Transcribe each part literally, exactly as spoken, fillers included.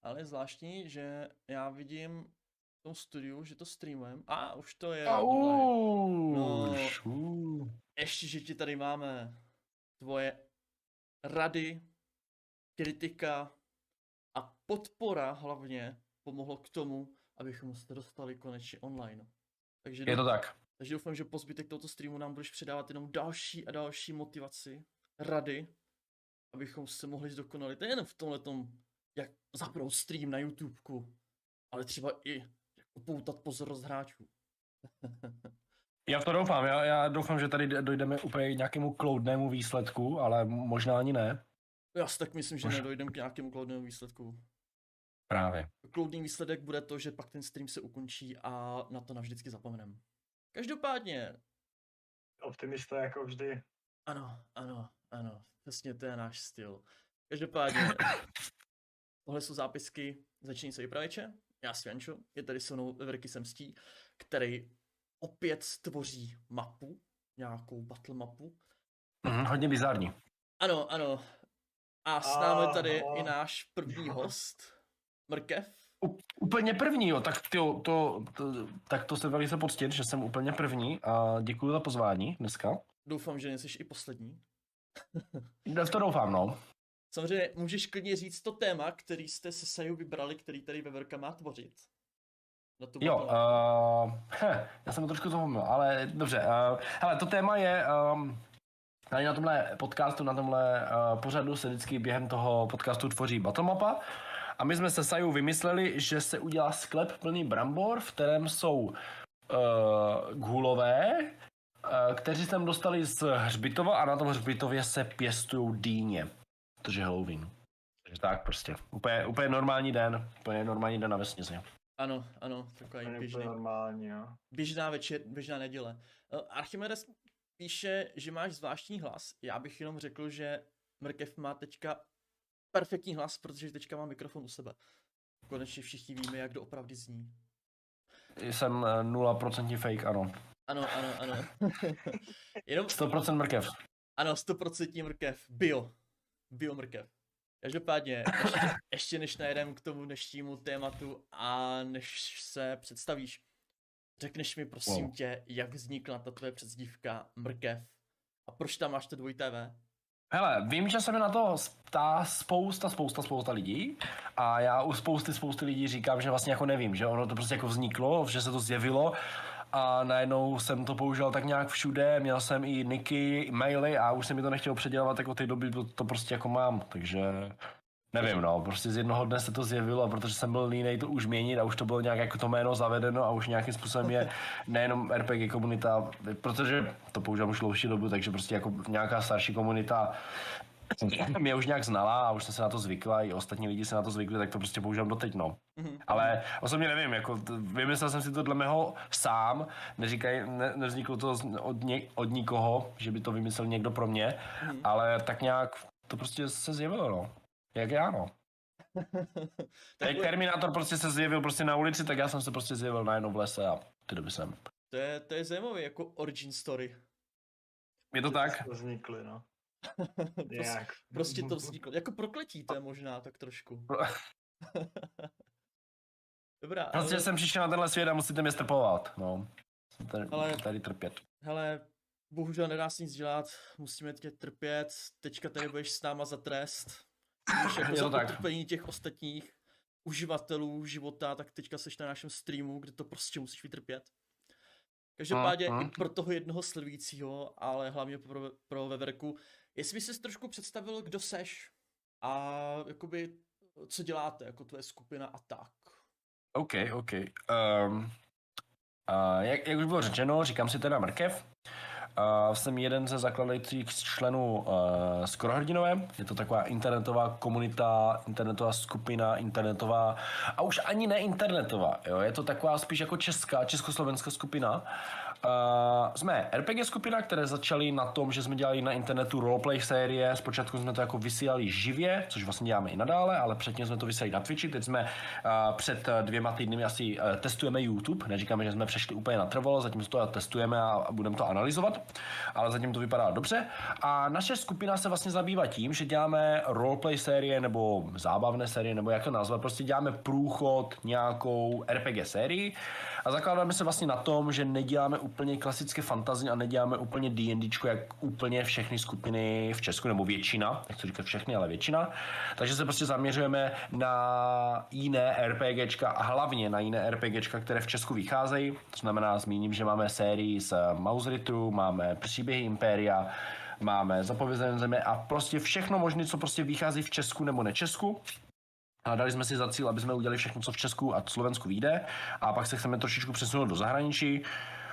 Ale je zvláštní, že já vidím v tom studiu, že to streamujem. A ah, už to je. Uh, no, uh. ještě, že ti tady máme tvoje rady, kritika a podpora hlavně pomohlo k tomu, abychom se dostali konečně online. Takže je to tak. Takže doufám, že po zbytek tohoto streamu nám budeš předávat jenom další a další motivaci, rady, abychom se mohli zdokonalit nejen v tomhletom, jak zapnout stream na YouTubeku, ale třeba i jak upoutat pozornost hráčů. Já v to doufám, já, já doufám, že tady dojdeme úplně k nějakému kloudnému výsledku, ale možná ani ne. Já si tak myslím, že Mož... nedojdeme k nějakému kloudnému výsledku. Právě. Kloudný výsledek bude to, že pak ten stream se ukončí a na to navždycky zapomeneme. Každopádně. Optimista jako vždy. Ano, ano, ano. Přesně to je náš styl. Každopádně. Tohle jsou zápisky Začínají se vypravěče. Já jsem Jančo, je tady se mnou Veverky Semstí, který opět stvoří mapu, nějakou battle mapu. Mm, hodně bizarní. Ano, ano. A s námi tady oh. i náš první host, Mrkev. U, úplně první, jo, tak, tyjo, to, to, tak to se velice poctit, že jsem úplně první a děkuji za pozvání dneska. Doufám, že nejsi i poslední. V to doufám, no. Samozřejmě můžeš klidně říct to téma, který jste se Saju vybrali, který tady Veverka má tvořit. Jo, uh, he, já jsem to trošku zapomněl, ale dobře. Uh, hele, to téma je, um, tady na tomhle podcastu, na tomhle uh, pořadu se vždycky během toho podcastu tvoří battle mapa. A my jsme se Sajou vymysleli, že se udělá sklep plný brambor, v kterém jsou uh, ghoulové, uh, kteří sem dostali z hřbitova a na tom hřbitově se pěstují dýně. Protože je Halloween. Takže tak prostě. Úplně, úplně normální den. Úplně normální den na vesnici. Ano, ano, takový běžný. Normální, jo. Běžná večer, běžná neděle. Archimedes píše, že máš zvláštní hlas. Já bych jenom řekl, že Mrkev má teďka perfektní hlas, protože teďka má mikrofon u sebe. Konečně všichni víme, jak doopravdy zní. Jsem nula procent fake, ano. Ano, ano, ano. Jenom... sto procent mrkev. Ano, sto procent mrkev. Bio. Bio mrkev. Každopádně, ještě, ještě než najedeme k tomu dnešnímu tématu a než se představíš, řekneš mi prosím wow. tě, jak vznikla ta tvoje přezdívka Mrkev a proč tam máš to dvojité V? Hele, vím, že se mi na to ptá spousta, spousta, spousta lidí a já u spousty, spousty lidí říkám, že vlastně jako nevím, že ono to prostě jako vzniklo, že se to zjevilo a najednou jsem to použil tak nějak všude, měl jsem i niky, maily a už se mi to nechtělo předělávat jako ty doby, to, to prostě jako mám, takže nevím no, prostě z jednoho dne se to zjevilo, protože jsem byl línej to už měnit a už to bylo nějak jako to jméno zavedeno a už nějakým způsobem je nejenom R P G komunita, protože to používám už dlouhší dobu, takže prostě jako nějaká starší komunita mě už nějak znala a už jsem se na to zvykla, i ostatní lidi se na to zvykli, tak to prostě používám doteď, no. Mm-hmm. Ale osobně nevím, jako t- vymyslel jsem si to dle mého sám, neříkaj, ne, nevzniklo to od, ně, od nikoho, že by to vymyslel někdo pro mě, mm-hmm. ale tak nějak to prostě se zjevilo, no. Jak já, no. Jak Terminátor prostě se zjevil prostě na ulici, tak já jsem se prostě zjevil najednou v lese a ty doby jsem. To je, to je zajímavé jako origin story. Je to tak? To vznikly, no. prostě, prostě to vzniklo. Jako prokletí to je možná tak trošku. Dobrá. Prostě ale... jsem přišel na tenhle svět a musíte mě strpovat, no. Tady, ale, tady trpět. Hele, bohužel nedá se nic dělat, musíme tě trpět, teďka tady budeš s náma za trest. Když jako za utrpení těch ostatních uživatelů života, tak teďka seš na našem streamu, kde to prostě musíš vytrpět. Každopádně uh, uh. i pro toho jednoho sledujícího, ale hlavně pro, pro Veverku, jestli bys si trošku představil, kdo seš a jakoby, co děláte, jako tvoje skupina a tak. OK, OK. Um, uh, jak, jak už bylo řečeno, říkám si teda Mrkev. Uh, jsem jeden ze zakladajících členů uh, Skorohrdinové. Je to taková internetová komunita, internetová skupina, internetová a už ani ne internetová. Jo? Je to taková spíš jako česká, československá skupina. Uh, jsme er pé gé skupina, které začaly na tom, že jsme dělali na internetu roleplay série. Zpočátku jsme to jako vysílali živě, což vlastně děláme i nadále, ale předtím jsme to vysílali na Twitchi. Teď jsme uh, před dvěma týdny asi uh, testujeme YouTube. Neříkáme, že jsme přešli úplně natrvalo, zatím to testujeme a, a budeme to analyzovat, ale zatím to vypadá dobře. A naše skupina se vlastně zabývá tím, že děláme roleplay série nebo zábavné série, nebo jak to nazvat, prostě děláme průchod nějakou er pé gé sérii a zakládáme se vlastně na tom, že neděláme úplně klasické fantasy a neděláme úplně D&Dčko, jak úplně všechny skupiny v Česku, nebo většina, nechci říkat všechny, ale většina. Takže se prostě zaměřujeme na jiné RPGčka a hlavně na jiné RPGčka, které v Česku vycházejí. To znamená, zmíním, že máme sérii z Mausritu, máme Příběhy Impéria, máme Zapovězené země a prostě všechno možné, co prostě vychází v Česku nebo nečesku. A dali jsme si za cíl, aby jsme udělali všechno, co v Česku a Slovensku vyjde. A pak se chceme trošičku přesunout do zahraničí.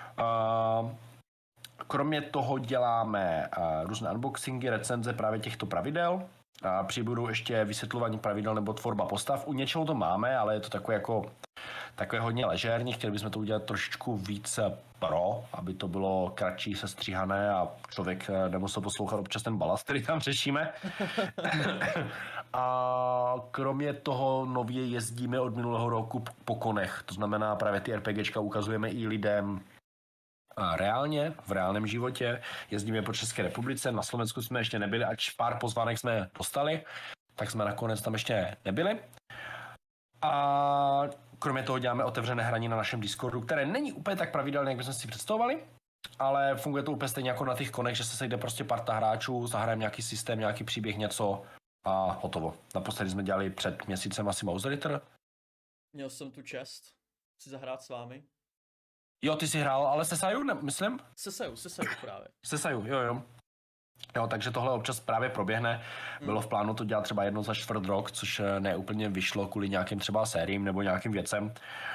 Kromě toho děláme různé unboxingy, recenze právě těchto pravidel. A přibudou ještě vysvětlování pravidel nebo tvorba postav. U něčeho to máme, ale je to takové jako takové hodně ležérní. Chtěli bychom to udělat trošičku víc pro, aby to bylo kratší, sestříhané a člověk nemusel poslouchat občas ten balast, který tam řešíme. A kromě toho nově jezdíme od minulého roku po konech. To znamená, právě ty RPGčka ukazujeme i lidem reálně, v reálném životě. Jezdíme po České republice, na Slovensku jsme ještě nebyli, ač pár pozvánek jsme dostali, tak jsme nakonec tam ještě nebyli. A kromě toho děláme otevřené hraní na našem Discordu, které není úplně tak pravidelné, jak bychom si představovali, ale funguje to úplně stejně jako na těch konech, že se sejde prostě parta hráčů, zahrajeme nějaký systém, nějaký příběh, něco a hotovo. Naposledy jsme dělali před měsícem asi Mausritter. Měl jsem tu čest si zahrát s vámi. Jo, ty jsi hrál, ale se Saju, ne, myslím? Se Saju, se Saju právě. Se Saju, jo, jo. Jo, takže tohle občas právě proběhne. Bylo v plánu to dělat třeba jednou za čtvrt rok, což ne úplně vyšlo kvůli nějakým třeba sériím nebo nějakým věcem.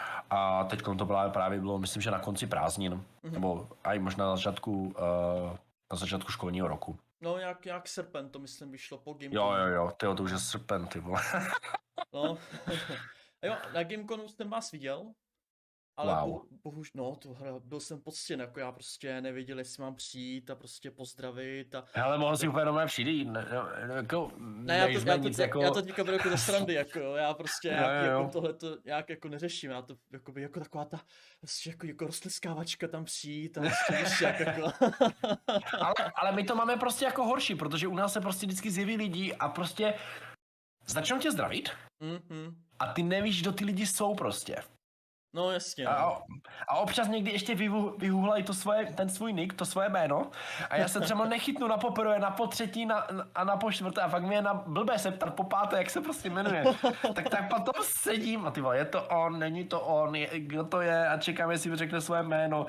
A teď to právě, právě bylo, myslím, že na konci prázdnin, mm-hmm. nebo i možná na začátku, uh, na začátku školního roku. No, nějak, nějak srpen, to myslím vyšlo po Gameconu. Jo, jo, jo, tyjo, to už je srpen, ty vole. No, jo, na Gameconu jsem vás viděl. Ale wow. bo, bohuž, no, to, byl jsem poctěn, jako já prostě nevěděl, jestli mám přijít a prostě pozdravit a... Hele, mohl si úplně normálně přijít, ne, ne, jako, ne, já to, já, to, jako... já to teďka beru jako do srandy, jako já prostě jo, nějak, jo, jo. jako tohleto nějak jako neřeším, já to jako, jako taková ta, prostě jako, jako rostleskávačka tam přijít a prostě víš, jak jako... ale, ale my to máme prostě jako horší, protože u nás se prostě vždycky zjeví lidi a prostě začnou tě zdravit mm-hmm. a ty nevíš, kdo ty lidi jsou prostě. No jasně. A, a občas někdy ještě vyhulají to svoje, ten svůj nick, to svoje jméno a já se třeba nechytnu na poprvé, na potřetí na, a na počtvrté a fakt mě je na blbé se ptat po páté, jak se prostě jmenuje. tak tak potom sedím a ty vole, je to on, není to on, je, kdo to je a čekám, jestli řekne svoje jméno.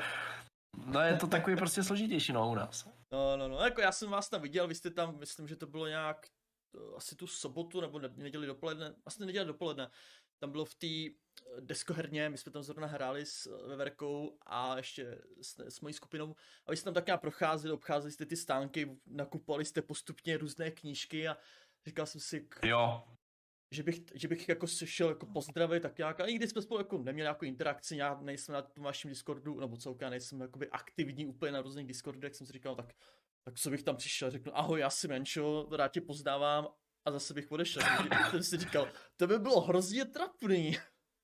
No je to takový prostě složitější no u nás. No, no, no, jako já jsem vás tam viděl, vy jste tam, myslím, že to bylo nějak asi tu sobotu nebo neděli dopoledne, asi neděli dopoledne. Tam bylo v té deskoherně, my jsme tam zrovna hráli s Veverkou a ještě s, s mojí skupinou a vy jste tam tak nějak procházeli, obcházeli jste ty stánky, nakupovali jste postupně různé knížky a říkal jsem si, k... jo. Že, bych, že bych jako šel jako pozdravit, tak nějak, a nikdy jsme spolu jako neměli nějakou interakci, já nejsem na tom vašem Discordu, nebo celkem nejsem jakoby aktivní úplně na různých Discordech, jsem si říkal, tak, tak co bych tam přišel, řeknu, ahoj, já jsem Menšo, rád tě poznávám a zase bych odešel, jsem si říkal, to by bylo hrozně trapný.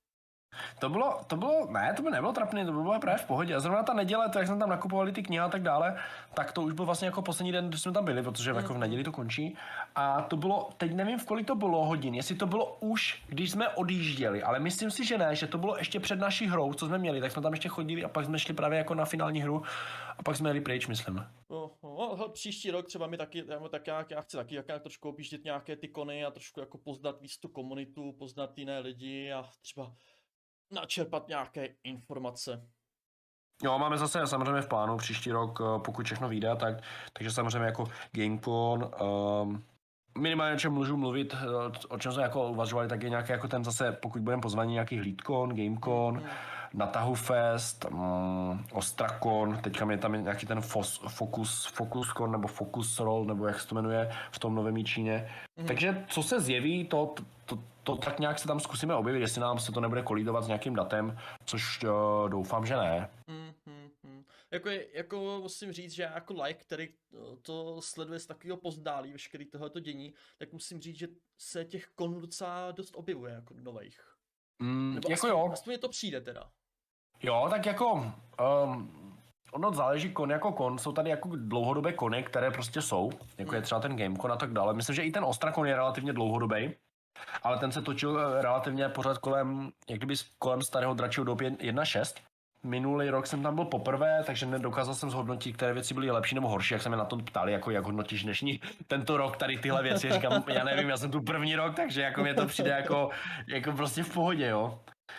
To bylo, to bylo, ne, to by nebylo trapný, to by bylo právě v pohodě. A zrovna ta neděle, to jak jsme tam nakupovali ty knihy a tak dále, tak to už byl vlastně jako poslední den, když jsme tam byli, protože mm. jako v neděli to končí. A to bylo, teď nevím, v kolik to bylo hodin, jestli to bylo už, když jsme odjížděli, ale myslím si, že ne, že to bylo ještě před naší hrou, co jsme měli, tak jsme tam ještě chodili a pak jsme šli právě jako na finální hru a pak jsme jeli pryč, myslím. Oh, oh, oh, příští rok třeba mi taky, tak já, já chci taky jak trošku objíždět nějaké ty kony a trošku jako poznat víc tu komunitu, poznat jiné lidi a třeba načerpat nějaké informace. Jo, máme zase samozřejmě v plánu příští rok, pokud všechno vyjde, tak, takže samozřejmě jako Gamecon, um, minimálně o čem můžu mluvit, o čem jsme jako uvažovali, tak je nějaký jako ten zase, pokud budeme pozvaní nějaký Hlídkon, Gamecon, mm. Natahu Fest, um, Ostrakon, teďka je tam nějaký ten fos, Focus, Focuscon nebo Focus Roll, nebo jak se to jmenuje v tom novém Číně. Mm. Takže co se zjeví, to, to, to, to tak nějak se tam zkusíme objevit, jestli nám se to nebude kolidovat s nějakým datem, což uh, doufám, že ne. Mm, mm, mm. jako, jako musím říct, že jako like, který to sleduje z takového pozdálí, veškerý tohleto dění, tak musím říct, že se těch konů docela dost objevuje, jako novejch. Mm, Nebo jako aspoň, jo. aspoň je to přijde teda. Jo, tak jako, um, ono záleží kon jako kon, jsou tady jako dlouhodobé kony, které prostě jsou, jako hmm. je třeba ten Gamecon a tak dále. Myslím, že i ten Ostrakon je relativně dlouhodobý, ale ten se točil relativně pořád kolem, jak kdyby kolem starého dračího doby jedna šest. Minulý rok jsem tam byl poprvé, takže nedokázal jsem zhodnotit, které věci byly lepší nebo horší, jak se mě na to ptali, jako jak hodnotíš dnešní tento rok tady tyhle věci. Říkám, já nevím, já jsem tu první rok, takže jako mě to přijde jako, jako prostě v pohodě, jo.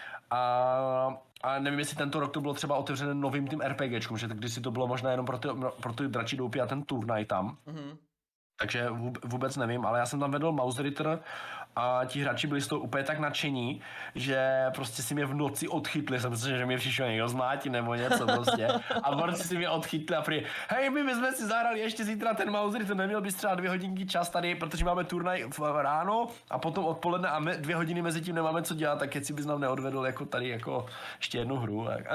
A, a nevím, jestli tento rok to bylo třeba otevřené novým tím RPGčkům, že když si to bylo možná jenom pro ty, pro ty dračí doupy a ten turnaj tam. Mm-hmm. Takže vůbec nevím, ale já jsem tam vedl Mouse Ritter a ti hráči byli z toho úplně tak nadšení, že prostě si mě v noci odchytli, jsem myslel, že mě přišel někdo zmátit nebo něco prostě. A prostě si mě odchytli a prý, hej, my bychom si zahrali ještě zítra ten Mouse Ritter, neměl bys třeba dvě hodinky čas tady, protože máme turnaj v ráno a potom odpoledne a me, dvě hodiny mezi tím nemáme co dělat, tak jestli bys nám neodvedl jako tady jako ještě jednu hru. Ale,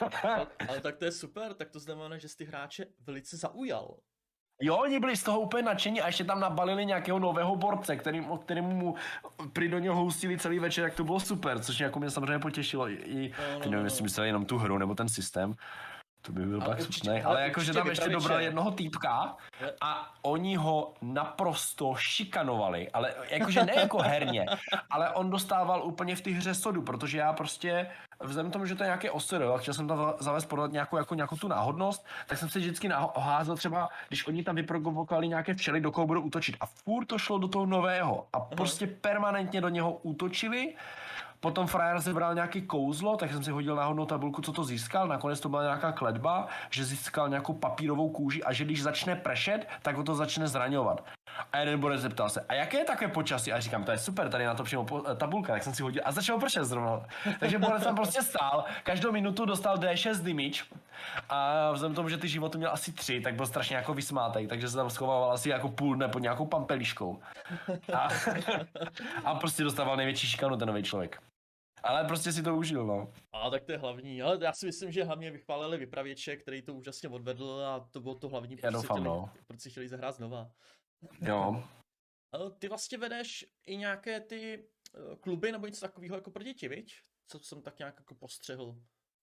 ale tak to je super, tak to znamená, že jsi ty hráče velice zaujal. Jo, oni byli z toho úplně nadšení a ještě tam nabalili nějakého nového borce, kterým, kterým mu prý do něho hustili celý večer, jak to bylo super, což jako mě samozřejmě potěšilo. I, no, no, nevím, jestli mysleli jenom tu hru nebo ten systém. To by byl pak slušnej, ale jakože tam ještě dobral jednoho týpka a oni ho naprosto šikanovali, ale jakože ne jako herně, ale on dostával úplně v té hře sodu, protože já prostě, vzhledem tomu, že to je nějaké osr, a chtěl jsem tam zavést podat nějakou, jako, nějakou tu náhodnost, tak jsem se vždycky naházel třeba, když oni tam vyprovokovali nějaké včely, do koho budou útočit a furt to šlo do toho nového a prostě permanentně do něho útočili. Potom frajer zebral nějaký kouzlo, tak jsem si hodil náhodnou tabulku, co to získal. Nakonec to byla nějaká kletba, že získal nějakou papírovou kůži a že když začne pršet, tak ho to začne zraňovat. A jeden borec zeptal se, a jaké je takové počasí? A říkám, to je super, tady na to přímo tabulka, tak jsem si hodil a začal pršet zrovna. Takže borec tam prostě stál, každou minutu dostal D šest damage a vzhledem tomu, že ty životy měl asi tři, tak byl strašně jako vysmátej, takže se tam schovával asi jako půl dne pod nějakou pampeliškou. A, a prostě dostával největší šikanu ten nový člověk. Ale prostě si to užil, no. A tak to je hlavní, ale já si myslím, že hlavně vychválili vypravěče, který to úžasně odvedl a to bylo to hlavní, proč, doufám, si chtěli, no. proč si chtěli zahrát znova. Jo. Ty vlastně vedeš i nějaké ty kluby nebo něco takového jako pro děti, viď? Co jsem tak nějak jako postřehl.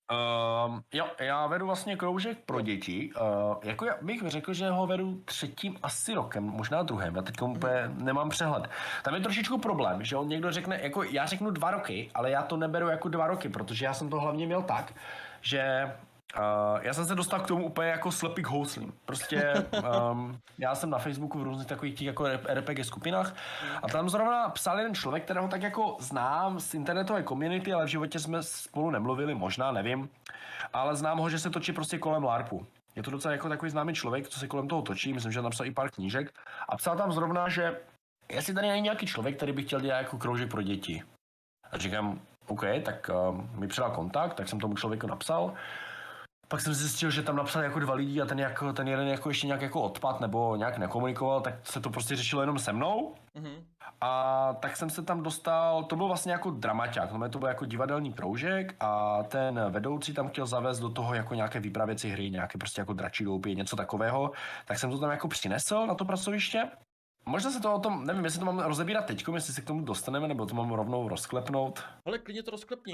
Um, jo, já vedu vlastně kroužek pro děti. Uh, jako já bych řekl, že ho vedu třetím asi rokem, možná druhým. Já teď úplně nemám přehled. Tam je trošičku problém, že on někdo řekne, jako já řeknu dva roky, ale já to neberu jako dva roky, protože já jsem to hlavně měl tak, že Uh, já jsem se dostal k tomu úplně jako slepý k houslím. Prostě um, já jsem na Facebooku v různých takových těch jako R P G skupinách a tam zrovna psal jeden člověk, kterého tak jako znám z internetové community, ale v životě jsme spolu nemluvili, možná, nevím, ale znám ho, že se točí prostě kolem LARPu. Je to docela jako takový známý člověk, co se kolem toho točí, myslím, že napsal i pár knížek a psal tam zrovna, že jestli tady není nějaký člověk, který by chtěl dělat jako kroužek pro děti. A říkám, OK, tak uh, mi předal kontakt, tak jsem tomu člověku napsal. Pak jsem zjistil, že tam napsal jako dva lidi a ten, jako, ten jeden jako ještě nějak jako odpad nebo nějak nekomunikoval, tak se to prostě řešilo jenom se mnou. Mm-hmm. A tak jsem se tam dostal, to byl vlastně jako dramaťák, no, to byl jako divadelní kroužek a ten vedoucí tam chtěl zavést do toho jako nějaké vypravěcí hry, nějaké prostě jako dračí doupy, něco takového. Tak jsem to tam jako přinesl na to pracoviště. Možná se to o tom, nevím, jestli to mám rozebírat teďkom, jestli se k tomu dostaneme, nebo to mám rovnou rozklepnout. Ale klidně to rozklepni.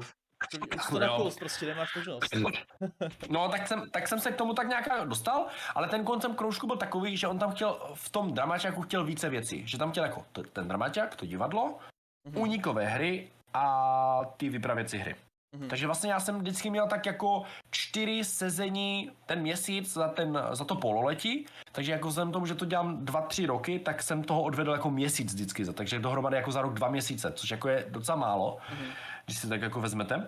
To na kous, prostě nemáš možnost. No, tak jsem, tak jsem se k tomu tak nějak dostal, ale ten koncept kroužku byl takový, že on tam chtěl, v tom dramaťáku chtěl více věcí. Že tam chtěl jako t- ten dramaťák, to divadlo, mm-hmm. únikové hry a ty vypravěcí hry. Mm-hmm. Takže vlastně já jsem vždycky měl tak jako čtyři sezení ten měsíc za, ten, za to pololetí, takže jako vzhledem tomu, že to dělám dva, tři roky, tak jsem toho odvedl jako měsíc vždycky, takže dohromady jako za rok dva měsíce, což jako je docela málo. Mm-hmm. Když si tak jako vezmete.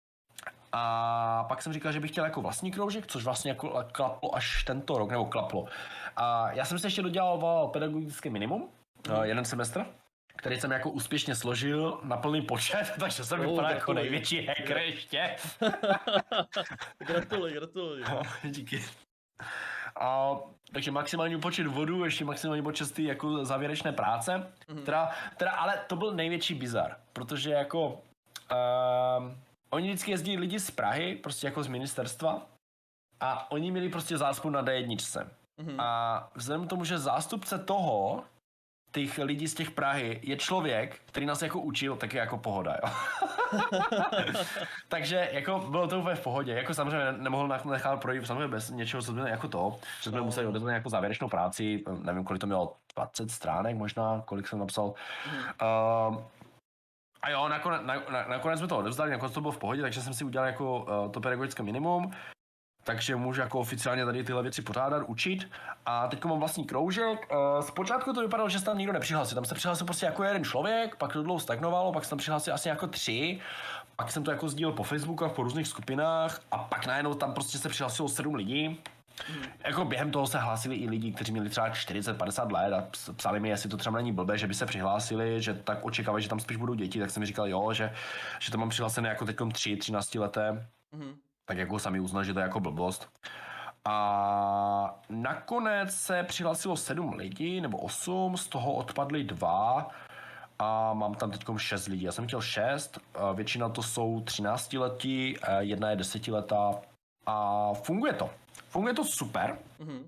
A pak jsem říkal, že bych chtěl jako vlastní kroužek, což vlastně jako klaplo až tento rok, nebo klaplo. A já jsem se ještě dodělal pedagogické minimum, mm. jeden semestr, který jsem jako úspěšně složil na plný počet, takže jsem vypadal oh, jako největší hacker ještě. Gratuluji, gratuluji. Díky. A, takže maximální počet vodů, ještě maximální počet ty jako závěrečné práce, mm. teda, teda, ale to byl největší bizar, protože jako Uh, oni vždycky jezdí lidi z Prahy, prostě jako z ministerstva A oni měli prostě záspu na D jedna. Mm-hmm. A vzhledem k tomu, že zástupce toho, těch lidí z těch Prahy, je člověk, který nás jako učil, tak je jako pohoda, jo. Takže jako bylo to úplně v pohodě. Jako samozřejmě nemohl nechat projít samozřejmě bez něčeho, co bylo jako to, že jsme no. museli odezvat nějakou závěrečnou práci, nevím, kolik to mělo, dvacet stránek možná, kolik jsem napsal. Mm. Uh, a jo, nakonec, na, na, nakonec jsme to odevzdali, nakonec to bylo v pohodě, takže jsem si udělal jako uh, to pedagogické minimum. Takže můžu jako oficiálně tady tyhle věci pořádat, učit. A teď mám vlastní kroužek. Zpočátku to vypadalo, že se tam nikdo nepřihlásil. Tam se přihlásil prostě jako jeden člověk, pak to dlouho stagnovalo, pak se tam přihlásil asi jako tři. Pak jsem to jako sdílel po Facebooku, po různých skupinách a pak najednou tam prostě se přihlásilo sedm lidí. Hmm. Jako během toho se hlásili i lidi, kteří měli třeba čtyřicet padesát let a psali mi, jestli to třeba není blbé, že by se přihlásili, že tak očekávají, že tam spíš budou děti, tak jsem mi říkal jo, že, že to mám přihlásené jako teďkom tři, třináctileté. Hmm. Tak jako sami uznali, že to je jako blbost. A nakonec se přihlásilo sedm lidí, nebo osm, z toho odpadly dva a mám tam teďkom šest lidí. Já jsem chtěl šest, většina to jsou třináctiletí, jedna je desetiletá a funguje to. Funguje to super. Mm-hmm.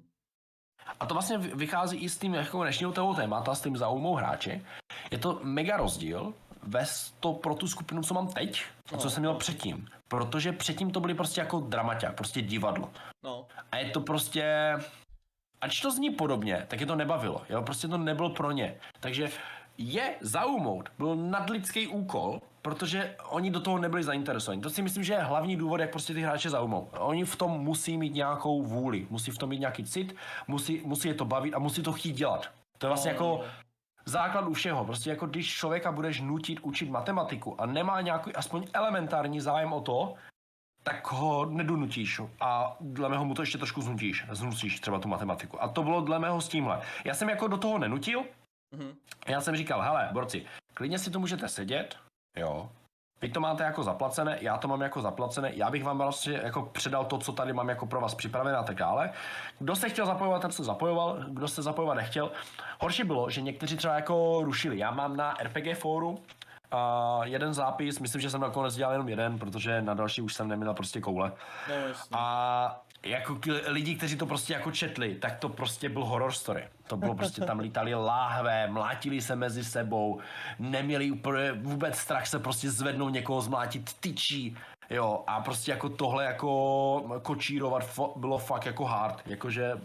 A to vlastně vychází i s tím jako dnešního toho témata, s tím zaujmou hráči. Je to mega rozdíl vést to pro tu skupinu, co mám teď a co no, jsem měl no. předtím. Protože předtím to byly prostě jako dramaťák, prostě divadlo. No. A je to prostě... Ač to zní podobně, tak je to nebavilo, jo? Prostě to nebylo pro ně. Takže je zaujmout byl nadlidský úkol, protože oni do toho nebyli zainteresovaní. To si myslím, že je hlavní důvod, jak prostě ty hráče zaujmou. Oni v tom musí mít nějakou vůli, musí v tom mít nějaký cit, musí, musí je to bavit a musí to chtít dělat. To je vlastně no. jako... základ u všeho, prostě jako když člověka budeš nutit učit matematiku a nemá nějaký aspoň elementární zájem o to, tak ho nedonutíš a dle mého mu to ještě trošku znutíš, znutíš třeba tu matematiku. A to bylo dle mého s tímhle. Já jsem jako do toho nenutil, mm-hmm. já jsem říkal, hele, borci, klidně si to můžete sedět, jo, vy to máte jako zaplacené, já to mám jako zaplacené, já bych vám vlastně jako předal to, co tady mám jako pro vás připravené a tak dále. Kdo se chtěl zapojovat, ten se zapojoval, kdo se zapojovat nechtěl. Horší bylo, že někteří třeba jako rušili. Já mám na R P G fóru uh, jeden zápis, myslím, že jsem nakonec dělal jenom jeden, protože na další už jsem neměl prostě koule. No, a jako lidi, kteří to prostě jako četli, tak to prostě byl horror story. To bylo prostě, tam lítali láhve, mlátili se mezi sebou, neměli úplně vůbec strach se prostě zvednout někoho, zmlátit tyčí, jo, a prostě jako tohle jako kočírovat bylo fakt jako hard, jakože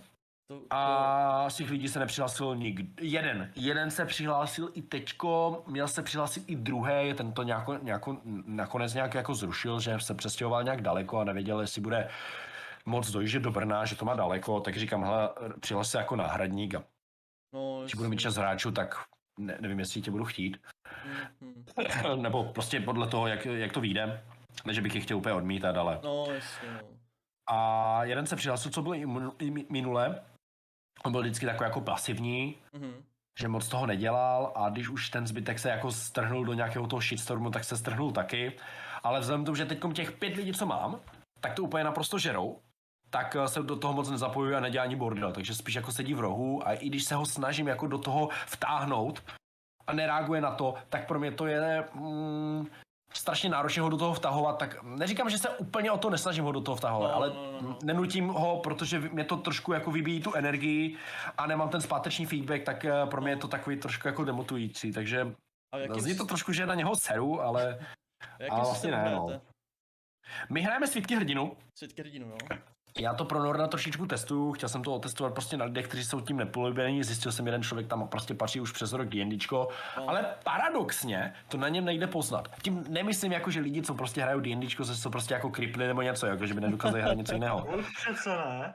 a z těch lidí se nepřihlásil nikdo. Jeden. Jeden se přihlásil i teďko, měl se přihlásit i druhý, ten to nějako, nějako, nakonec nějak jako zrušil, že se přestěhoval nějak daleko a nevěděl, jestli bude moc dojíždět do Brna, že to má daleko, tak říkám, hele, přihlaš se jako náhradník a no, když budu mít čas hráčů, tak ne, nevím, jestli tě budu chtít. Mm-hmm. Nebo prostě podle toho, jak, jak to vyjde, ne, že bych je chtěl úplně odmítat, ale... No, jasně, no. A jeden se přihlásil, co bylo i minule, on byl vždycky takový jako pasivní, mm-hmm. že moc toho nedělal a když už ten zbytek se jako strhnul do nějakého toho shitstormu, tak se strhnul taky. Ale vzhledem k tomu, že teďkom těch pět lidí, co mám, tak to úplně naprosto žerou, tak se do toho moc nezapojuje a nedělá ani bordel, takže spíš jako sedí v rohu a i když se ho snažím jako do toho vtáhnout a nereaguje na to, tak pro mě to je mm, strašně náročně ho do toho vtahovat, tak neříkám, že se úplně o to nesnažím ho do toho vtahovat, no, ale no, no. nenutím ho, protože mě to trošku jako vybíjí tu energii a nemám ten zpáteční feedback, tak pro mě je to takový trošku jako demotující, takže zní to trošku, že na něho seru, ale, ale vlastně ne, no. My hrajeme Svitky hrdinu. Svitky hrdinu, jo. Já to pro Norna trošičku testuju, chtěl jsem to otestovat prostě na lidech, kteří jsou tím nepolíbení, zjistil jsem, jeden člověk tam prostě patří už přes rok D&Dčko, no. Ale paradoxně to na něm nejde poznat. Tím nemyslím jako, že lidi, co prostě hrajou D&Dčko, se jsou prostě jako kripli nebo něco, jako že by nedokázali hrát něco jiného. Přece ne.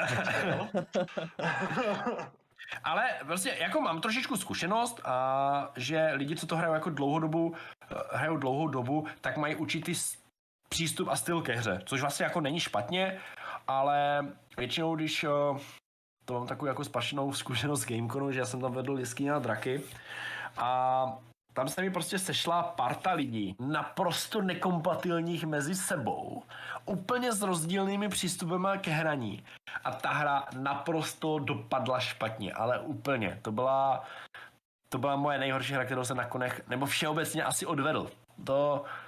Ale prostě jako mám trošičku zkušenost a že lidi, co to hrajou jako dlouhodobu, hrajou dlouhou dobu, tak mají určitý přístup a styl ke hře, což vlastně jako není špatně, ale většinou, když to mám takovou jako spašenou zkušenost z Gameconu, že já jsem tam vedl jeskyně a draky a tam se mi prostě sešla parta lidí, naprosto nekompatibilních mezi sebou, úplně s rozdílnými přístupem ke hraní a ta hra naprosto dopadla špatně, ale úplně, to byla, to byla moje nejhorší hra, kterou jsem nakonec, nebo všeobecně asi odvedl. To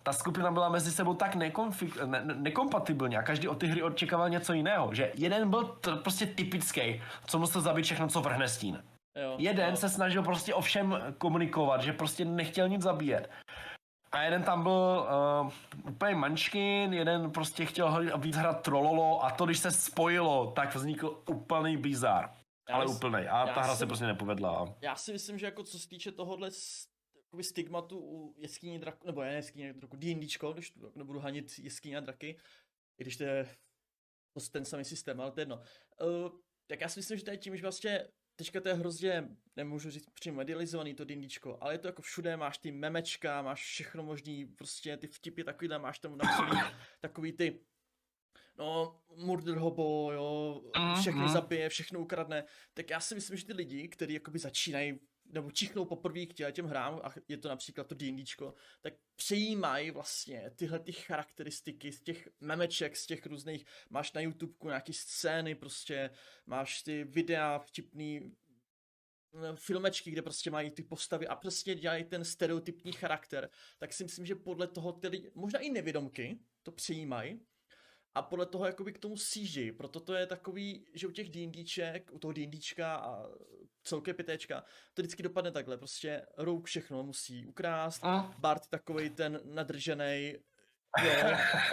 ta skupina byla mezi sebou tak nekonfik- ne- nekompatibilní a každý od ty hry očekával něco jiného, že jeden byl t- prostě typický, co musel zabít všechno, co vrhne stín. Jo, jeden jo. se snažil prostě o všem komunikovat, že prostě nechtěl nic zabíjet. A jeden tam byl uh, úplně mančkin, jeden prostě chtěl víc hrát trololo a to, když se spojilo, tak vznikl úplný bizar. Ale úplnej. A ta hra si, se prostě nepovedla. Já si myslím, že jako co se týče tohohle stigmatu u jeskyní draku, nebo ne jeskyní draku, D&Dčko, když nebudu hanit jeskyní a draky, i když to je ten samý systém, ale to je jedno. Uh, tak já si myslím, že to je tím, že vlastně teďka to je hrozně, nemůžu říct přímo medializovaný to D&Dčko, ale je to jako všude, máš ty memečka, máš všechno možný, prostě ty vtipy takovýhle, máš tam napsaný takový ty, no, murder hobo, jo, všechny mm-hmm. zabije, všechno ukradne, tak já si myslím, že ty lidi, kteří jakoby začínají, nebo čichnou poprvé k těm hrám, a je to například to D&Dčko, tak přejímají vlastně tyhle ty charakteristiky z těch memeček, z těch různých, máš na YouTubeku nějaký scény, prostě máš ty videa vtipný, filmečky, kde prostě mají ty postavy a prostě dělají ten stereotypní charakter, tak si myslím, že podle toho ty lidi, možná i nevědomky, to přijímají, a podle toho jakoby k tomu síží, proto to je takový, že u těch D&Dček, u toho D&Dčka a celké pětéčka, to vždycky dopadne takhle, prostě Rogue všechno musí ukrást, a? Bart takovej ten nadrženej, jo.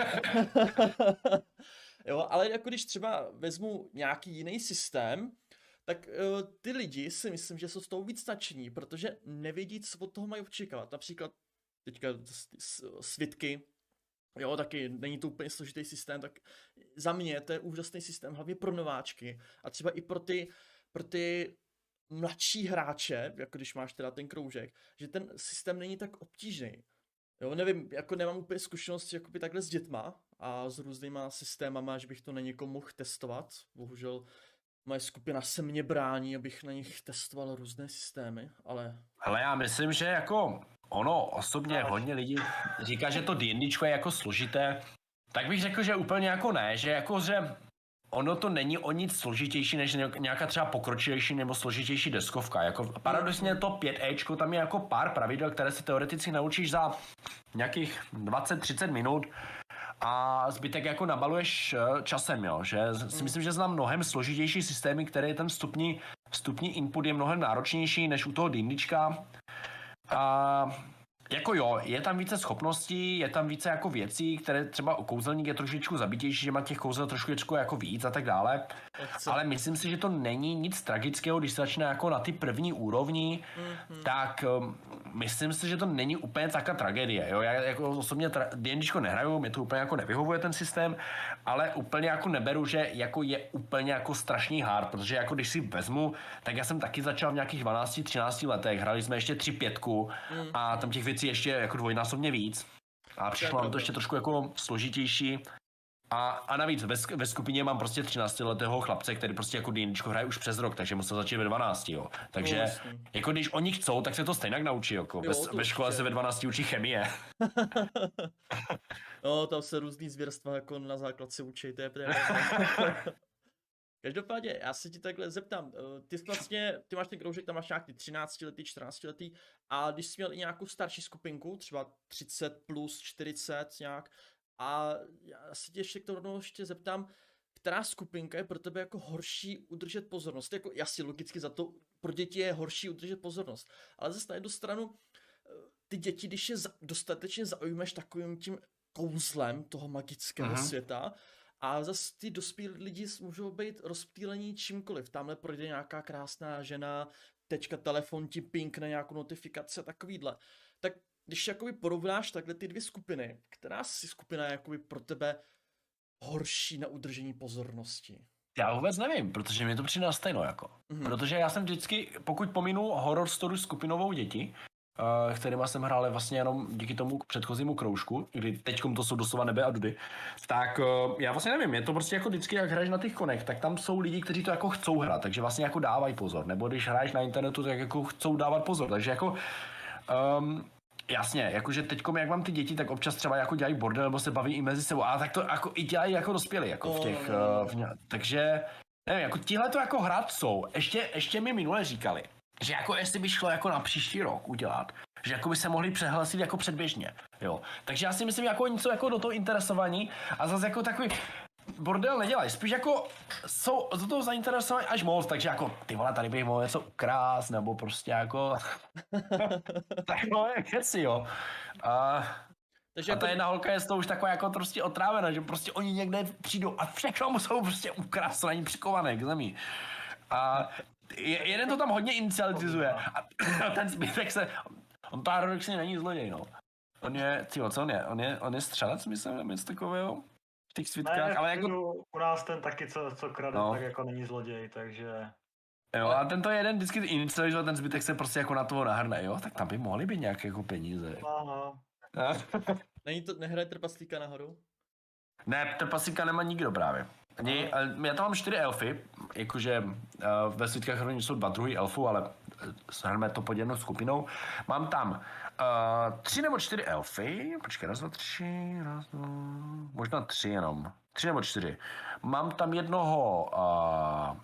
Jo, ale jako když třeba vezmu nějaký jiný systém, tak uh, ty lidi si myslím, že jsou z toho víc nadšení, protože nevědí, co od toho mají očekávat. Například teďka svitky, jo, taky není to úplně složitý systém, tak za mě to je úžasný systém, hlavně pro nováčky a třeba i pro ty, pro ty mladší hráče, jako když máš teda ten kroužek, že ten systém není tak obtížný. Jo, nevím, jako nemám úplně zkušenosti jakoby takhle s dětma a s různýma systémama, že bych to na někomu mohl testovat. Bohužel moje skupina se mě brání, abych na nich testoval různé systémy, ale... Ale já myslím, že jako ono osobně ale... hodně lidí říká, že to D&Dčko je jako složité, tak bych řekl, že úplně jako ne, že jako, že ono to není o nic složitější, než nějaká třeba pokročilejší nebo složitější deskovka. Jako paradoxně to pět éčko, tam je jako pár pravidel, které si teoreticky naučíš za nějakých dvacet třicet minut a zbytek jako nabaluješ časem, jo. Že si myslím, že znám mnohem složitější systémy, které ten vstupní, vstupní input je mnohem náročnější než u toho D&Dčka. A jako jo, je tam více schopností, je tam více jako věcí, které třeba u kouzelník je trošičku zabitější, že má těch kouzel trošičku jako víc a tak dále. Ale myslím si, že to není nic tragického, když se začne jako na ty první úrovni, mm-hmm. tak um, myslím si, že to není úplně taková tragédie. Jo? Já jako osobně tra- D&Dčko nehraju, mě to úplně jako nevyhovuje ten systém, ale úplně jako neberu, že jako je úplně jako strašný hard, protože jako když si vezmu, tak já jsem taky začal v nějakých dvanácti třinácti letech, hrali jsme ještě tři pětku mm-hmm. a tam těch věcí ještě jako dvojnásobně víc. A přišlo nám to ještě trošku jako složitější. A, a navíc ve, ve skupině mám prostě třináctiletého chlapce, který prostě jako D&Dčko hraje už přes rok, takže musel začít ve dvanácti, jo. Takže no, jako když oni chcou, tak se to stejně naučí, jako. Jo, ve, ve škole se ve dvanácti učí chemie. No, tam se různý zvěrstva jako na základce učí, to je Každopádně, já se ti takhle zeptám, ty vlastně, ty máš ten kroužek, tam máš nějaký třináctiletý, čtrnáctiletý a když jsi měl i nějakou starší skupinku, třeba třicet plus, čtyřicet nějak, a já se tě ještě k tomu ještě zeptám, která skupinka je pro tebe jako horší udržet pozornost? Jako jasně, logicky za to pro děti je horší udržet pozornost, ale zase na jednu stranu ty děti, když je dostatečně zaujmeš takovým tím kouzlem toho magického uh-huh. světa, a zase ty dospělí lidi můžou být rozptýlení čímkoliv. Tamhle projde nějaká krásná žena, tečka telefon ti pinkne nějakou notifikaci a takovýhle. Tak když jakoby porovnáš takhle ty dvě skupiny, která si skupina je jakoby pro tebe horší na udržení pozornosti? Já vůbec nevím, protože mi to přijde stejno jako. Mm-hmm. Protože já jsem vždycky, pokud pominu horror story skupinovou děti, Uh, kterýma jsem hrál vlastně jenom díky tomu předchozímu kroužku, kdy teďkom to jsou doslova nebe a dudy, tak uh, já vlastně nevím, je to prostě jako vždycky, jak hraješ na těch konech, tak tam jsou lidi, kteří to jako chcou hrát, takže vlastně jako dávají pozor, nebo když hraješ na internetu, tak jako chcou dávat pozor, takže jako um, jasně, jakože teďkom, jak mám ty děti, tak občas třeba jako dělají bordel, nebo se baví i mezi sebou, a tak to jako i dělají jako dospělí, jako v těch, uh, v ně, takže nevím, jako tihle to jako hrát jsou, ještě, ještě mi minule říkali, že jako jestli by šlo jako na příští rok udělat, že jako by se mohli přehlásit jako předběžně, jo. Takže já si myslím jako něco jako do toho interesovaní a zase jako takový bordel nedělají, spíš jako jsou do toho zainteresovaní až moc, takže jako ty vole, tady bych mohl něco ukrást, nebo prostě jako takové věci, jo. A, takže a jako... ta jedna holka je z toho už taková jako prostě otrávena, že prostě oni někde přijdou a všechno musou prostě ukrást, jsou na ní přikované k zemi. A jeden to tam hodně inicializuje a ten zbytek se, on paradoxně není zloděj, no. On je, tyjo, co on je? On je, on je střelec, myslím, nebo něco takového? V těch svítkách, ne, ale jako... u nás ten taky, co, co krade, no. tak jako není zloděj, takže... Jo, a tento jeden vždycky inicializuje, ten zbytek se prostě jako na toho nahrne, jo? Tak tam by mohly být nějaké jako peníze. Aha. Není to, nehraje trpaslíka nahoru? Ne, trpaslíka nemá nikdo právě. Ani, já tam mám čtyři elfy, jakože uh, ve svítkách rovně jsou dva druhý elfů, ale shrneme to pod jednou skupinou. Mám tam uh, tři nebo čtyři elfy, počkej, raz, dva, tři, raz, dva, možná tři jenom, tři nebo čtyři. Mám tam jednoho uh,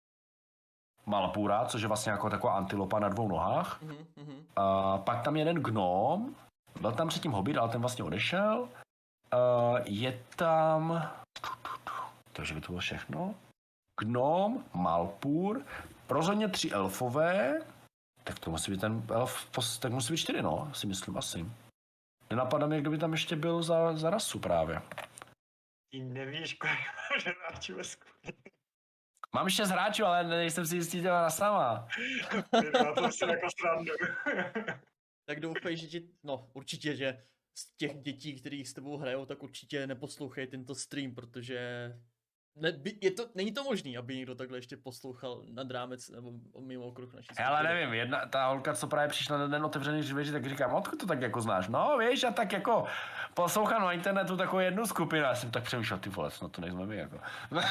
Malapůra, což je vlastně jako taková antilopa na dvou nohách. Mm-hmm. Uh, pak tam jeden gnom, byl tam předtím hobbit, ale ten vlastně odešel. Uh, je tam... Takže by to bylo všechno. Gnom, Malpůr, rozhodně tři elfové, tak to musí být ten elf, tak musí být čtyři, no, si myslím asi. Nenapadá mě, kdo by tam ještě byl za, za rasu právě. Ty nevíš, kolik máš hráčů ve skupině. Mám šest hráčů, ale nejsem si jistý dělá sama. Na to si jako srandu. Tak doufej, že ti, no určitě, že z těch dětí, kterých s tebou hrajou, tak určitě neposlouchej tento stream, protože ne, je to, není to možný, aby někdo takhle ještě poslouchal nad rámec nebo mimo okruh naší skupiny. Ale nevím, jedna, ta holka, co právě přišla na den otevřený dveří, tak říkám, odkud to tak jako znáš? No víš, já tak jako poslouchám na internetu takovou jednu skupinu, já jsem tak přemýšlel, ty vole, no to nejsme my jako.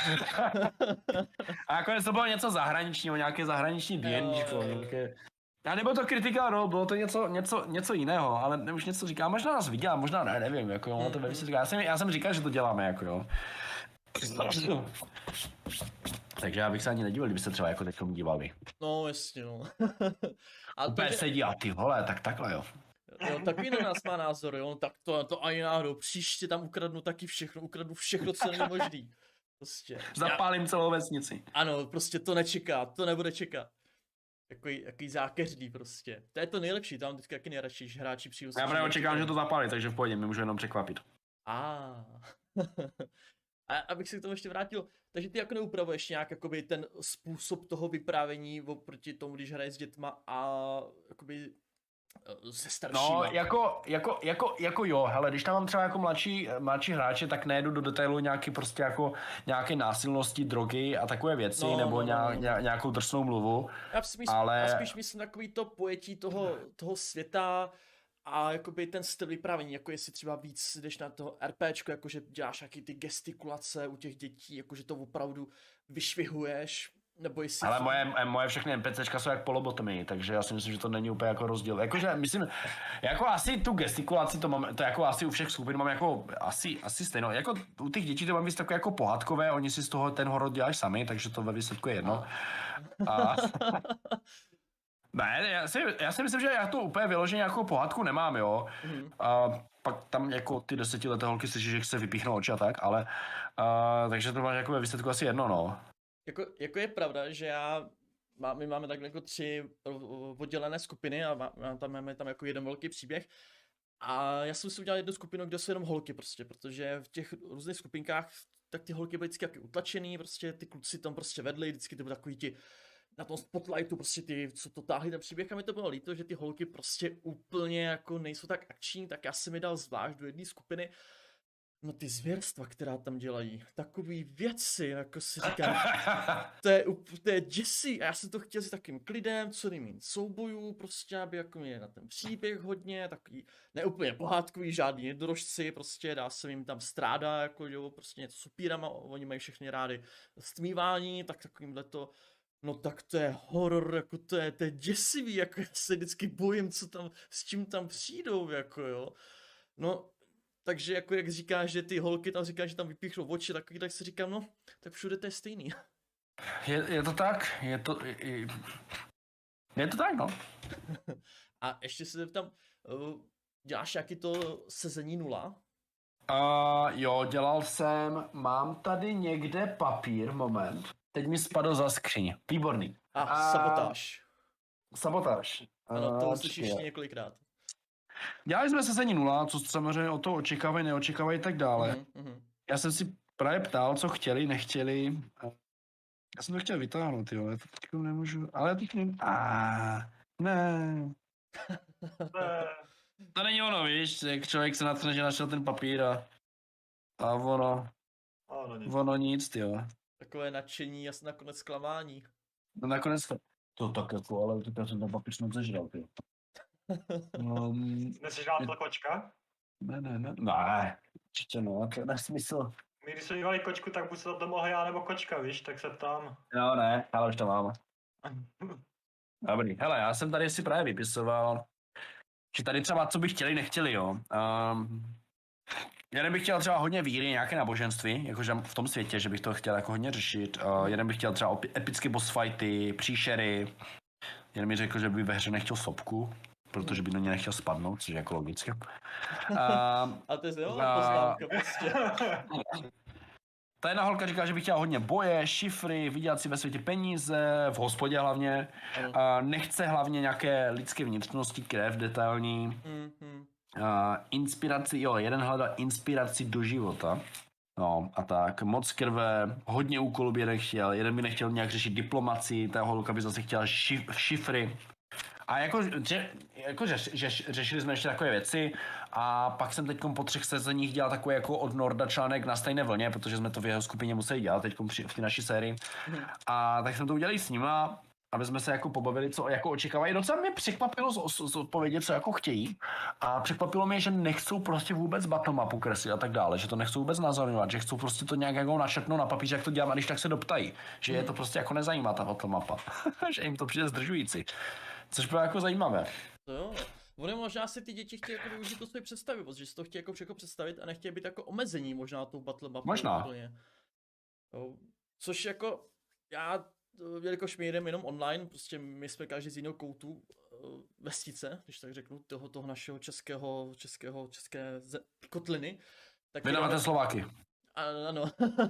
A jako to bylo něco zahraničního, nějaké zahraniční děníčko, nějaké... A nebo to kritika, no, bylo to něco, něco, něco jiného, ale už něco říká, možná nás viděla, možná ne, nevím, jako jo, to se říká. Já jsem, já jsem říkal, že to děláme, jako jo. Takže já bych se ani nedíval, kdyby se třeba jako teď tomu dívali. No, jasně, no. A úplně sedí a ty vole, tak takhle jo. Jo, takový na nás má názor, jo, tak to, to ani náhodou, příště tam ukradnu taky všechno, ukradnu všechno, co není možný. Prostě. Zapálím já... celou vesnici. Ano, prostě to nečeká, to nebude čekat. Takový, takový zákeřný prostě. To je to nejlepší, tam vždycky taky nejradši, když hráči přijdu. Já právě očekávám, že to zapálí, takže v pohodě, mi můžu jenom překvapit. Ah. A abych se k tomu ještě vrátil, takže ty jako neupravuješ nějak jakoby ten způsob toho vyprávění oproti tomu, když hraješ s dětma a jakoby se staršíma. No, jako, jako, jako, jako jo, hele, když tam mám třeba jako mladší, mladší hráče, tak nejedu do detailu nějaký prostě jako nějaké násilnosti, drogy a takové věci, no, nebo no, nějak, no. Nějak, nějakou drsnou mluvu. Já spíš, ale... já spíš myslím takový to pojetí toho, toho světa a jakoby ten styl vyprávění, jako jestli třeba víc jdeš na to RPčko, jakože děláš nějaký ty gestikulace u těch dětí, jakože to opravdu vyšvihuješ, nebo jestli... Ale moje, moje všechny NPCčka jsou jak polobotomy, takže já si myslím, že to není úplně jako rozdíl. Jakože myslím, jako asi tu gestikulaci, to mám, to jako asi u všech skupin mám jako asi, asi stejno. Jako u těch dětí to mám víc takové jako pohádkové, oni si z toho ten horor dělají sami, takže to ve výsledku je jedno. A... Ne, já si, já si myslím, že já to úplně vyloženě nějakou pohádku nemám, jo. Mm. A pak tam jako ty desetileté holky slyší, že chce vypíchnout oči a tak, ale a, takže to máš jako ve výsledku asi jedno, no. Jako, jako je pravda, že já, má, my máme takhle jako tři oddělené skupiny a má, tam máme tam jako jeden velký příběh. A já jsem si udělal jednu skupinu, kde jsou jenom holky prostě, protože v těch různých skupinkách tak ty holky byly vždycky taky utlačený, prostě ty kluci tam prostě vedli, vždycky to byly takový ti na tom spotlightu prostě ty, co to táhli ten příběh a mi to bylo líto, že ty holky prostě úplně jako nejsou tak akční, tak já jsem mi dal zvlášť do jedné skupiny. No ty zvěrstva, která tam dělají, takový věci, jako si říkám, to je, to je děsí a já jsem to chtěl si takým klidem, co nejméně soubojů, prostě, aby jako mě na ten příběh hodně, takový neúplně pohádkový, žádný jednorožci, prostě dá se jim tam stráda, jako jo, prostě něco s upírama, oni mají všechny rády stmívání, tak takovýmhle to, no tak to je horor, jako to je, to je děsivý, jako já se vždycky bojím, co tam, s čím tam přijdou, jako jo, no. Takže jako jak říkáš, že ty holky tam říkáš, že tam vypíchnou oči, tak, tak si říkám, no, tak všude to je stejný. Je, je to tak, je to, je, je to tak, no. A ještě se zeptám, uh, děláš jaký to sezení nula? Uh, jo, dělal jsem, mám tady někde papír, moment. Teď mi spadl za skříň. Výborný. A Uh, sabotáž. Sabotáž. Ano, to Uh, uslyšíš ještě několikrát. Dělali jsme sezení nula, co samozřejmě o to očekávají, neočekávají tak dále. Mm-hmm. Já jsem si právě ptal, co chtěli, nechtěli. Já jsem to chtěl vytáhnout, jo, já to teď nemůžu, ale já teď nevím. Ah, ne. To není ono, víš, jak člověk se natřene, že našel ten papír a, a ono, Ono nic. ono nic, jo. Takové nadšení a nakonec zklamání. No nakonec to, to tak jako, ale teď já jsem ten papír snad zežral, jo. Um, Nesežrál to kočka? ne, ne, ne, ne, určitě no, to je nesmysl. My když jsme mývali kočku, tak buď se to mohl já nebo kočka, víš, tak se ptám. No ne, ale už to mám. Dobrý, hele, já jsem tady si právě vypisoval, že tady třeba co by chtěli, nechtěli, jo. Um, jeden bych chtěl třeba hodně víry, nějaké náboženství, jakože v tom světě, že bych to chtěl jako hodně řešit. Uh, jeden bych chtěl třeba epické boss fighty, příšery. Jeden mi řekl, že by ve hře nechtěl sopku, protože by do něj nechtěl spadnout, což je jako logické. Uh, A to je zajímavá poznámka prostě. Ta jedna holka říká, že by chtěla hodně boje, šifry, vydělat si ve světě peníze, v hospodě hlavně. Uh, nechce hlavně nějaké lidské vnitřnosti, krev detailní. Mm-hmm. Uh, inspiraci, jo, jeden hledá inspiraci do života. No a tak, moc krve, hodně úkolů by jeden chtěl, jeden by nechtěl nějak řešit diplomaci, ta holka by zase chtěla šif, šifry. A jako, že, jako že, že, řešili jsme ještě takové věci a pak jsem teď po třech sezeních dělal takový jako od Norda článek na stejné vlně, protože jsme to v jeho skupině museli dělat teď v té naší sérii. A tak jsme to udělali s nima, aby jsme se jako pobavili, co jako očekávají. Docela mě překvapilo z, z, z odpovědi, co jako chtějí. A překvapilo mě, že nechcou prostě vůbec battle mapu kreslit a tak dále, že to nechcou vůbec nazorňovat, že chcou prostě to nějak jako načrtnout na papíře, jak to dělám, a když tak se doptají, že je to prostě jako nezajímá ta battle mapa, že jim to přijde zdržující. Což bylo jako zajímavé. To jo. Ono možná si ty děti chtějí jako využít to svoji představivost, že si to chtějí jako všechno představit a nechtějí být jako omezení možná tou battle mapou. Možná. Úplně. Jo. Což jako, já, jelikož my jedeme jenom online, prostě my jsme každý z jiného koutu uh, vesnice, když tak řeknu, toho, toho našeho českého, českého, české ze, kotliny. Tak Vy nemáte Slováky. Ano.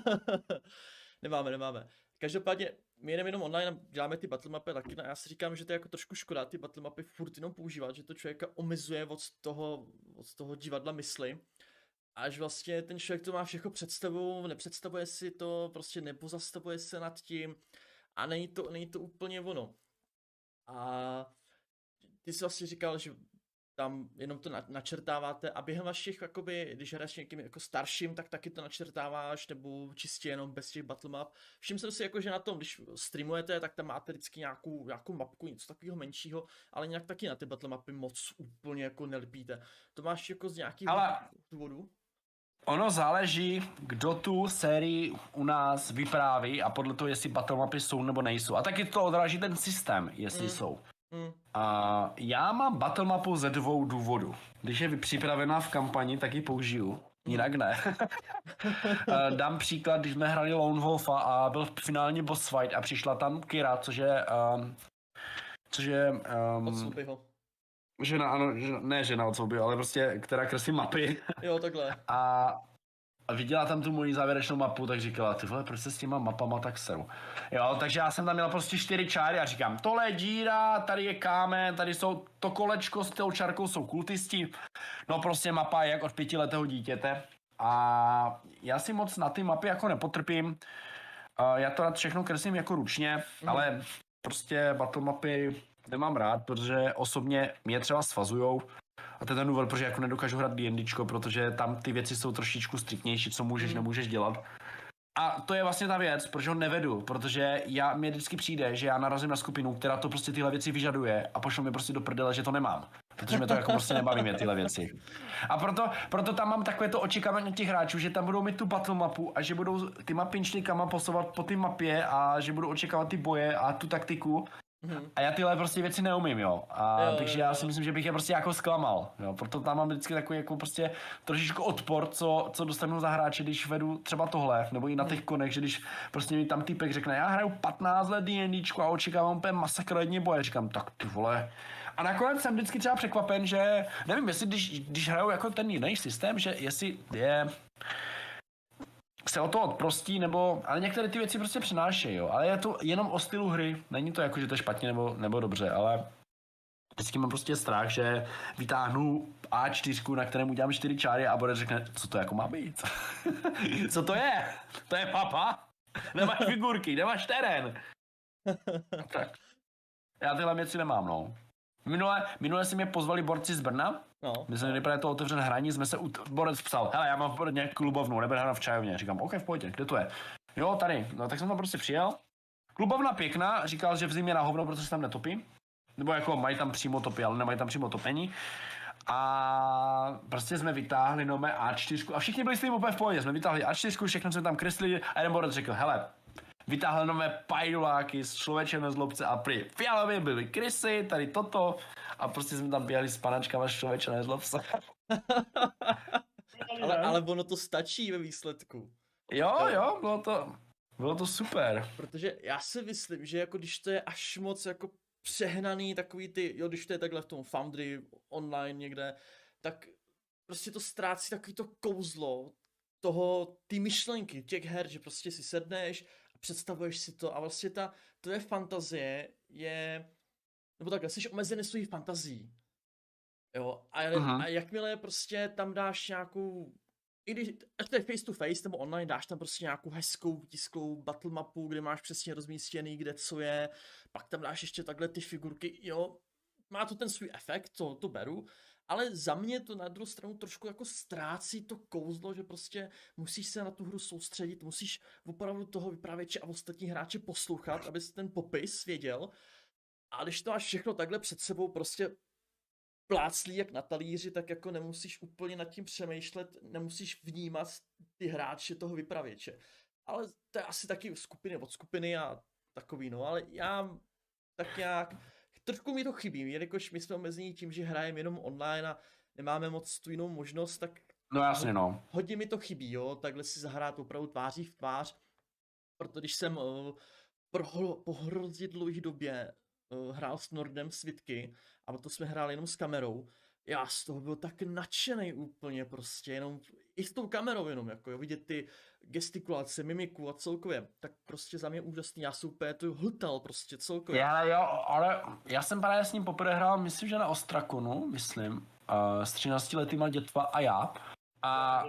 nemáme, nemáme. Každopádně, my jedeme jenom online a děláme ty battle mapy taky, a já si říkám, že to je jako trošku škoda ty battle mapy furt jenom používat, že to člověka omezuje od toho, od toho divadla mysli. Až vlastně ten člověk to má všechno představu, nepředstavuje si to, prostě nepozastavuje se nad tím a není to, není to úplně ono. A ty jsi vlastně říkal, že tam jenom to načrtáváte a během vašich, jakoby, když hraješ někým jako starším, tak taky to načrtáváš, nebo čistě jenom bez těch battle map. Všiml jsem si jako, že na tom, když streamujete, tak tam máte vždycky nějakou, nějakou mapku, něco takového menšího, ale nějak taky na ty battle mapy moc úplně jako nelpíte. To máš jako z nějakých ale... důvodů? Ono záleží, kdo tu sérii u nás vypráví a podle toho, jestli battle mapy jsou nebo nejsou. A taky to odráží ten systém, jestli mm. jsou. Mm. A já mám battle mapu ze dvou důvodů. Když je připravená v kampani, tak ji použiju. Jinak ne. Dám příklad, když jsme hrali Lone Wolfa a byl finální boss fight a přišla tam Kira, což je... Um, což je... Um, žena, ano, žena, ne žena od souby, ale prostě, která kreslí mapy. Jo, takhle. A, a viděla tam tu moji závěrečnou mapu, tak říkala, ty vole, proč se s těma mapama tak seru. Jo, takže já jsem tam měl prostě čtyři čáry a říkám, tohle je díra, tady je kámen, tady jsou to kolečko s tou čárkou jsou kultisti. No prostě mapa je jak od pětiletého dítěte. A já si moc na ty mapy jako nepotrpím. Uh, já to rád všechno kreslím jako ručně, mm. ale prostě battle mapy nemám rád, protože osobně mě třeba svazujou. A to je ten důvod, protože jako nedokážu hrát D&Dčko, protože tam ty věci jsou trošičku striktnější, co můžeš, mm. nemůžeš dělat. A to je vlastně ta věc, proč ho nevedu, protože já, mě vždycky přijde, že já narazím na skupinu, která to prostě tyhle věci vyžaduje a pošlo mi prostě do prdele, že to nemám. Protože mě to jako prostě nebaví mě tyhle věci. A proto, proto tam mám takové to očekávání těch hráčů, že tam budou mít tu battle mapu a že budou tyma pinčníkama posouvat po té mapě a že budou očekávat ty boje a tu taktiku. Mhm. A já tyhle prostě věci neumím, jo. A Jo, takže jo, já jo. si myslím, že bych je prostě jako zklamal, jo. Proto tam mám vždycky takový jako prostě trošičku odpor, co, co dostanu za hráče, když vedu třeba tohle, nebo i na těch konech, že když prostě mi tam týpek řekne, já hraju patnáct let D&Dčku a očekávám úplně masakroidní boje, říkám, tak ty vole. A nakonec jsem vždycky třeba překvapen, že nevím, jestli když, když hraju jako ten jiný systém, že jestli je se o to odprostí, nebo, ale některé ty věci prostě přinášejí, jo. Ale je to jenom o stylu hry, není to jako, že to je špatně nebo, nebo dobře, ale vždycky mám prostě strach, že vytáhnu á čtyři, na kterém udělám čtyři čáry a bude řekne, co to jako má být? Co to je? To je mapa? Nemáš figurky, nemáš terén. Tak. Já tyhle věci nemám, no. Minule, minule si mě pozvali borci z Brna. No. My jsme nejprve to otevřené hraní, jsme se ut... Borec psal, hele, já mám v Brně klubovnu, nebudu hrát v čajovně. Říkám, OK, v pohodě, kde to je? Jo, tady. No tak jsem tam prostě přijel. Klubovna pěkná, říkal, že v zimě na hovno, protože se tam netopí. Nebo jako mají tam přímo topy, ale nemají tam přímo topení. A prostě jsme vytáhli nové á čtyři a všichni byli s tím úplně v pohodě. Jsme vytáhli á čtyři, všechno jsme tam kreslili a jeden borec řekl, hele, vytáhl nové pajduláky s člověčem nezlobce a prý fialově byly krysy, tady toto. A prostě jsme tam běhali s panačkama s člověče nezlobce. ale, ale ono to stačí ve výsledku. Jo, jo, bylo to, bylo to super. Protože já si myslím, že jako když to je až moc jako přehnaný takový ty, jo, když to je takhle v tom Foundry online někde, tak prostě to ztrácí takový to kouzlo toho, ty myšlenky těch her, že prostě si sedneš a představuješ si to a vlastně ta tvoje fantazie je, nebo takhle, jsi omezený svojí fantazí. Jo, a, uh-huh. a jakmile prostě tam dáš nějakou, i když to je face to face nebo online, dáš tam prostě nějakou hezkou tisklou battle mapu, kde máš přesně rozmístěný, kde co je, pak tam dáš ještě takhle ty figurky, jo, má to ten svůj efekt, to, to beru, ale za mě to na druhou stranu trošku jako ztrácí to kouzlo, že prostě musíš se na tu hru soustředit, musíš opravdu toho vypravěče a ostatní hráče poslouchat, aby si ten popis věděl, a když to máš všechno takhle před sebou prostě pláclí jak na talíři, tak jako nemusíš úplně nad tím přemýšlet, nemusíš vnímat ty hráče toho vypravěče. Ale to je asi taky skupiny od skupiny a takový, no, ale já tak nějak, trošku mi to chybí, jelikož my jsme omezení tím, že hrajeme jenom online a nemáme moc tu jinou možnost, tak no jasně, no. Hodně mi to chybí, jo, takhle si zahrát opravdu tváří v tvář, protože když jsem uh, pro, po hrozně dlouhé době uh, hrál s Nordem svitky, a to jsme hráli jenom s kamerou, já z toho byl tak nadšený úplně prostě, jenom i s tou kamerou jenom, jako jo, vidět ty gestikulace, mimiku a celkově, tak prostě za mě úžasný, já jsem úplně to hltal prostě celkově. Já, jo, ale já jsem právě s ním poprvé hrál, myslím, že na Ostrakonu, myslím, uh, s třinácti letýma dětva a já. A...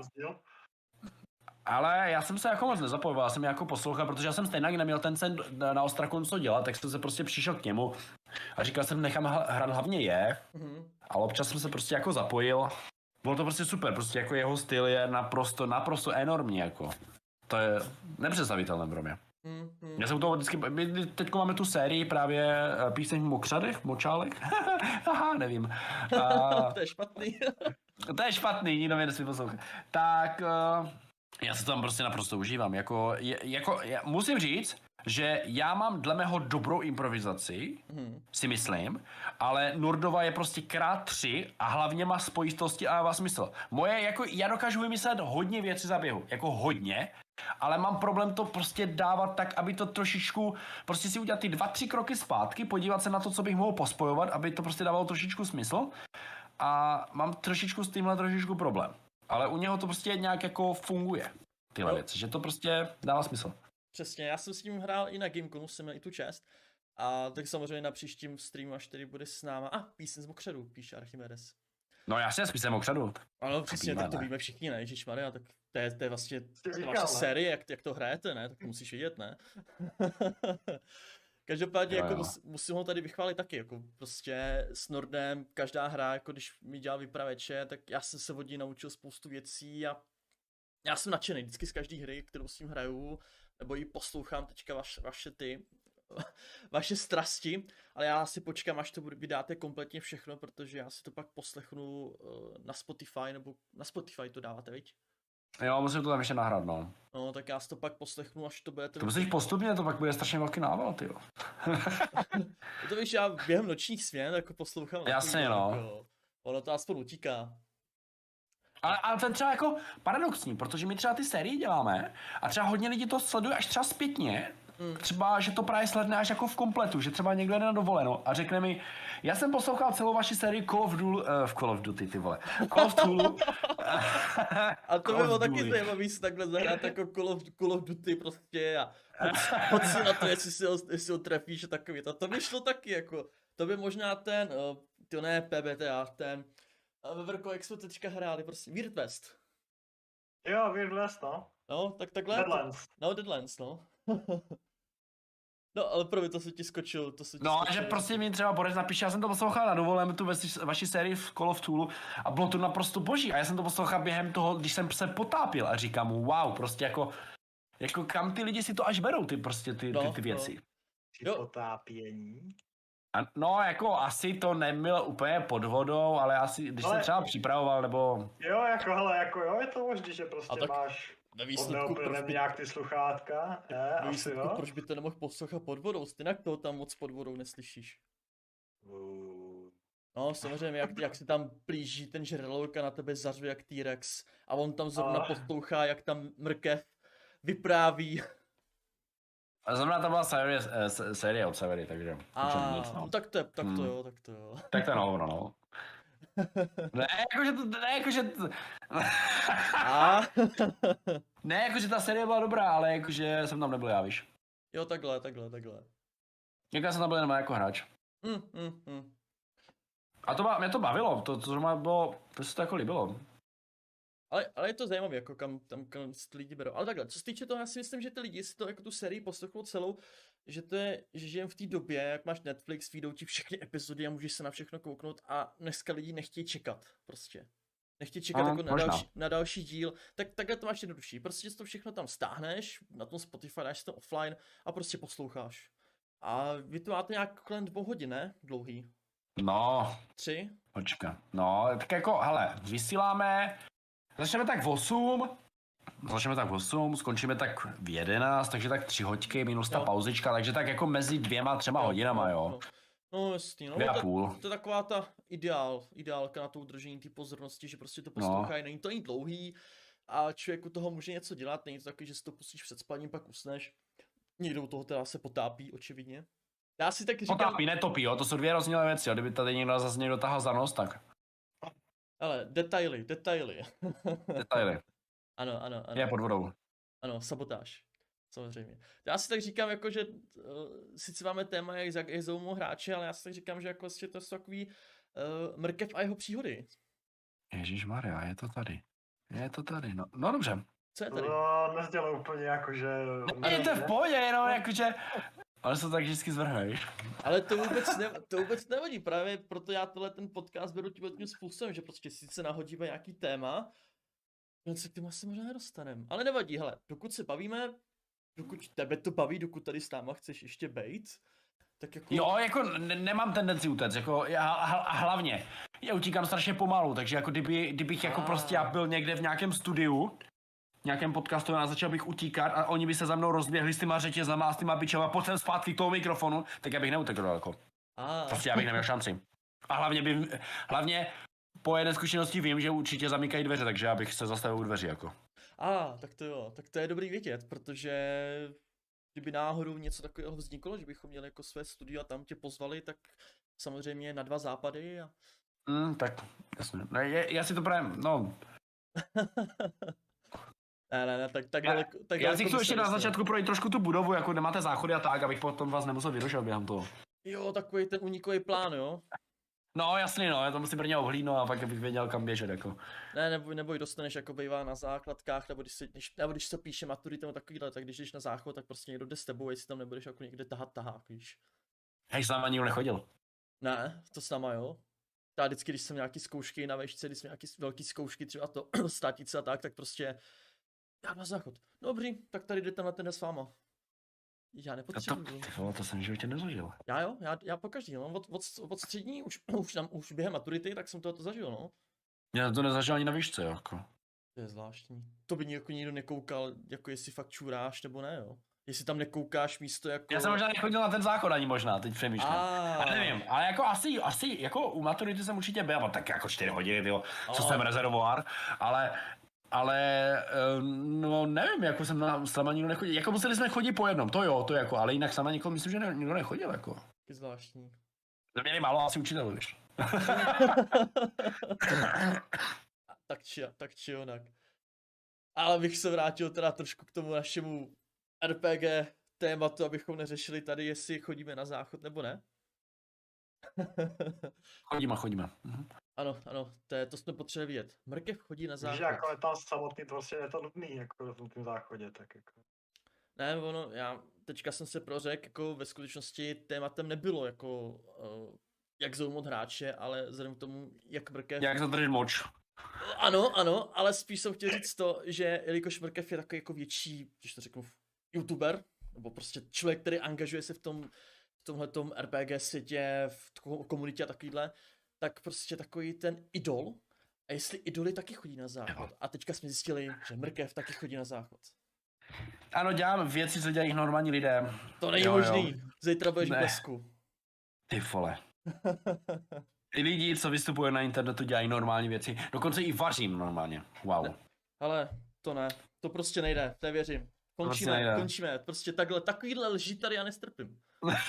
Ale já jsem se jako moc nezapojoval, já jsem jako poslouchal, protože já jsem stejně neměl ten sen na Ostrakonu co dělat, tak jsem se prostě přišel k němu a říkal jsem, nechám hrát hlavně je, mm-hmm. ale občas jsem se prostě jako zapojil. Bylo to prostě super, prostě jako jeho styl je naprosto, naprosto enormní, jako. To je nepředstavitelné pro mě. Mm-hmm. Já jsem u toho vždycky, my teď máme tu sérii právě píseň v mokřadech, močálek, haha, nevím. A... to je špatný. To je špatný, nikdo mě nesmí poslouchat. Tak... Uh... Já se tam prostě naprosto užívám, jako, je, jako já musím říct, že já mám dle mého dobrou improvizaci, hmm. si myslím, ale Nordova je prostě krát tři a hlavně má spojitosti a má smysl. Moje, jako, já dokážu vymyslet hodně věcí za běhu, jako hodně, ale mám problém to prostě dávat tak, aby to trošičku, prostě si udělat ty dva, tři kroky zpátky, podívat se na to, co bych mohl pospojovat, aby to prostě dávalo trošičku smysl a mám trošičku s tímhle trošičku problém. Ale u něho to prostě nějak jako funguje, tyhle no. věci, že to prostě dává smysl. Přesně, já jsem s ním hrál i na Gameconu, jsem měl i tu čest. A tak samozřejmě na příštím streamu, až tady bude s náma. A ah, píseň z Mokřadu, píše Archimedes. No jasně, s písem Mokřadu. Ano, přesně, tak to víme všichni, ne? Ježišmarja, tak to je, to je vlastně to je vaše série, jak, jak to hrajete, ne? Tak to musíš vidět, ne? Každopádně jo, jako jo. Mus, musím ho tady vychválit taky, jako prostě s Nordem každá hra, jako když mi dělal vypravěče, tak já jsem se od něj naučil spoustu věcí a já jsem nadšený vždycky z každé hry, kterou s tím hraju, nebo ji poslouchám teďka vaš, vaše ty, vaše strasti, ale já si počkám, až to vydáte kompletně všechno, protože já si to pak poslechnu na Spotify, nebo na Spotify to dáváte, viď? Jo, musím to tam ještě nahrát, no. No, tak já si to pak poslechnu, až to bude... To musíš postupně, to pak bude strašně velký nával, tyjo. To víš, já během nočních směn jako poslouchám. Jasně, no. Jako, ono to aspoň utíká. Ale, ale to je třeba jako paradoxní, protože my třeba ty série děláme a třeba hodně lidí to sleduje až třeba zpětně. Mm. Třeba, že to právě sledne až jako v kompletu, že třeba někdo jde na dovolenou a řekne mi, já jsem poslouchal celou vaši sérii Call of Duty, uh, v Call of Duty, ty vole, Call of Duty. A to by bylo taky zajímavý si takhle zahrát jako Call of, Call of Duty prostě a hoď si na to, jestli si ho, jestli ho trefíš a takový. To, to by šlo taky jako, to by možná ten, uh, to ne P B T A, ten, uh, ve Verko, jak jsme teďka hráli, prostě Weird West. Jo, Weird West, no. No, tak takhle. Deadlands. To, no, Deadlands, no. No, ale pro to se ti skočil, to se ti No, skočil. že prostě mi třeba Borec napíše, já jsem to poslouchal na dovoleném tu vaši sérii v Call of Duty a bylo to naprosto boží a já jsem to poslouchal během toho, když jsem se potápil a říkám mu, wow, prostě jako, jako kam ty lidi si to až berou, ty prostě ty, no, ty, ty věci. No. Při potápění. A, no, jako asi to nebylo úplně pod vodou, ale asi, když ale... jsem třeba připravoval, nebo... Jo, jako hele, jako jo, je to možný, že prostě tak... máš ve výsledku, proč by... nějak ty sluchátka, je, ve výsledku, asi, proč by to nemohl poslouchat pod vodou, stejnak toho tam moc pod vodou neslyšíš. Uh. No samozřejmě, jak, jak se tam plíží ten žralok a na tebe zařve jak T-Rex a on tam zrovna a... poslouchá, jak tam mrkev vypráví. A znamená to byla série, série od Severy, takže a, nic, no. tak to, je, tak to hmm. jo, tak to jo. Tak to je no, no. Ne, jakože to, ne, jakože to... A? Ne, jakože ta série byla dobrá, ale jakože jsem tam nebyl já, víš. Jo, takhle, takhle, takhle. Jaká jsem tam byl jenom jako hráč. Mm, mm, mm. A to ba, mě to bavilo, to, to zrovna bylo, to se to jako líbilo. Ale, ale je to zajímavé, jako kam tam kam ty lidi berou. Ale takhle, co se týče toho, já si myslím, že ty lidi si to jako tu sérii poslechnou celou, že to je, že žijem v té době, jak máš Netflix, vyjdou ti všechny epizody a můžeš se na všechno kouknout a dneska lidi nechtějí čekat, prostě. Nechtějí čekat Aha, jako na další, na další díl, tak takhle to máš jednodušší. Prostě to všechno tam stáhneš, na tom Spotify dáš to offline a prostě posloucháš. A vy to máte nějak kolem dvou hodin, ne? Dlouhý. No. Tři? Počka. No, tak jako, hele, vysíláme, začneme tak v osm, začneme tak v osm, skončíme tak v jedenáct, takže tak tři hoďky minus ta jo. pauzička, takže tak jako mezi dvěma, třema jo, hodinama, jo. jo. No jasný, no, Dvě a to, půl. to je taková ta ideál, ideálka na to udržení té pozornosti, že prostě to poslouchají, no. Není to ani dlouhý a člověk u toho může něco dělat, není to taky, že si to pustíš před spaním, pak usneš. Někdo u toho teda se potápí, očividně. Já si tak říkám... Potápí, netopí, jo, to jsou dvě rozdílné věci, jo, kdyby tady někdo zase někdo tahal za nos, tak... Ale detaily, detaily. Detaily. Ano, ano, ano. Je pod vodou. Ano, sabotáž. Samozřejmě. Já si tak říkám, jako, že uh, sice máme téma, jak, jak zaujmou hráče, ale já si tak říkám, že jako vlastně to jsou takový uh, mrkev a jeho příhody. Ježišmarja, je to tady. Je to tady, no, no dobře. Co je tady? No, nezdělal úplně jako, že... Ne, je to v pohodě, jenom jakože... Ale se to tak vždycky zvrhneš. Ale to vůbec, ne, to vůbec nevadí, právě proto já tohle ten podcast beru tím způsobem, že prostě sice nahodíme nějaký téma, no se k tomu asi možná nedostaneme. Ale nevadí, hele, dokud se bavíme, dokud tebe to baví, dokud tady s náma chceš ještě bejt, tak jako... Jo, jako ne- nemám tendenci utéct, jako já, a hlavně, já utíkám strašně pomalu, takže jako kdyby, kdybych jako A. prostě já byl někde v nějakém studiu, nějakém podcastu a začal bych utíkat a oni by se za mnou rozběhli s těma řetězama a s těma bičema a potom zpátky k tomu mikrofonu, tak já bych neutekl daleko. A. Prostě já bych neměl šanci. A hlavně by, hlavně po jedné zkušenosti vím, že určitě zamykají dveře, takže já bych se zastavil u dveří jako. A, tak to jo, tak to je dobrý vědět, protože kdyby náhodou něco takového vzniklo, že bychom měli jako své studio a tam tě pozvali, tak samozřejmě na dva západy a... Mm, tak, jasně. No, je, já si to právě, no... Ne, ne, ne, tak, tak daleko, tak já si chci ještě na začátku projít trošku tu budovu, jako nemáte záchody a tak, abych potom vás nemusel vyrušovat během toho. Jo, takový ten unikový plán, jo? No jasný, no, já to musím prvně ohlídnout a pak bych věděl, kam běžet, jako. Ne, neboj, neboj, dostaneš jako bývá na základkách, nebo když se, když, nebo když se píše maturitu nebo takovýhle, tak když jdeš na záchod, tak prostě někdo jde s tebou, jestli tam nebudeš jako někde tahat tahák, víš. Hej, s náma nikdo nechodil. Ne, to s náma, jo. Já vždycky, když jsem nějaký zkoušky na vešce, když jsem nějaký velký zkoušky, třeba to státice a tak, tak prostě já na záchod. Dobrý, tak tady jde tenhle ten s váma. Já nepotřebuji. To, ty vole, to jsem v životě nezažil. Já jo, já, já pokaždý, no. Od, od, od střední, už, už, tam, už během maturity, tak jsem tohoto zažil, no. Já to nezažil ani na výšce, jako. To je zvláštní. To by jako nikdo nekoukal, jako jestli fakt čuráš nebo ne, jo. Jestli tam nekoukáš místo jako... Já jsem možná nechodil na ten zákon ani možná, teď přemýšlím. A... A nevím, ale jako asi, asi, jako u maturity jsem určitě byl, tak jako čtyři hodiny, jo, co A... jsem rezervoár, ale... Ale, no nevím, jako jsem na sama nikdo nechodil, jako museli jsme chodit po jednom, to jo, to jako, ale jinak sama nikdo, myslím, že ne, nikdo nechodil, jako. Je zvláštní. To měli málo asi učitelů, víš. tak či, tak či onak. Ale bych se vrátil teda trošku k tomu našemu R P G tématu, abychom neřešili tady, jestli chodíme na záchod nebo ne. chodíme, chodíme. Mhm. Ano, ano, to, je, to jsme potřebovali vidět. Mrkev chodí na záchod. Víš, jako je tam samotný, prostě je to nudný, jako v tom záchodě, tak jako. Ne, ono, já teďka jsem se prořekl, jako ve skutečnosti tématem nebylo, jako uh, jak zaujmout hráče, ale vzhledem k tomu, jak mrkev... Jak zadržet moč. Ano, ano, ale spíš jsem chtěl říct to, že jelikož mrkev je takový jako větší, když to řeknu, youtuber, nebo prostě člověk, který angažuje se v tom, v tomhletom R P G světě, v komunitě a takovýhle, tak prostě takový ten idol. A jestli idoly taky chodí na záchod. A teďka jsme zjistili, že mrkev taky chodí na záchod. Ano, dělám věci, co dělají normální lidé. To není jo, možný. Jo. Zítra budeš Ne. v blesku. Ty vole. I lidi, co vystupují na internetu, dělají normální věci. Dokonce i vařím normálně. Wow. Ne. Ale to ne. To prostě nejde. To věřím. Končíme, Prostě nejde. končíme. Prostě takhle, takovýhle lži tady já nestrpím.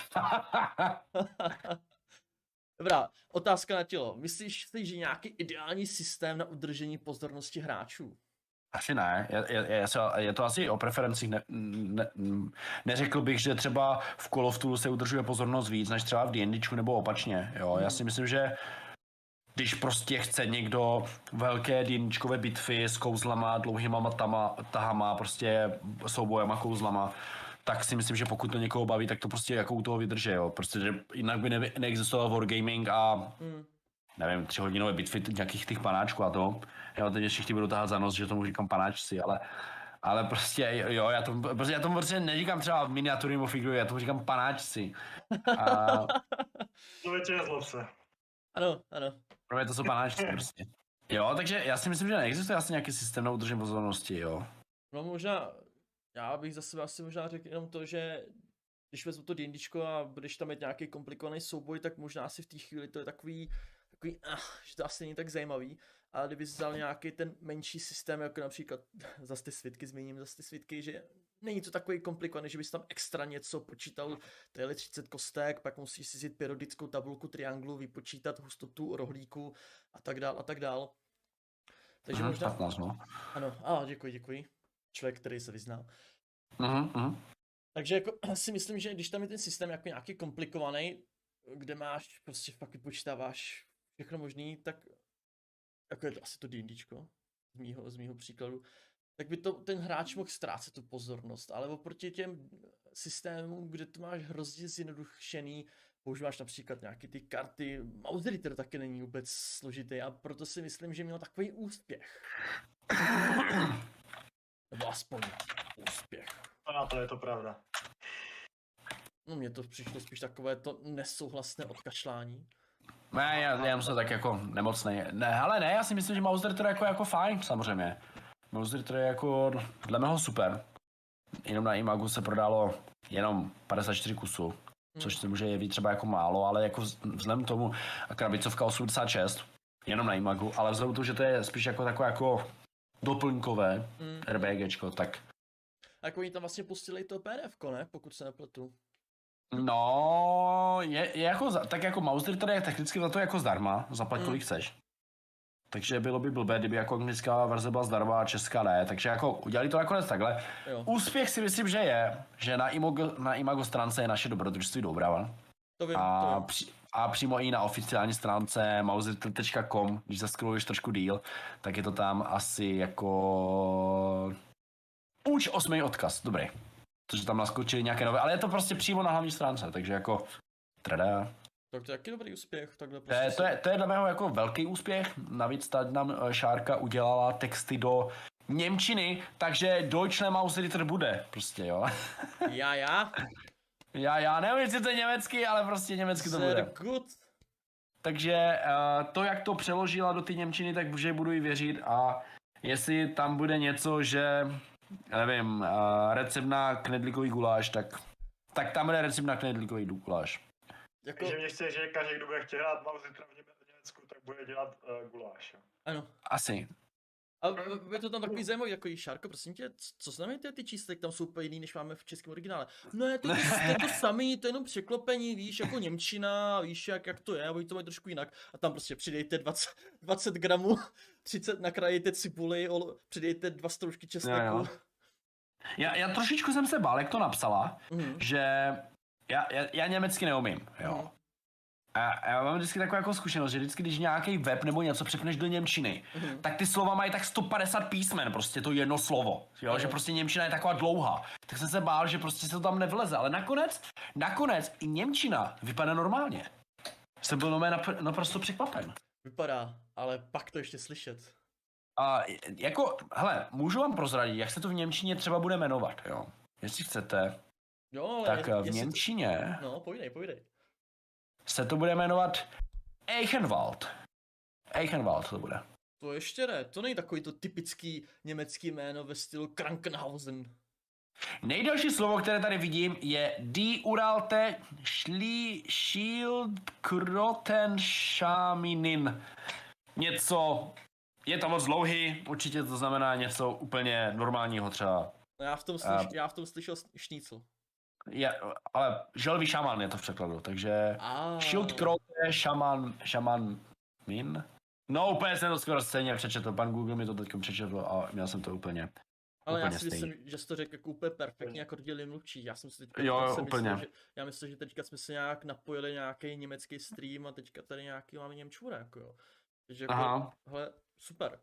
Dobrá, otázka na tělo. Myslíš si, že nějaký ideální systém na udržení pozornosti hráčů? Asi ne, je, je, je, je to asi o preferencích, ne, ne, neřekl bych, že třeba v Call of Duty se udržuje pozornost víc, než třeba v D&Dčku nebo opačně, jo, já si myslím, že když prostě chce někdo velké D&Dčkové bitvy s kouzlama, dlouhýma matama, tahama, prostě soubojema, kouzlama, tak si myslím, že pokud to někoho baví, tak to prostě jako u toho vydrží, jo, protože jinak by ne, neexistoval wargaming a mm. nevím, třihodinové bitvy nějakých těch panáčků a to. Jo, teď všichni budou tahat za nos, že tomu říkám panáčci, ale, ale prostě jo, já tomu, prostě, já tomu prostě neříkám třeba miniatury nebo figury, já tomu říkám panáčci. A... To většině zlobce. Ano, ano. Pro mě to jsou panáčci prostě. Jo, takže já si myslím, že neexistuje asi nějaký systém na udržení pozornosti, jo. No možná, já bych za sebe asi možná řekl jenom to, že když vezmu to D&Dčko a budeš tam mít nějaký komplikovaný souboj, tak možná asi v té chvíli to je takový, takový, ah, že to asi není tak zajímavý. Ale kdyby vzal nějaký ten menší systém, jako například zase ty svitky, zmíním zase ty svitky, že není to takový komplikovaný, že bys tam extra něco počítal, tady třicet kostek, pak musíš si vzít periodickou tabulku trianglu, vypočítat hustotu rohlíku a tak dál a tak dál. Takže Aha, možná... patnáct, no. Ano, a děkuji, děkuji. Člověk, který se vyzná. Uh-huh, uh-huh. Takže jako si myslím, že když tam je ten systém jako nějaký komplikovaný, kde máš, prostě fakt vypočítáváš všechno možný, tak jako je to asi to D&Dčko, z mýho, z mýho příkladu, tak by to ten hráč mohl ztrácet tu pozornost, ale oproti těm systémům, kde to máš hrozně zjednodušený, používáš například nějaké ty karty, Mouse Reader taky není vůbec složitý a proto si myslím, že měl takový úspěch. Nebo aspoň úspěch. A to je to pravda. No mně to přišlo spíš takové to nesouhlasné odkašlání. Ne, já, já jsem tak jako nemocnej. Ne, ale ne, já si myslím, že Mouse to je jako, jako fajn, samozřejmě. Mouse to je jako dle mého super. Jenom na Imagu se prodalo jenom padesát čtyři kusů, hmm. což se může jevit třeba jako málo, ale jako vzhledem k tomu krabicovka osmdesát šest, jenom na Imagu, ale vzhledem k tomu, že to je spíš jako takové jako doplňkové hmm. RPGčko, tak... A jako oni tam vlastně pustili to P D F ko, ne? Pokud se nepletu. No, je, je jako, tak jako Mouse Reader je technicky za to jako zdarma, zaplať kolik mm. chceš. Takže bylo by blbé, kdyby jako anglická verze byla zdarma a česká ne, takže jako udělali to nakonec takhle. Jo. Úspěch si myslím, že je, že na Imago, na Imago stránce je naše dobrodružství Doubrava. To vím, a, to vím. Při, a přímo i na oficiální stránce mouse tečka com, když zaskroluješ trošku díl, tak je to tam asi jako... Už osmý odkaz, dobrý. Protože tam naskočili nějaké nové, ale je to prostě přímo na hlavní stránce, takže jako trada. Tak to je jaký dobrý úspěch, takhle prostě. To je, si... to je, to je dla mého jako velký úspěch, navíc tady nám Šárka udělala texty do němčiny, takže Deutsche Mouse Reader bude, prostě jo. Já, já? já, já, nevím, jestli to je německy, ale prostě německy to bude. Good. Takže uh, to, jak to přeložila do ty němčiny, tak už budu jí věřit a jestli tam bude něco, že, já nevím, uh, recept na knedlíkový guláš, tak, tak tam bude recept na knedlíkový guláš. Jako... Takže mě chce, že každý, kdo bude chtět hrát Mau zítra v Německu, tak bude dělat uh, guláš. Ano. Asi. A je to tam takový zajímavý, jako Šárko, prosím tě, co znamená ty čísla, tam jsou úplně jiný, než máme v českém originále. No je to, to, to, to samý, to je jenom překlopení, víš, jako němčina, víš, jak, jak to je, a oni to mají trošku jinak. A tam prostě přidejte dvacet, dvacet gramů, třicet nakrájejte cibuli, přidejte dva stroužky česneku. Jo, jo. Já, já trošičku jsem se bál, jak to napsala, mm. že já, já, já německy neumím, jo. Mm. A já mám vždycky takovou jako zkušenost, že vždycky, když nějaký web nebo něco přepneš do němčiny, mm-hmm. tak ty slova mají tak sto padesát písmen, prostě to jedno slovo, jo? Mm. Že prostě němčina je taková dlouhá. Tak jsem se bál, že prostě se to tam nevleze, ale nakonec, nakonec i němčina vypadá normálně. Jsem byl napr- naprosto překvapen. Vypadá, ale pak to ještě slyšet. A jako, hele, můžu vám prozradit, jak se to v němčině třeba bude jmenovat, jo? Jestli chcete, jo, ale tak je, v němčině... To... No, povídej, povídej. Se to bude jmenovat Eichenwald. Eichenwald to bude. To ještě ne, to není takový to typický německý jméno ve stylu Krankenhausen. Nejdelší slovo, které tady vidím, je Die Uralte Schildkrötenschaminin. Něco, je to moc dlouhý, určitě to znamená něco úplně normálního třeba. No já v tom, slyš, uh, já v tom slyšel šnícl. Je, ale želvý šaman je to v překladu, takže ah. Schildkröte šaman, šaman min. No úplně jsem to skoro stejně přečetl, pan Google mi to teďkom přečetl a měl jsem to úplně. Ale úplně já si stejný. myslím, že jsi to řekl jako úplně perfektně, jako rodilý mluvčí. Já jsem si teďka, jo, jo, jsem úplně. Myslel, že, já myslím, že teďka jsme se nějak napojili nějaký německý stream a teďka tady nějaký máme němčura, jako jo. Takže jako, aha. Hele, super.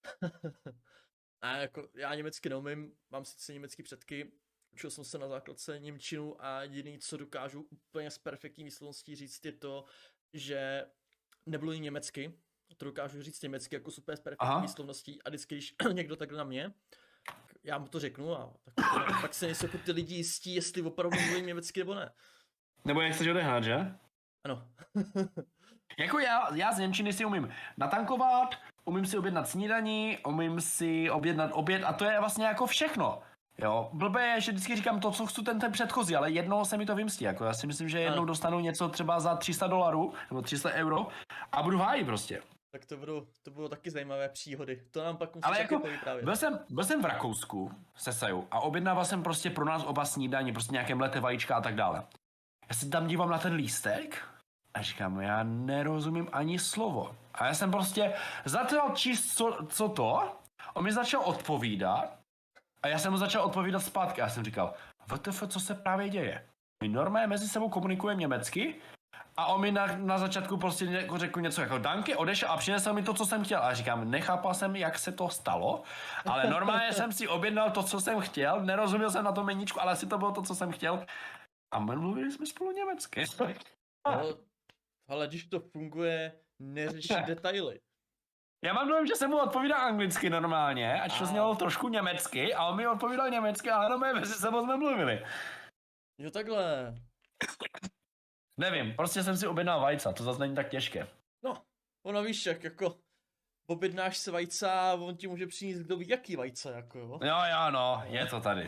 A jako, já německy neumím, mám sice německý předky, učil jsem se na základce němčinu a jediný, co dokážu úplně s perfektní výslovností říct, je to, že nemluvím německy, to dokážu říct německy jako super s perfektní výslovností a vždycky, když někdo takhle na mě, já mu to řeknu a tak, pak se nejsou jako ty lidi jistí, jestli opravdu mluvím německy nebo ne. Nebo jak chceš odehrát, že? Ano. Jako já, já z němčiny si umím natankovat, umím si objednat snídaní, umím si objednat oběd a to je vlastně jako všechno. Jo, blbé je, že vždycky říkám to, co chci ten, ten předchozí, ale jednou se mi to vymstí, jako já si myslím, že jednou dostanu něco třeba za tři sta dolarů, nebo tři sta euro a budu hájí prostě. Tak to budou, to budou taky zajímavé příhody, to nám pak musíš ale jako, povyprávět. Byl jsem, byl jsem v Rakousku se Sajou a objednával jsem prostě pro nás oba snídaní, prostě nějaké mleté vajíčka a tak dále. Já se tam dívám na ten lístek a říkám, já nerozumím ani slovo. A já jsem prostě začal číst, co, co to, on mi začal odpovídat a já jsem mu začal odpovídat zpátky a já jsem říkal, W T F, co se právě děje? My normálně mezi sebou komunikujeme německy a on mi na, na začátku prostě jako řekl něco jako danky, odešel a přinesl mi to, co jsem chtěl. A říkám, nechápal jsem, jak se to stalo, ale normálně jsem si objednal to, co jsem chtěl, nerozuměl jsem na to meníčku, ale asi to bylo to, co jsem chtěl. A my mluvili jsme spolu německy. No, ale když to funguje, neřeší detaily. Já mám dojem, že jsem mu odpovídal anglicky normálně, ač to znělo trošku německy, a on mi odpovídal německy, ale no my mezi sebou jsme mluvili. Jo takhle. Nevím, prostě jsem si objednal vajca, to zase není tak těžké. No, ono víš jak, jako objednáš se vajca a on ti může přinést kdo ví jaký vajce, jako jo. Jo, jo, no, je to tady.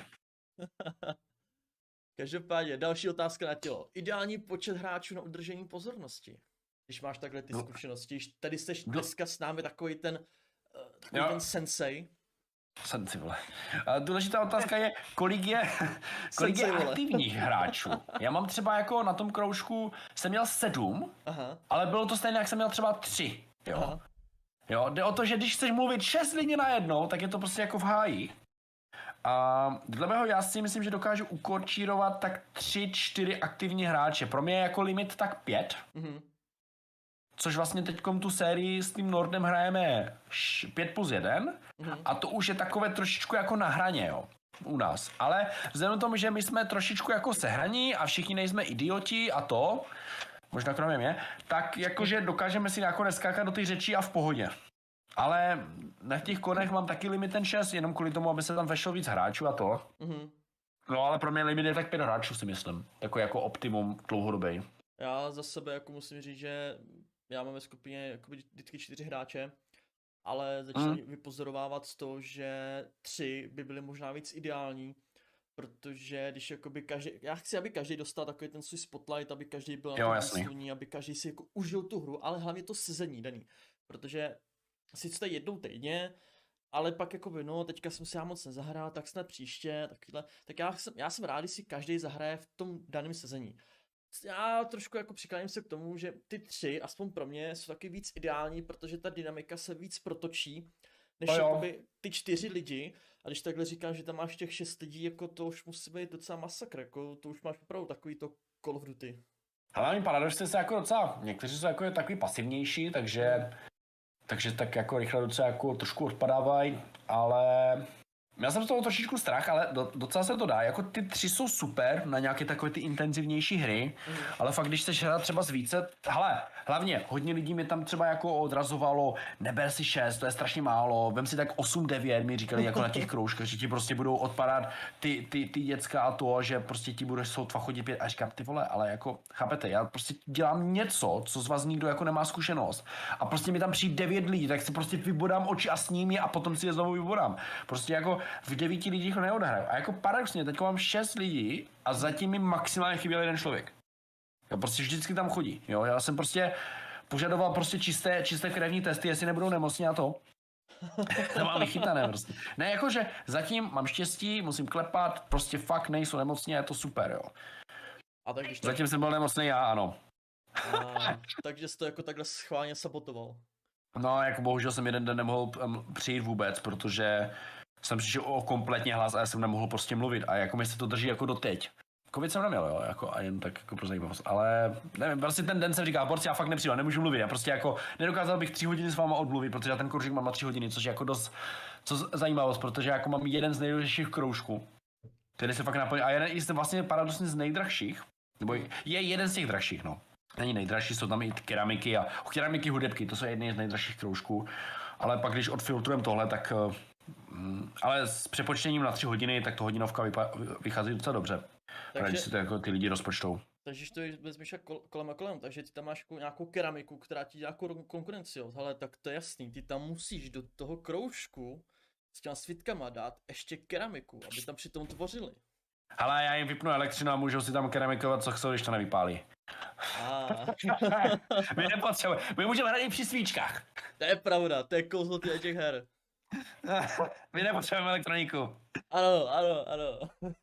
Každopádně, další otázka na tělo. Ideální počet hráčů na udržení pozornosti. Když máš takhle ty no. zkušenosti, tady jsi dneska s námi takový ten, uh, takový ten sensei. Sensei, vole. A důležitá otázka je, kolik je, kolik sensei, je aktivních hráčů. Já mám třeba jako na tom kroužku, jsem měl sedm, aha. ale bylo to stejné, jak jsem měl třeba tři. Jo. Aha. Jo, jde o to, že když chceš mluvit šest lidí najednou, tak je to prostě jako v háji. A dle mého já si myslím, že dokážu ukorčírovat tak tři, čtyři aktivní hráče. Pro mě je jako limit tak pět. Mm-hmm. Což vlastně teďkom tu sérii s tím Nordem hrajeme pět plus jeden. Mm-hmm. A to už je takové trošičku jako na hraně, jo. U nás. Ale vzhledem k tomu, že my jsme trošičku jako sehraní a všichni nejsme idioti a to, možná kromě mě, tak jakože dokážeme si jako neskákat do těch řečí a v pohodě. Ale na těch konech mám taky limit ten šest, jenom kvůli tomu, aby se tam vešlo víc hráčů a to. Mm-hmm. No ale pro mě limit je tak pět hráčů, si myslím. Takový jako optimum dlouhodobý. Já za sebe jako musím říct, že já mám ve skupině vždycky čtyři hráče ale začali hmm. vypozorovávat to, že tři by byly možná víc ideální, protože když jakoby každý, já chci, aby každý dostal takový ten svůj spotlight, aby každý byl jo, na tom sluní, aby každý si jako užil tu hru, ale hlavně to sezení daný, protože sice to je jednou týdně, ale pak jakoby, no, teďka jsem si já moc nezahrál, tak snad příště, takovýhle, tak já jsem, já jsem rád, když si každý zahraje v tom daném sezení. Já trošku jako přikláním se k tomu, že ty tři, aspoň pro mě, jsou taky víc ideální, protože ta dynamika se víc protočí, než no jakoby ty čtyři lidi. A když takhle říkám, že tam máš těch šest lidí, jako to už musí být docela masakr, jako to už máš opravdu takový to Call of Duty. Hlavně paradoxně se jako docela, někteří jsou jako takový pasivnější, takže, takže tak jako rychle docela jako trošku odpadávají, ale já jsem z toho trošičku strach, ale do, docela se to dá. Jako ty tři jsou super na nějaké takové ty intenzivnější hry, mm. ale fakt když chceš hrát třeba z více, hele, hlavně hodně lidí mi tam třeba jako odrazovalo, neber si šest, to je strašně málo, vem si tak osm devět, mi říkali jako na těch kroužkách, že ti prostě budou odpadat ty, ty, ty děcka a to, že prostě ti budeš sotva chodit pět a říkám, ty vole, ale jako, chápete, já prostě dělám něco, co z vás nikdo jako nemá zkušenost a prostě mi tam přijde devět lidí, tak si prostě vybodám oči a s nimi a potom si je znovu vybodám. Prostě jako v devíti lidích ho neodhraju. A jako paradoxně, teď mám šest lidí a zatím mi maximálně chyběl jeden člověk. Já prostě vždycky tam chodí, jo. Já jsem prostě požadoval prostě čisté, čisté krevní testy, jestli nebudou nemocní a to. To mám vychytané prostě. Ne, jakože zatím mám štěstí, musím klepat, prostě fakt nejsou nemocní a je to super, jo. A tak když to... Zatím jsem byl nemocný já, ano. A, takže jsi to jako takhle schválně sabotoval. No, jako bohužel jsem jeden den nemohl um, přijít vůbec, protože jsem přišel o kompletně hlas a já jsem nemohl prostě mluvit a jako mi se to drží jako doteď. Covid jsem neměl, jo, jako a jen tak jako pro zajímavost, ale nevím, prostě ten den jsem říkal, porci, já fakt nepřijdu, nemůžu mluvit, já prostě jako nedokázal bych tři hodiny s váma odmluvit, protože já ten kroužek mám na tři hodiny, což je jako dost co zajímavost, protože jako mám jeden z nejdůležitějších kroužků, který se fakt naplní a jeden je vlastně paradoxně z nejdražších, nebo je jeden z těch dražších, no. Není nejdražší, jsou tam i keramiky a keramiky, hudebky, to jsou jedny z nejdražších kroužků, ale pak když odfiltrujeme tohle, tak ale s přepočtením na tři hodiny, tak to hodinovka vypa- vychází docela dobře. Takže, když si to jako ty lidi rozpočtou. Takže to vezmeš kol- kolem a kolem, takže ty tam máš nějakou keramiku, která ti dělá konkurenci, hele, tak to je jasný, ty tam musíš do toho kroužku s těma svitkama dát ještě keramiku, aby tam přitom tvořili. Ale já jim vypnu elektřinu a můžou si tam keramikovat, co chcou, když to nevypálí. Ah. My nepotřebujeme, my můžeme hrát i při svíčkách. To je pravda, to je kouzlo těch her. My nepotřebujeme elektroniku. Ano, ano, ano.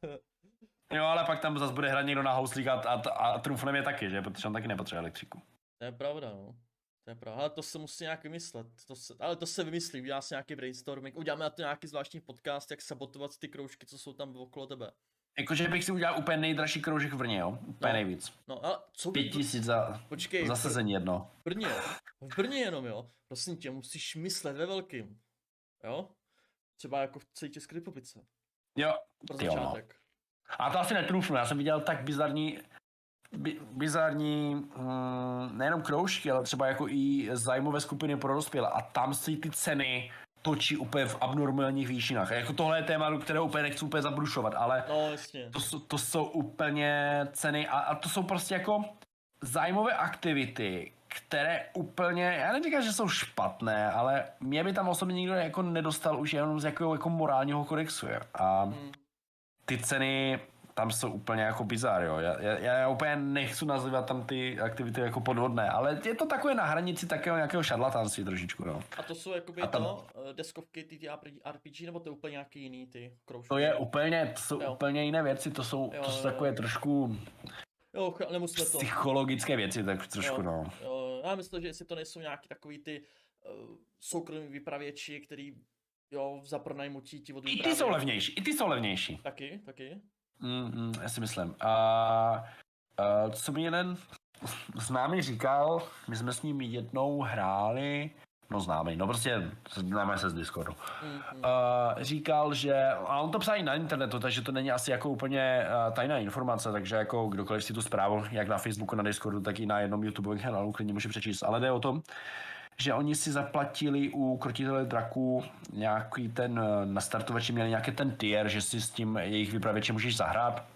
Jo, ale pak tam zase bude hrát někdo na houslík a, a, a trumfnem je taky, že? Protože on taky nepotřebuje elektriku. To je pravda, no. To je pravda, ale to se musí nějak vymyslet. To se, ale to se vymyslí, udělá se nějaký brainstorming, uděláme na to nějaký zvláštní podcast, jak sabotovat ty kroužky, co jsou tam okolo tebe. Jakože bych si udělal úplně nejdražší kroužek v Brně, jo? Úplně no. nejvíc. No, ale co... Pět tisíc za, Počkej, za sezení jedno. V Brně, v Brně jenom, jo? Prosím tě, musíš myslet ve velkým. Jo? Třeba jako v celé České republice. Jo, pro začátek. Jo, no. A to asi netrůfnu, já jsem viděl tak bizarní, bi, bizarní mm, nejenom kroužky, ale třeba jako i zájmové skupiny pro dospělé a tam si ty ceny točí úplně v abnormálních výšinách. A jako tohle je téma, které úplně nechci úplně zabrušovat, ale no, jasně. To, jsou, to jsou úplně ceny a, a to jsou prostě jako zájmové aktivity, které úplně, já neříkám, že jsou špatné, ale mě by tam osobně nikdo jako nedostal už jenom z jakého jako morálního kodexu. Je. A hmm. ty ceny tam jsou úplně jako bizár, jo. Já, já, já úplně nechci nazývat tam ty aktivity jako podvodné, ale je to takové na hranici takého nějakého šarlatánství trošičku, no. A to jsou jakoby tam... to, deskovky, ty, ty R P G, nebo to je úplně nějaký jiný ty kroužky? To je úplně, to jsou jo. úplně jiné věci, to jsou, jo, to jsou jo, takové jo. trošku... Jo, nemusíme to. Psychologické věci, tak trošku, jo, no. Jo, já myslím, že jestli to nejsou nějaký takový ty uh, soukromí vypravěči, který, jo, za pronajmutí ti od I ty jsou levnější, i ty jsou levnější. Taky, taky. Mm, mm, já si myslím. A uh, co mi jeden známý říkal, my jsme s ním jednou hráli, no známý, no prostě známe se z Discordu. Mm-hmm. Uh, říkal, že, a on to psal i na internetu, takže to není asi jako úplně uh, tajná informace, takže jako kdokoliv si tu zprávu, jak na Facebooku, na Discordu, tak i na jednom YouTubeovém kanálu klidně může přečíst, ale jde o tom, že oni si zaplatili u Krotitele draků nějaký ten nastartovač, měli nějaký ten tier, že si s tím jejich vypravěčem můžeš zahrát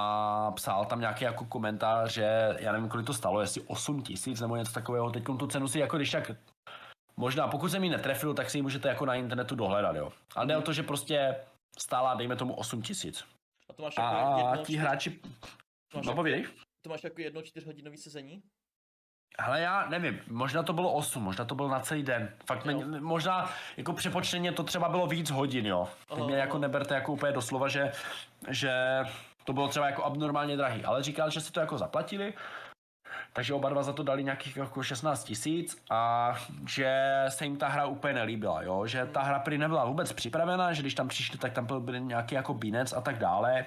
a psal tam nějaký jako komentář, že já nevím, kolik to stalo, jestli osm tisíc nebo něco takového, teď tu cenu si jako když tak možná, pokud jsem ji netrefil, tak si ji můžete jako na internetu dohledat, jo. Ale jde o to, že prostě stála, dejme tomu, osm tisíc. A to máš A jako jedno, ti čtyř... hráči... to máš No jako, povídej. to máš jako jedno čtyřhodinový sezení? Hele, já nevím, možná to bylo osm, možná to bylo na celý den. Fakt ne, možná jako přepočteně to třeba bylo víc hodin, jo. Teď mě jako neberte jako úplně doslova, že, že to bylo třeba jako abnormálně drahý, ale říkal, že si to jako zaplatili, takže oba dva za to dali nějakých jako šestnáct tisíc a že se jim ta hra úplně nelíbila, jo. Že ta hra prý nebyla vůbec připravená, že když tam přišli, tak tam byl nějaký jako binec a tak dále.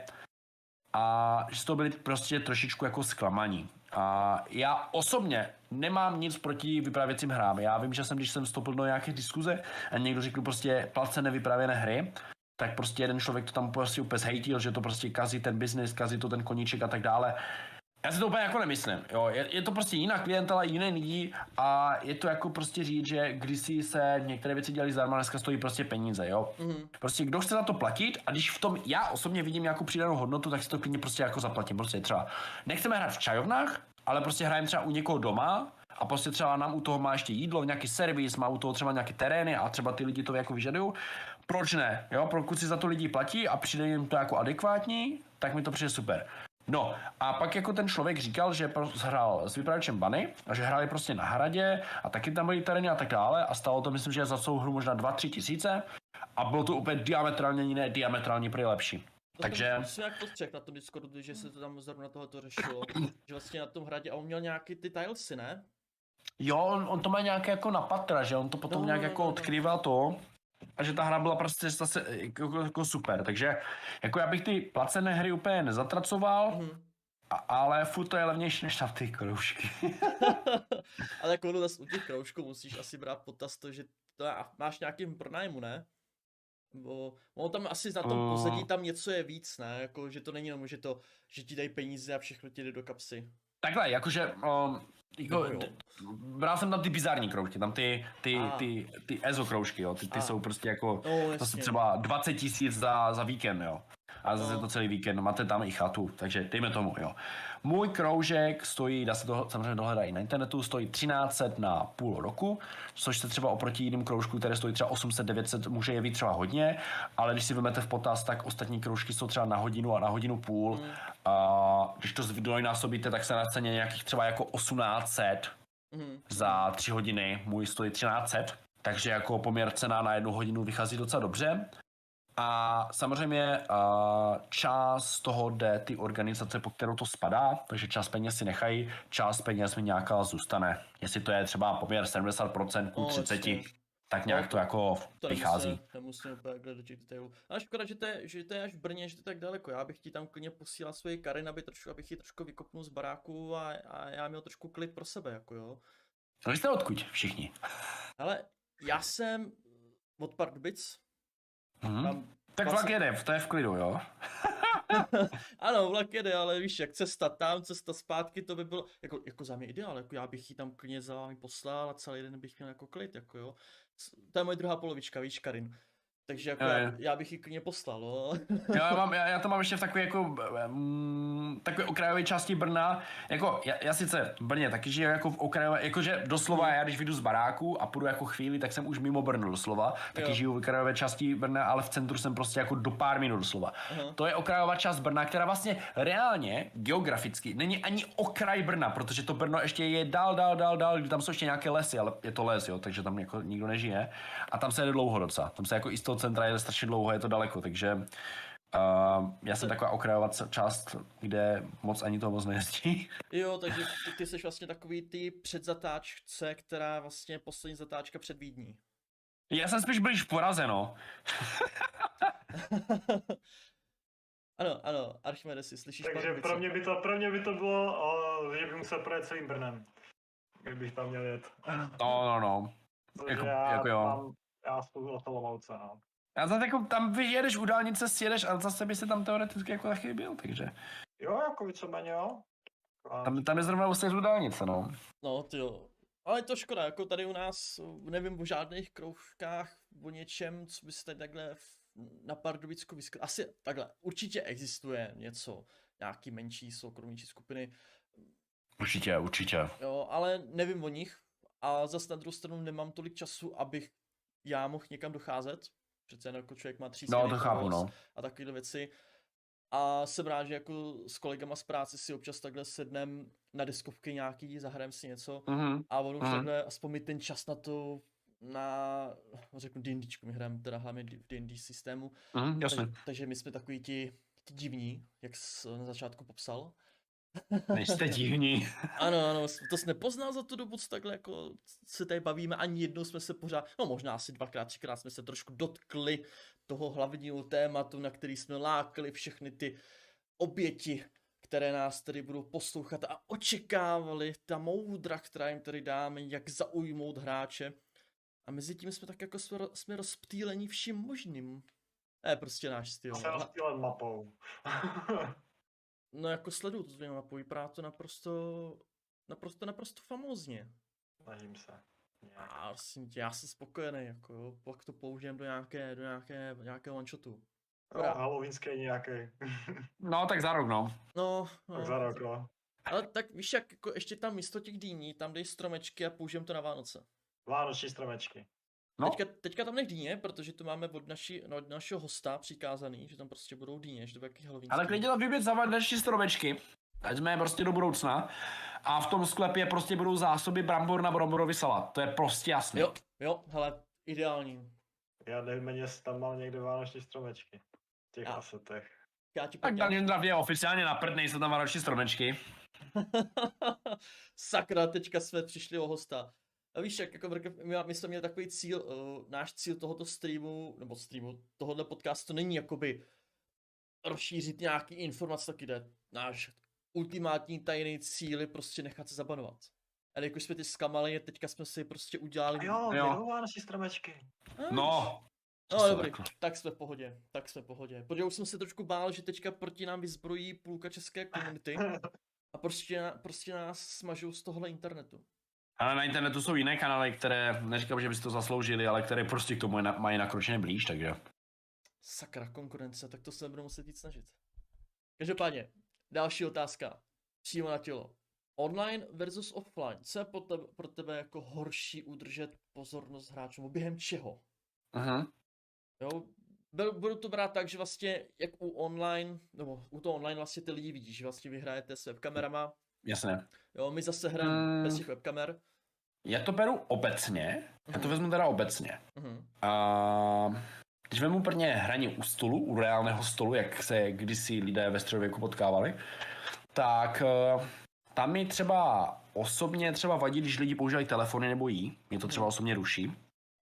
A že to byli prostě trošičku jako zklamaní. A já osobně nemám nic proti vypravěcím hrám. Já vím, že jsem, když jsem vstoupil do nějaké diskuze a někdo řekl prostě placené vypravěné hry, tak prostě jeden člověk to tam prostě úplně zhejtil, že to prostě kazí ten biznis, kazí to ten koníček a tak dále. Já si to úplně jako nemyslím, jo, je, je to prostě jiná klientela, jiné lidi a je to jako prostě říct, že kdysi se některé věci dělaly zdarma, dneska stojí prostě peníze, jo. Mm-hmm. Prostě kdo chce za to platit a když v tom já osobně vidím nějakou přidanou hodnotu, tak si to klidně prostě jako zaplatím, prostě třeba nechceme hrát v čajovnách, ale prostě hrajeme třeba u někoho doma a prostě třeba nám u toho má ještě jídlo, nějaký servis, má u toho třeba nějaké terény a třeba ty lidi to jako vyžadují. Proč ne, jo, pokud si za to lidi platí a přijde jim to jako adekvátní, tak mi to přijde super. No a pak jako ten člověk říkal, že hrál s vypravěčem Bunny a že hráli prostě na hradě a taky tam byly terény a tak dále a stalo to, myslím, že za celou hru možná dva tři tisíce a bylo to úplně diametrálně jiné, diametrálně prý lepší. To Takže... jsem si nějak postřeh na tom Discordu, že se to tam zrovna tohoto řešilo, že vlastně na tom hradě a on měl nějaký ty tilesy, ne? Jo, on, on to má nějaké jako na patra, že on to potom no, nějak no, jako no, odkrýval to. A že ta hra byla prostě zase jako, jako super, takže jako já bych ty placené hry úplně nezatracoval, mm-hmm. a, ale furt to je levnější než tam ty kroužky. Ale jako zase u těch kroužků musíš asi brát potaz to, že to máš nějakým pronájmu, ne? Bo ono tam asi na tom uh... pozadí tam něco je víc, ne? Jako, že to není jenom, že, to, že ti dají peníze a všechno ti jde do kapsy. Takhle, jakože, um, jako, t- bral jsem tam ty bizarní kroužky, tam ty, ty, ah. ty, ty EZO kroužky, jo, ty, ty ah. jsou prostě jako, no, to jsou třeba dvacet tisíc za, za víkend, jo. A zase no. to celý víkend, máte tam i chatu, takže dejme tomu, jo. Můj kroužek stojí, dá se to samozřejmě dohledat i na internetu, stojí třináct set na půl roku, což se třeba oproti jiným kroužkům, které stojí třeba osm set devět set, může jevit třeba hodně, ale když si vezmete v potaz, tak ostatní kroužky jsou třeba na hodinu a na hodinu půl. Mm. A když to zdvojnásobíte, tak se na ceně nějakých třeba jako osmnáct set mm. za tři hodiny, můj stojí třináct set, takže jako poměr cena na jednu hodinu vychází docela dobře. A samozřejmě uh, část toho jde ty organizace, po kterou to spadá, takže část peněz si nechají, část peněz mi nějaká zůstane. Jestli to je třeba poměr sedmdesát procent ku třicet procent, no, tak nějak to jako to vychází. Nemusím, nemusím úplně gledat do těch detailů. Ale škoda, že to, je, že to je až v Brně, že to je tak daleko. Já bych ti tam klidně posílal svoji Karin, aby trošku, abych ji trošku vykopnul z baráku a, a já měl trošku klid pro sebe, jako jo. No vy jste odkud všichni? Ale já jsem od Pardubic. Mm-hmm. Tam tak vlak jede, to je v klidu, jo? Ano, vlak jede, ale víš, jak cesta tam, cesta zpátky, to by bylo, jako, jako za mě ideál, jako já bych ji tam klidně za vámi poslal a celý den bych měl jako klid, jako jo. To je moje druhá polovička, víš, Karin. Takže jako já, já bych ji klidně poslal, no. já, mám, já, já to mám ještě v takové jako um, takové okrajové části Brna, jako já, já sice v Brně taky žiju jako v okrajové, jakože doslova já když vyjdu z baráku a půjdu jako chvíli, tak jsem už mimo Brno doslova, taky jo. žiju v okrajové části Brna, ale v centru jsem prostě jako do pár minut doslova. Uh-huh. To je okrajová část Brna, která vlastně reálně, geograficky, není ani okraj Brna, protože to Brno ještě je dál, dál, dál, dál, tam jsou ještě nějaké lesy, ale je to les, jo, takže tam jako nikdo nežije a tam se jede dlouho docela, tam se jako i z toho centra je strašně dlouho, je to daleko, takže uh, já jsem taková okrajová část, kde moc ani toho moc nejezdí. Jo, takže ty, ty jsi vlastně takový ty předzatáčce, která vlastně poslední zatáčka před Vídní. Já jsem spíš blíž v Poraze, no. Ano, ano, Archimedesi, slyšíš? Takže pro mě, by to, pro mě by to bylo, uh, že bych musel projet celým Brnem, kdybych tam měl jet. No, no, no. Jako, já, jako jo. Mám, já spolu od Olomouce, no. A zase jako tam vyjedeš u dálnice, sjedeš a zase by se tam teoreticky jako taky byl, takže. Jo, jako víceméně jo. A... Tam, tam je zrovna u dálnice, no. No, ty jo. Ale je to škoda, jako tady u nás, nevím o žádných kroužkách, o něčem, co by se tady takhle na Pardubicku vyskytlo. Asi takhle, určitě existuje něco, nějaký menší soukromnější skupiny. Určitě, určitě. Jo, ale nevím o nich. a zase na druhou stranu nemám tolik času, abych já mohl někam docházet. Přece jen jako člověk má třístěný No, to chápu, no. a takovéhle věci. A jsem rád, že jako s kolegama z práce si občas takhle sednem na deskovky nějaký, zahrajeme si něco Mm-hmm. a ono už Mhm. takhle aspoň mít ten čas na to, na, řeknu D and Dčku, my hrajeme teda hlavně v D and D systému, Mm, jasně. takže, takže my jsme takový ti, ti divní, jak jsi na začátku popsal. Nejste divní. Ano, ano, to jsi nepoznal za tu dobu, co takhle jako se tady bavíme, ani jednou jsme se pořád, no možná asi dvakrát, třikrát jsme se trošku dotkli toho hlavního tématu, na který jsme lákali všechny ty oběti, které nás tady budou poslouchat a očekávali ta moudra, která jim tady dáme, jak zaujmout hráče. A mezi tím jsme tak jako jsme, jsme rozptýleni vším možným. To je prostě náš styl. Jsem rozptýlen mapou. No jako sleduju to zřejmě mapu, vypadá to naprosto, naprosto, naprosto famózně. Snažím se. Nějak. A vlastně já jsem spokojený, jako jo, pak to použijem do nějaké, do nějaké, nějakého one-shotu. No, halloweenský nějaký. No, tak za rok, no. No, no. Tak za rok, no. Ale tak víš jak, jako ještě tam místo těch dýní, tam dej stromečky a použijem to na Vánoce. Vánoční stromečky. No. Teďka, teďka tam nech dýně, protože to máme od, naši, no, od našeho hosta přikázaný, že tam prostě budou dýně, že to bude jaký halloweenský. Ale klidně tam vybět za další stromečky, ať jsme prostě do budoucna. A v tom sklepě prostě budou zásoby brambor na bramborový salát. To je prostě jasný. Jo, jo, hele, ideální. Já nevím, jestli tam mám někde vánoční stromečky. V těch Já. asetech. Já ti Tak pak Daniel Dravě oficiálně na prd, nejsou tam vánoční stromečky. Sakra, teďka jsme přišli o hosta. A víš, jak jako my, my jsme měli takový cíl, uh, náš cíl tohoto streamu, nebo streamu, tohoto podcastu není jakoby rozšířit nějaký informace, taky jde. Náš ultimátní tajný cíl je prostě nechat se zabanovat. Ale jako jsme ty zklamali, teďka jsme si prostě udělali... A jo, Jo. jo. vánoční stromečky. No. No Co dobrý, takhle? tak jsme v pohodě, tak jsme v pohodě. Protože už jsem se trošku bál, že teďka proti nám vyzbrojí půlka české komunity a prostě, prostě nás smažou z tohle internetu. Ale na internetu jsou jiné kanály, které, neříkám, že by si to zasloužili, ale které prostě k tomu na, mají nakročené blíž, takže. Sakra, konkurence, tak to se budu muset jít snažit. Každopádně, další otázka. Přímo na tělo. Online versus offline. Co je pro tebe, pro tebe jako horší udržet pozornost hráčů? Během čeho? Uh-huh. Jo, Byl- budu to brát tak, že vlastně jak u online, nebo u toho online vlastně ty lidi vidíš, že vlastně vy hrajete s webkamerama. Jasně. Jo, my zase hrajeme Mm. bez těch webkamer. Já to beru obecně, já to vezmu teda obecně. Mhm. A když vezmu prvně hraní u stolu, u reálného stolu, jak se kdysi lidé ve středověku potkávali, tak eh, tam mi třeba osobně třeba vadí, když lidi používají telefony nebo jí, mě to třeba osobně ruší.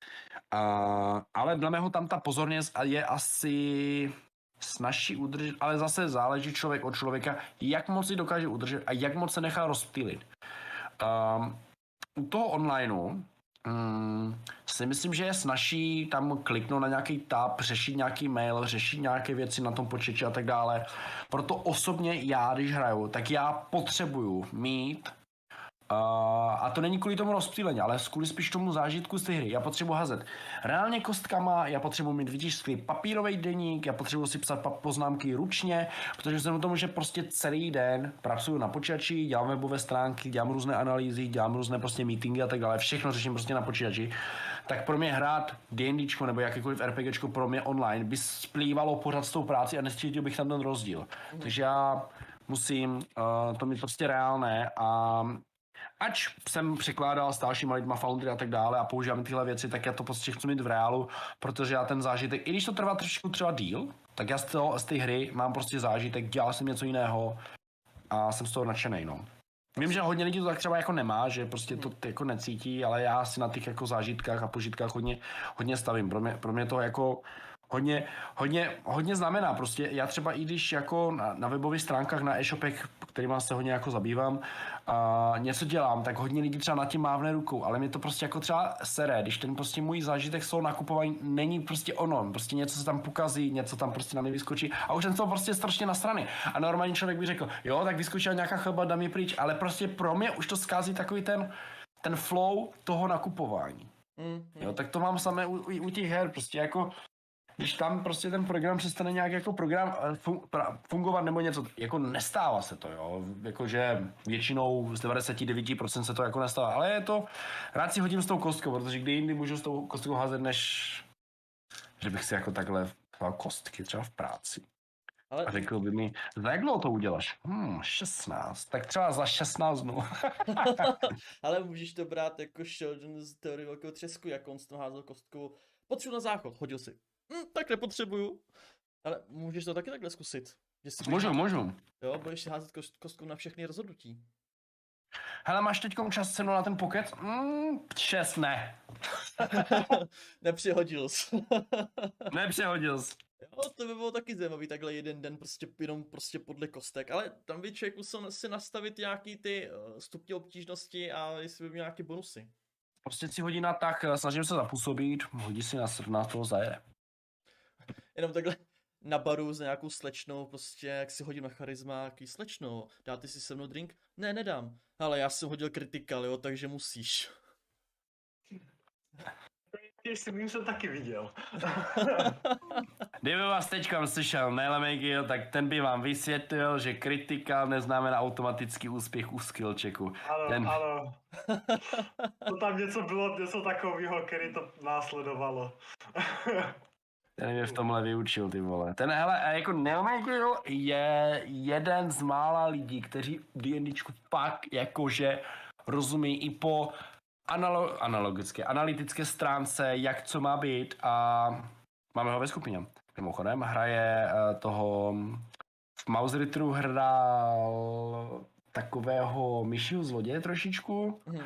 A, ale dle mého tam ta pozornost je asi snaží udržet, ale zase záleží člověk od člověka, jak moc si dokáže udržet a jak moc se nechá rozptýlit. Um, u toho onlineu um, si myslím, že je snaží tam kliknout na nějaký tab, řešit nějaký mail, řešit nějaké věci na tom počítači a tak dále. Proto osobně já, když hraju, tak já potřebuju mít Uh, a to není kvůli tomu rozptýlení, ale kvůli spíš tomu zážitku z té hry. Já potřebuji hazet reálně kostkama, já potřebuji mít vytištěný papírový deník, já potřebuji si psát pa- poznámky ručně, protože jsem tomu, že prostě celý den pracuju na počítači, dělám webové stránky, dělám různé analýzy, dělám různé prostě meetingy a tak dále, všechno řeším prostě na počítači. Tak pro mě hrát D&Dčko nebo jakýkoliv RPGčko pro mě online by splývalo pořád s tou práci a nescítil bych tam ten rozdíl. Mm. Takže já musím uh, to mít prostě reálné a ač jsem překládal s dalšíma lidma Foundry a tak dále a používám tyhle věci, tak já to prostě chci mít v reálu, protože já ten zážitek, i když to trvá trošku třeba díl, tak já z, toho, z té hry mám prostě zážitek, dělal jsem něco jiného a jsem z toho nadšenej, no. Vím, že hodně lidí to tak třeba jako nemá, že prostě to jako necítí, ale já si na těch jako zážitkách a požitkách hodně, hodně stavím. Pro mě, pro mě to jako hodně, hodně, hodně znamená. Prostě já třeba i když jako na, na webových stránkách, na e-shopech, kterýma se hodně jako zabývám, a něco dělám, tak hodně lidí třeba nad tím mávne rukou, ale mě to prostě jako třeba sere, když ten prostě můj zážitek z toho nakupování není prostě ono, prostě něco se tam pokazí, něco tam prostě na mě vyskočí a už jsem to prostě strašně nasraný. A normální člověk by řekl, jo, tak vyskočila nějaká chyba, dám ji pryč, ale prostě pro mě už to zkází takový ten, ten flow toho nakupování. Mm, mm. Jo, tak to mám samé u, u, u těch her, prostě jako když tam prostě ten program přestane nějak jako program fungovat nebo něco, jako nestává se to, jo, jakože většinou z devadesát devět procent se to jako nestává, ale je to, rád si hodím s tou kostkou, protože kdy jindy můžu s tou kostkou házet, než že bych si jako takhle dal kostky třeba v práci. Ale... A řekl by mi, za jak dlouho to uděláš? Hmm, šestnáct, tak třeba za šestnáct dnů. Ale můžeš to brát jako Sheldon z teorie velkého třesku, jak on to házel kostkou. Potřebuji na záchod, hodil si. Hm, tak nepotřebuju. Ale můžeš to taky takhle zkusit. Můžu, můžu. Jo, budeš si házet kostkou na všechny rozhodnutí. Hele, máš teďkom čas cenu na ten pocket? Mm, šest ne. Nepřihodil jsi. Nepřihodil jsi. Jo, to by bylo taky zajímavý, takhle jeden den prostě jenom prostě podle kostek, ale tam by člověk musel si nastavit nějaký ty stupně obtížnosti a jestli by měl nějaké bonusy. Prostě si hodí na tak, snažím se zapůsobit, hodí si na na toho zajede. Jenom takhle na baru s nějakou slečnou, prostě jak si hodím na charisma, jaký slečno, dáte si se mnou drink? Ne, nedám. Ale já jsem hodil kritikal, jo, takže musíš. Jestli jsem taky viděl. Kdyby vás teďkom slyšel Nailamegil, tak ten by vám vysvětlil, že kritika neznamená automatický úspěch u skillchecku. Ano, ten... ano. To tam něco bylo, něco takového, který to následovalo. Ten mě v tomhle vyučil, ty vole. Ten, hele, jako Nailamegil je jeden z mála lidí, kteří D&Dčku fakt jakože rozumí i po Analo- analogické, analytické stránce, jak co má být a máme ho ve skupině. Mimochodem hraje uh, toho, v Mausritteru hrál takového myšího zloděje trošičku mm.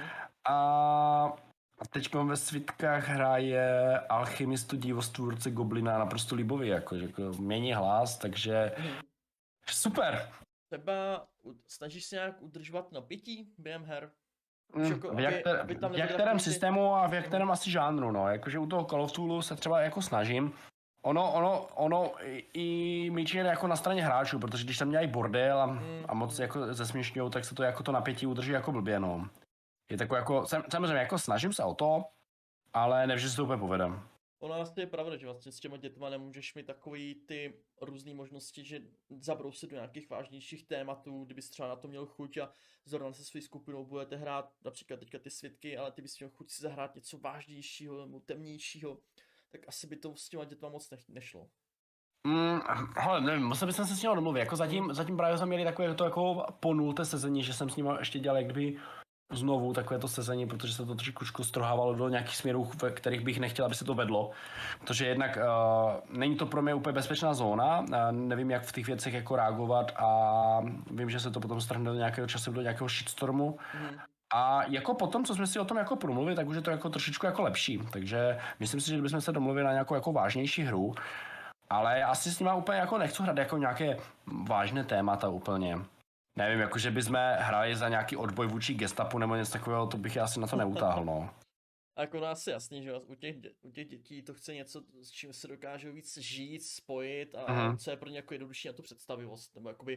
a teď ve Svitkách hraje alchymistu, divostvůrce Goblina naprosto líbový, jako, jako mění hlas, takže mm. super. Třeba snažíš se nějak udržovat napětí během her? Mm, jako, v jak, ter, aby, aby v jak kterém systému a v jak kterém asi žánru, no, jakože u toho Call of Cthulhu se třeba jako snažím. Ono, ono, ono i míč je jako na straně hráčů, protože když tam dělají bordel a, mm. a moc jako zesměšňujou, tak se to jako to napětí udrží jako blbě, no. Je takové jako, samozřejmě jako snažím se o to, ale nevždy se to úplně povedem. Ono vlastně je pravda, že vlastně s těma dětma nemůžeš mít takový ty různé možnosti, že zabrousit do nějakých vážnějších tématů, kdybys třeba na to měl chuť a zrovna se svou skupinou budete hrát například teďka ty Svitky, ale ty bys měl chuť si zahrát něco vážnějšího nebo temnějšího, tak asi by to s těma dětma moc ne- nešlo. Mm, hele, nevím, musel bych se s ním domluvit, jako zatím, zatím právě jsme měli takové to jako po nulte sezení, že jsem s ním ještě dělal jak kdyby znovu takové to sezení, protože se to trošku strohávalo do nějakých směrů, ve kterých bych nechtěl, aby se to vedlo. Protože jednak uh, není to pro mě úplně bezpečná zóna, uh, nevím, jak v těch věcech jako reagovat a vím, že se to potom strhne do nějakého času, do nějakého shitstormu. Mm. A jako potom, co jsme si o tom jako promluvili, tak už je to jako trošičku jako lepší. Takže myslím si, že bychom se domluvili na nějakou jako vážnější hru. Ale já si s nima úplně jako nechci hrát jako nějaké vážné témata úplně. Nevím, jakože bychom hráli za nějaký odboj vůči gestapu nebo něco takového, to bych já asi na to neutáhl, no. A jako no asi jasný, že u těch, u těch dětí to chce něco, s čím se dokážou víc žít, spojit a mm-hmm. co je pro ně jako jednodušší na tu představivost, nebo jakoby,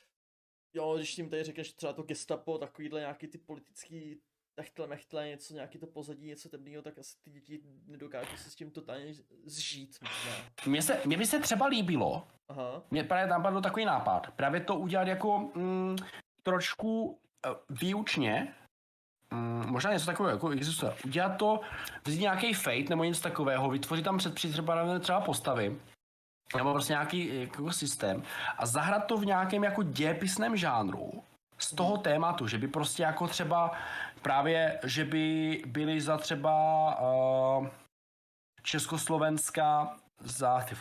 jo, když jim tady řekneš třeba to gestapo, takovýhle nějaký ty politický techtle, mechtle, něco, nějaký to pozadí, něco temného, tak asi ty děti nedokážou se s tím totálně zžít. Mně se, mně by se třeba líbilo, aha. Mně právě tam padl takový nápad, právě to udělat jako mm, trošku uh, výučně, mm, možná něco takového, jako existuje, udělat to, vzít nějaký fate nebo něco takového, vytvořit tam předpři třeba, třeba postavy, nebo prostě nějaký jako systém a zahrát to v nějakém jako dějepisném žánru z toho tématu, že by prostě jako třeba právě, že by byli za třeba uh, Československa za, ty,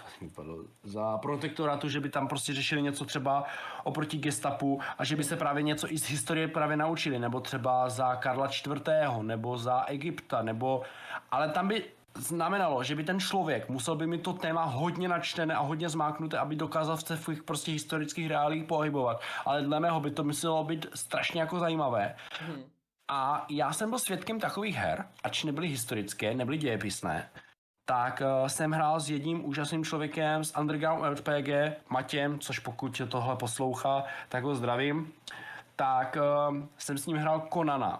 za protektoratu, že by tam prostě řešili něco třeba oproti gestapu a že by se právě něco i z historie právě naučili, nebo třeba za Karla čtvrtého, nebo za Egypta, nebo, ale tam by znamenalo, že by ten člověk musel by mít to téma hodně načtené a hodně zmáknuté, aby dokázal v těch prostě historických reálích pohybovat. Ale dle mého by to muselo být strašně jako zajímavé. Hmm. A já jsem byl svědkem takových her, ač nebyly historické, nebyly dějepisné, tak uh, jsem hrál s jedním úžasným člověkem z Underground R P G, Matěm, což pokud tohle poslouchá, tak ho zdravím. Tak uh, jsem s ním hrál Conana.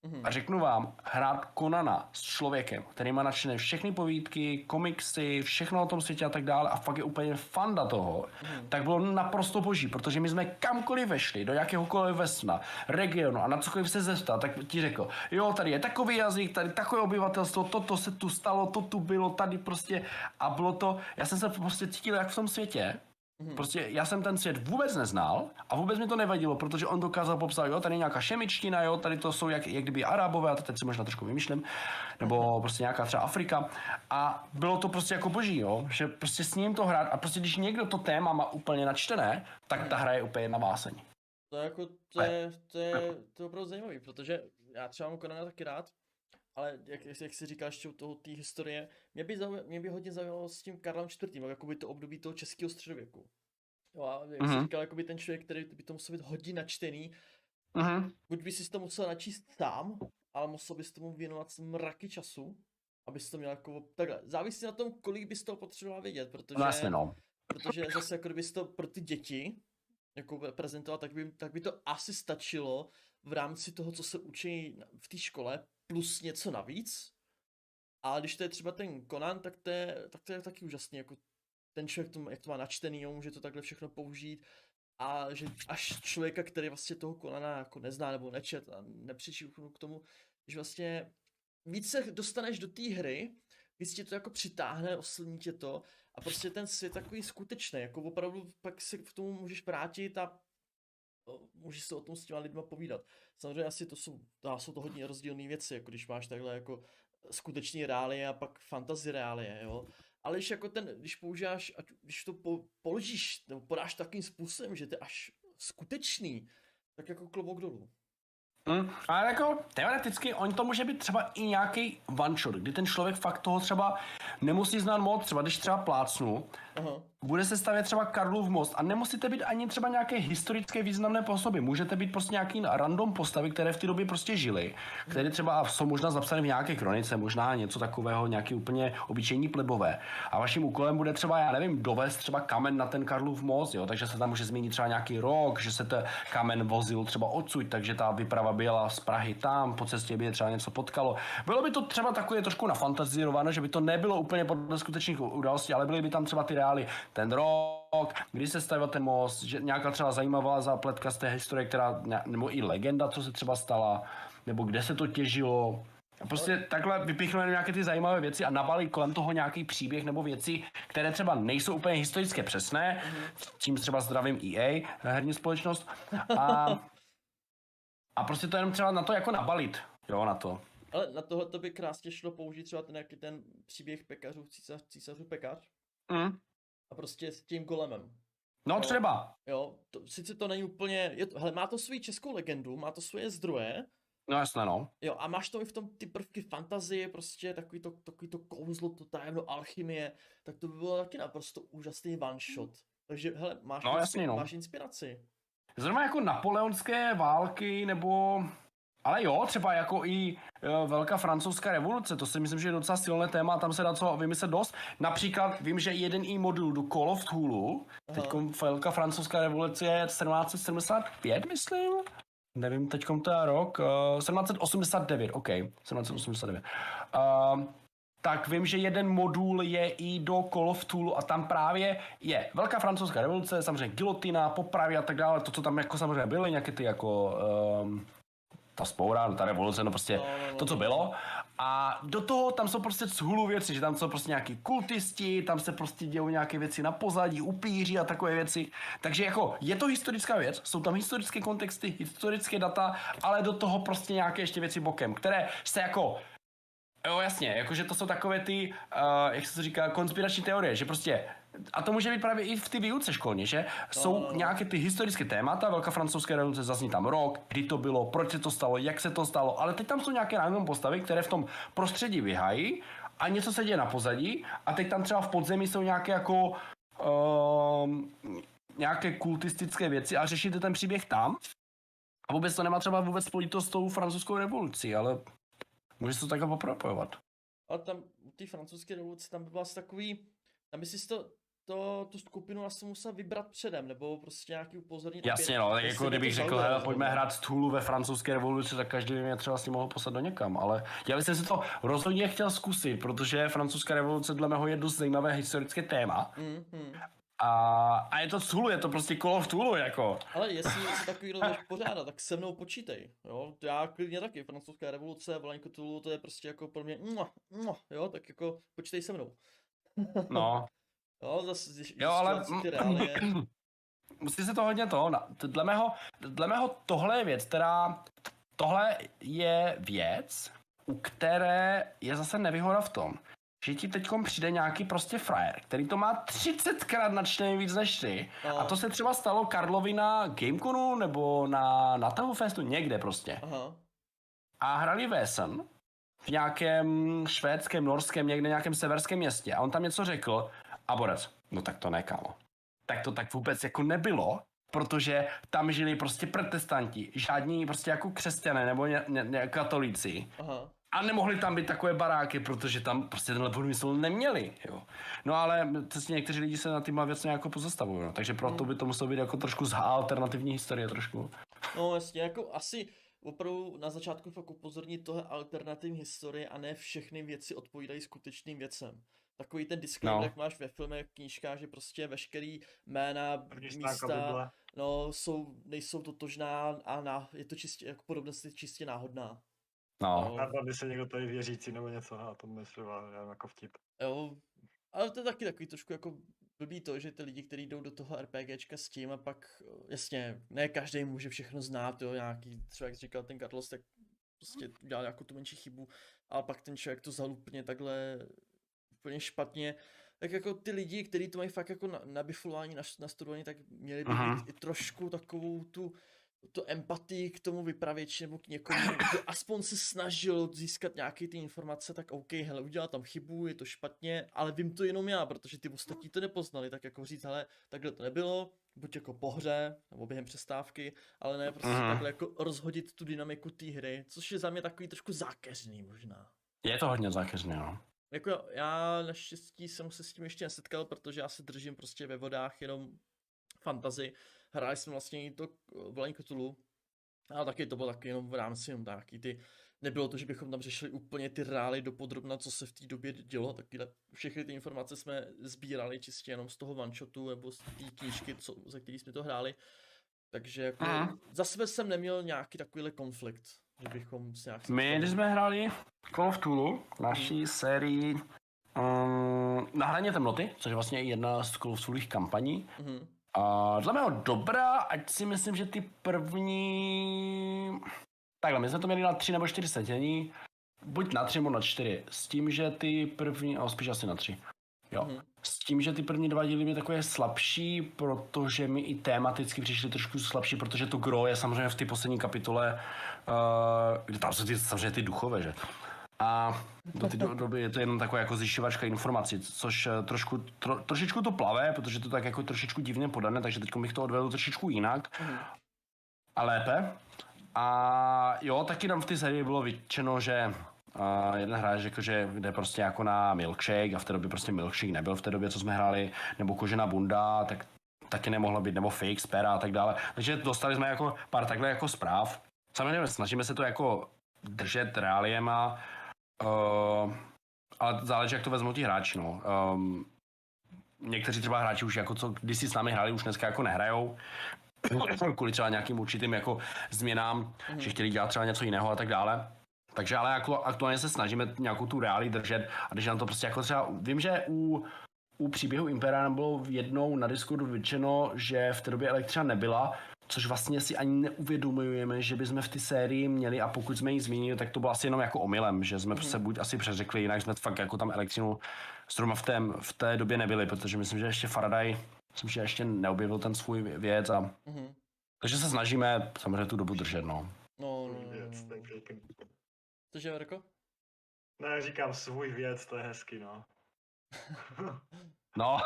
A řeknu vám, hrát Conana s člověkem, který má načtené všechny povídky, komiksy, všechno o tom světě a tak dále a fakt je úplně fanda toho, mm. tak bylo naprosto boží, protože my jsme kamkoliv vešli, do jakéhokoliv vesna, regionu a na cokoliv se zeptal, tak ti řekl, jo, tady je takový jazyk, tady takové obyvatelstvo, toto se tu stalo, to tu bylo, tady prostě a bylo to, já jsem se prostě cítil jak v tom světě. Prostě já jsem ten svět vůbec neznal a vůbec mi to nevadilo, protože on dokázal popsat, jo, tady je nějaká šemičtina, jo, tady to jsou jak, jak kdyby Arabové, a to teď si možná trošku vymýšlím, nebo prostě nějaká třeba Afrika a bylo to prostě jako boží, jo, že prostě s ním to hrát a prostě když někdo to téma má úplně načtené, tak ta hra je úplně na váseň. To je jako, to je, to je, to je opravdu zajímavý, protože já třeba mám Conana taky rád, ale jak, jak jsi říkal ještě u toho té historie, mě by, zaujalo, mě by hodně zaujalo s tím Karlem čtvrtým, jakoby to období toho českého středověku. Jo, a jak mm-hmm. jsi říkal, jakoby ten člověk, který by to musel být hodně načtený, mm-hmm. buď by si to musel načíst sám, ale musel bys tomu věnovat mraky času, abys to měl jako takhle. Závisí na tom, kolik bys toho potřeboval vědět, protože, vlastně no. protože zase jako kdybys to pro ty děti jako prezentovat, tak by, tak by to asi stačilo v rámci toho, co se učí v té škole, plus něco navíc. A když to je třeba ten Conan, tak to je, tak to je taky úžasný, jako ten člověk, to, jak to má načtený, jo, může to takhle všechno použít. A že až člověka, který vlastně toho Conana jako nezná nebo nečet a nepřičí k tomu, že vlastně víc se dostaneš do té hry, víc tě to jako přitáhne, oslní tě to a prostě ten svět takový skutečný, jako opravdu pak se k tomu můžeš vrátit a můžeš se o tom s těma lidma povídat. Samozřejmě asi to jsou, to jsou to hodně rozdílné věci, jako když máš takhle jako skutečný reálie a pak fantasy reálie, jo. Ale když jako ten, když používáš, když to po, položíš, nebo podáš takým způsobem, že to je až skutečný, tak jako klobouk dolů. Mm, ale jako teoreticky on to může být třeba i nějaký one shot, kdy ten člověk fakt toho třeba nemusí znát moc, třeba když třeba plácnu, aha. bude se stavět třeba Karlův most a nemusíte být ani třeba nějaké historické významné osoby, můžete být prostě nějaký random postavy, které v té době prostě žily, které třeba jsou možná zapsané v nějaké kronice, možná něco takového, nějaký úplně obyčejní plebové. A vaším úkolem bude třeba, já nevím, dovést třeba kamen na ten Karlův most, jo, takže se tam může změnit třeba nějaký rok, že se ten kamen vozil třeba odsud, takže ta výprava byla z Prahy tam, po cestě by je třeba něco potkalo. Bylo by to třeba takové trošku nafantazírováno, že by to nebylo úplně podle skutečných událostí, ale byly by tam třeba ty reály. Ten rok, kdy se stavil ten most, že nějaká třeba zajímavá zápletka z té historie, která, nebo i legenda, co se třeba stala, nebo kde se to těžilo. A prostě takhle vypíchnout nějaké ty zajímavé věci a nabalit kolem toho nějaký příběh nebo věci, které třeba nejsou úplně historické přesné, mm-hmm. tím třeba zdravím E A, herní společnost. A, a prostě to jenom třeba na to jako nabalit, jo, na to. Ale na tohle to by krásně šlo použít třeba ten, jaký ten příběh pekařů, císař, císařů pekař. Mm. A prostě s tím golemem. No jo, třeba. Jo, to, sice to není úplně, je to, hele, má to svou českou legendu, má to svoje zdroje. No jasně, no. Jo, a máš to i v tom ty prvky fantazie, prostě takový to, takový to kouzlo, to tajemno alchymie, tak to by bylo taky naprosto úžasný one shot. Takže hele, máš, no, jasně, no. máš inspiraci. Zrovna jako napoleonské války, nebo... Ale jo, třeba jako i jo, Velká francouzská revoluce, to si myslím, že je docela silné téma, tam se dá co vymyslet dost. Například vím, že jeden i modul do Call of Cthulhu, teďkom Velká francouzská revoluce je sedmnáct set sedmdesát pět, myslím? Nevím, teďkom to je rok, uh, sedmnáct set osmdesát devět, ok, sedmnáct set osmdesát devět. Uh, tak vím, že jeden modul je i do Call of Cthulhu a tam právě je Velká francouzská revoluce, samozřejmě gilotina, popravy a tak dále, to, co tam jako samozřejmě byly, nějaké ty jako... Um, ta spoura, ta revoluce, no prostě no, no, to, co bylo. A do toho tam jsou prostě chulu věci, že tam jsou prostě nějaký kultisti, tam se prostě dějou nějaké věci na pozadí, upíři a takové věci. Takže jako je to historická věc, jsou tam historické kontexty, historické data, ale do toho prostě nějaké ještě věci bokem, které se jako jo, jasně, jakože to jsou takové ty, uh, jak se to říká, konspirační teorie, že prostě, a to může být právě i v ty výuce školní, že jsou no, no. nějaké ty historické témata, Velká francouzská revoluce, zazní tam rok, kdy to bylo, proč se to stalo, jak se to stalo, ale teď tam jsou nějaké random postavy, které v tom prostředí vyhají a něco se děje na pozadí a teď tam třeba v podzemí jsou nějaké jako, uh, nějaké kultistické věci a řešíte ten příběh tam a vůbec to nemá třeba vůbec spojitost s tou francouzskou revolucí, ale... Můžeš to takhle popropojovat. Ale tam u té francouzské revoluce tam by byl asi takový, tam by si to, to, tu skupinu asi musel vybrat předem, nebo prostě nějaký upozornit. Jasně no, tak jako kdybych řekl, hele, pojďme hrát stůlu ve francouzské revoluci, tak každý by mě třeba s tím mohl poslat do někam, ale já jsem si to rozhodně chtěl zkusit, protože francouzská revoluce dle mého je dost zajímavé historické téma. Mm-hmm. A, a je to Cthulhu, je to prostě Call of Cthulhu, jako. Ale jestli se takový jdeš pořádat, tak se mnou počítej, jo. Já klidně taky, francouzská revoluce, volání Cthulhu, to je prostě jako pro mě, mua, mua, jo, tak jako počítej se mnou. No. Jo, zase, když, jo, ale ty reálie... musí se to hodně to, dle mého, dle mého tohle je věc, která, tohle je věc, u které je zase nevýhoda v tom, že ti teďkom přijde nějaký prostě frajer, který to má třicetkrát načtený víc než ty. No. A to se třeba stalo Karlovi na Gameconu nebo na, na Tahu Festu, někde prostě. Aha. A hrali Vesen v nějakém švédském, norském, někde nějakém severském městě. A on tam něco řekl a borec, no tak to ne, kámo. Tak to tak vůbec jako nebylo, protože tam žili prostě protestanti, žádní prostě jako křesťané nebo ně, ně, ně, katolíci. Aha. A nemohli tam být takové baráky, protože tam prostě tenhle průmysl neměli, jo. No ale přesně někteří lidi se na týma věc nějak pozastavují, no. Takže proto by to muselo být jako trošku z alternativní historie trošku. No jasně, jako asi opravdu na začátku fakt upozornit tohle alternativní historie a ne všechny věci odpovídají skutečným věcem. Takový ten disclaimer, no. Jak máš ve filmech, knížkách, že prostě veškerý jména, místa, no, jsou, nejsou totožná a na, je to čistě, jako podobnost je čistě náhodná. No. A aby se někdo tady věřící nebo něco, a to myslím, já jako vtip. Jo, ale to je taky takový trošku jako blbý to, že ty lidi, kteří jdou do toho RPGčka s tím a pak, jasně, ne každý může všechno znát, jo, nějaký, třeba jak říkal ten Carlos, tak prostě udělal nějakou tu menší chybu, ale pak ten člověk to vzal úplně takhle, úplně špatně, tak jako ty lidi, kteří to mají fakt jako nabiflování, nastudovaní, tak měli by mít i trošku takovou tu tu empatii k tomu vypravěči nebo k někomu, kdo aspoň se snažil získat nějaké ty informace, tak OK, hele, udělal tam chybu, je to špatně, ale vím to jenom já, protože ty ostatní to nepoznali, tak jako říct, hele, takhle to nebylo, buď jako po hře, nebo během přestávky, ale ne prostě uh-huh. takhle jako rozhodit tu dynamiku té hry, což je za mě takový trošku zákeřný možná. Je to hodně zákeřný, no. Jako já naštěstí jsem se s tím ještě nesetkal, protože já se držím prostě ve vodách jenom fantasy. Hráli jsme vlastně i to volání Cthulhu, ale taky to bylo taky jenom v rámci jenom taky ty, nebylo to, že bychom tam řešili úplně ty reály dopodrobna, co se v té době dělo, takyhle všechny ty informace jsme sbírali čistě jenom z toho one-shotu nebo z té knížky, co, za který jsme to hráli, takže jako mm. za sebe jsem neměl nějaký takovýhle konflikt, že bychom se nějak... My, když jsme hráli Call of Cthulhu, naší mm. sérii um, Na hraně temnoty, což je vlastně jedna z Call of Cthulhuých kampaní, mm. A dle mého dobrá, ať si myslím, že ty první... Takhle, my jsme to měli na tři nebo čtyři sedění, buď na tři nebo na čtyři, s tím, že ty první, ale spíš asi na tři, jo. Mm-hmm. S tím, že ty první dva díly byly takové slabší, protože mi i tematicky přišly trošku slabší, protože to gro je samozřejmě v té poslední kapitole, uh, kde tam jsou ty, samozřejmě ty duchové, že? A do té doby je to jenom taková jako zjišťovačka informací, což trošku, tro, trošičku to plave, protože to tak jako trošičku divně podané, takže teď bych to odvedl trošičku jinak mm. a lépe. A jo, taky nám v té sérii bylo vyčeno, že uh, jeden hráč řekl, že jde prostě jako na milkshake a v té době prostě milkshake nebyl v té době, co jsme hráli, nebo kožená bunda, tak taky nemohla být, nebo fake, spera a tak dále. Takže dostali jsme jako pár takhle jako zpráv. Samozřejmě snažíme se to jako držet reáliema, Uh, ale záleží, jak to vezmou ti hráči, no. Um, někteří třeba hráči už jako co když si s námi hráli, už dneska jako nehrajou. Kvůli třeba nějakým určitým jako změnám, mm. že chtěli dělat třeba něco jiného a tak dále. Takže ale jako aktuálně se snažíme nějakou tu reálii držet a když nám to prostě jako třeba, vím, že u, u příběhu Impera nám bylo jednou na Discordu vyčeno, že v té době elektřina nebyla, což vlastně si ani neuvědomujeme, že bychom v té sérii měli a pokud jsme ji zmínili, tak to bylo asi jenom jako omylem, že jsme mm. se buď asi přeřekli, jinak jsme fakt jako tam elektřinu zrovna v té, v té době nebyli, protože myslím, že ještě Faraday, myslím, že ještě neobjevil ten svůj věc a mm. takže se snažíme samozřejmě tu dobu držet, no. No, no, no. Cože, Verko? Ne, říkám svůj věc, to je hezky, no. No.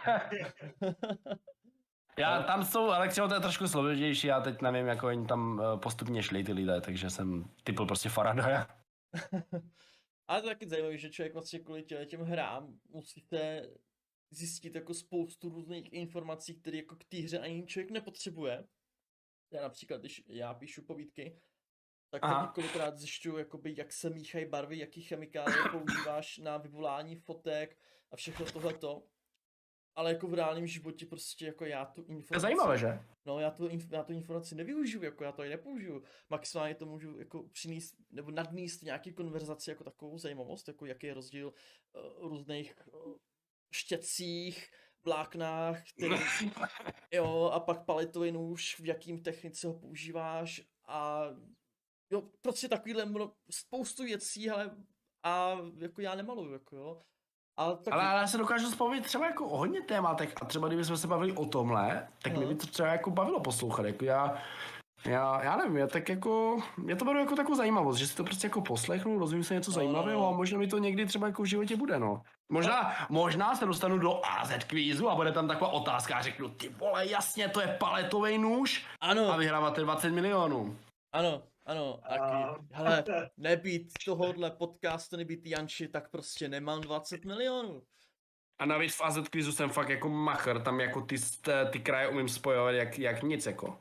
Já tam jsou elektřinou, to je trošku složitější, já teď nevím, jak oni tam postupně šli ty lidé, takže jsem typl prostě Faradaje. Ale to je taky zajímavé, že člověk vlastně kvůli těm hrám musíte zjistit jako spoustu různých informací, které jako k té hře ani člověk nepotřebuje. Já například, když já píšu povídky, tak tam několikrát zjišťuju, jakoby, jak se míchají barvy, jaký chemikálie používáš na vyvolání fotek a všechno tohleto. Ale jako v reálném životě prostě jako já tu informaci... To je zajímavé, že? No já tu, já tu informaci nevyužiju, jako já to i nepoužiju. Maximálně to můžu jako přinést, nebo nadníst nějaký konverzaci jako takovou zajímavost, jako jaký je rozdíl uh, různých uh, štětcích, vláknách, který, jo, a pak paletový nůž, v jakým technice ho používáš a jo, prostě takovýhle spoustu věcí, hele, a jako já nemaluju, jako jo. Ale, taky... ale já se dokážu vzpomínat třeba jako o hodně tématech a třeba kdybychom se bavili o tomhle, tak no. Mě by to třeba jako bavilo poslouchat, jako já, já, já nevím, já tak jako, já to beru jako takovou zajímavost, že si to prostě jako poslechnu, rozumím se něco no, zajímavého no. A možná mi to někdy třeba jako v životě bude, no. Možná, no. možná se dostanu do á zet kvízu a bude tam taková otázka a řeknu, ty vole, jasně, to je paletový nůž ano. A vyhráváte dvacet milionů. Ano. Ano, taky. Hele, nebýt tohohle podcastu, nebýt Janči, tak prostě nemám dvacet milionů. A navíc v á zet kvízu jsem fakt jako machr, tam jako ty, ty kraje umím spojovat jak, jak nic jako.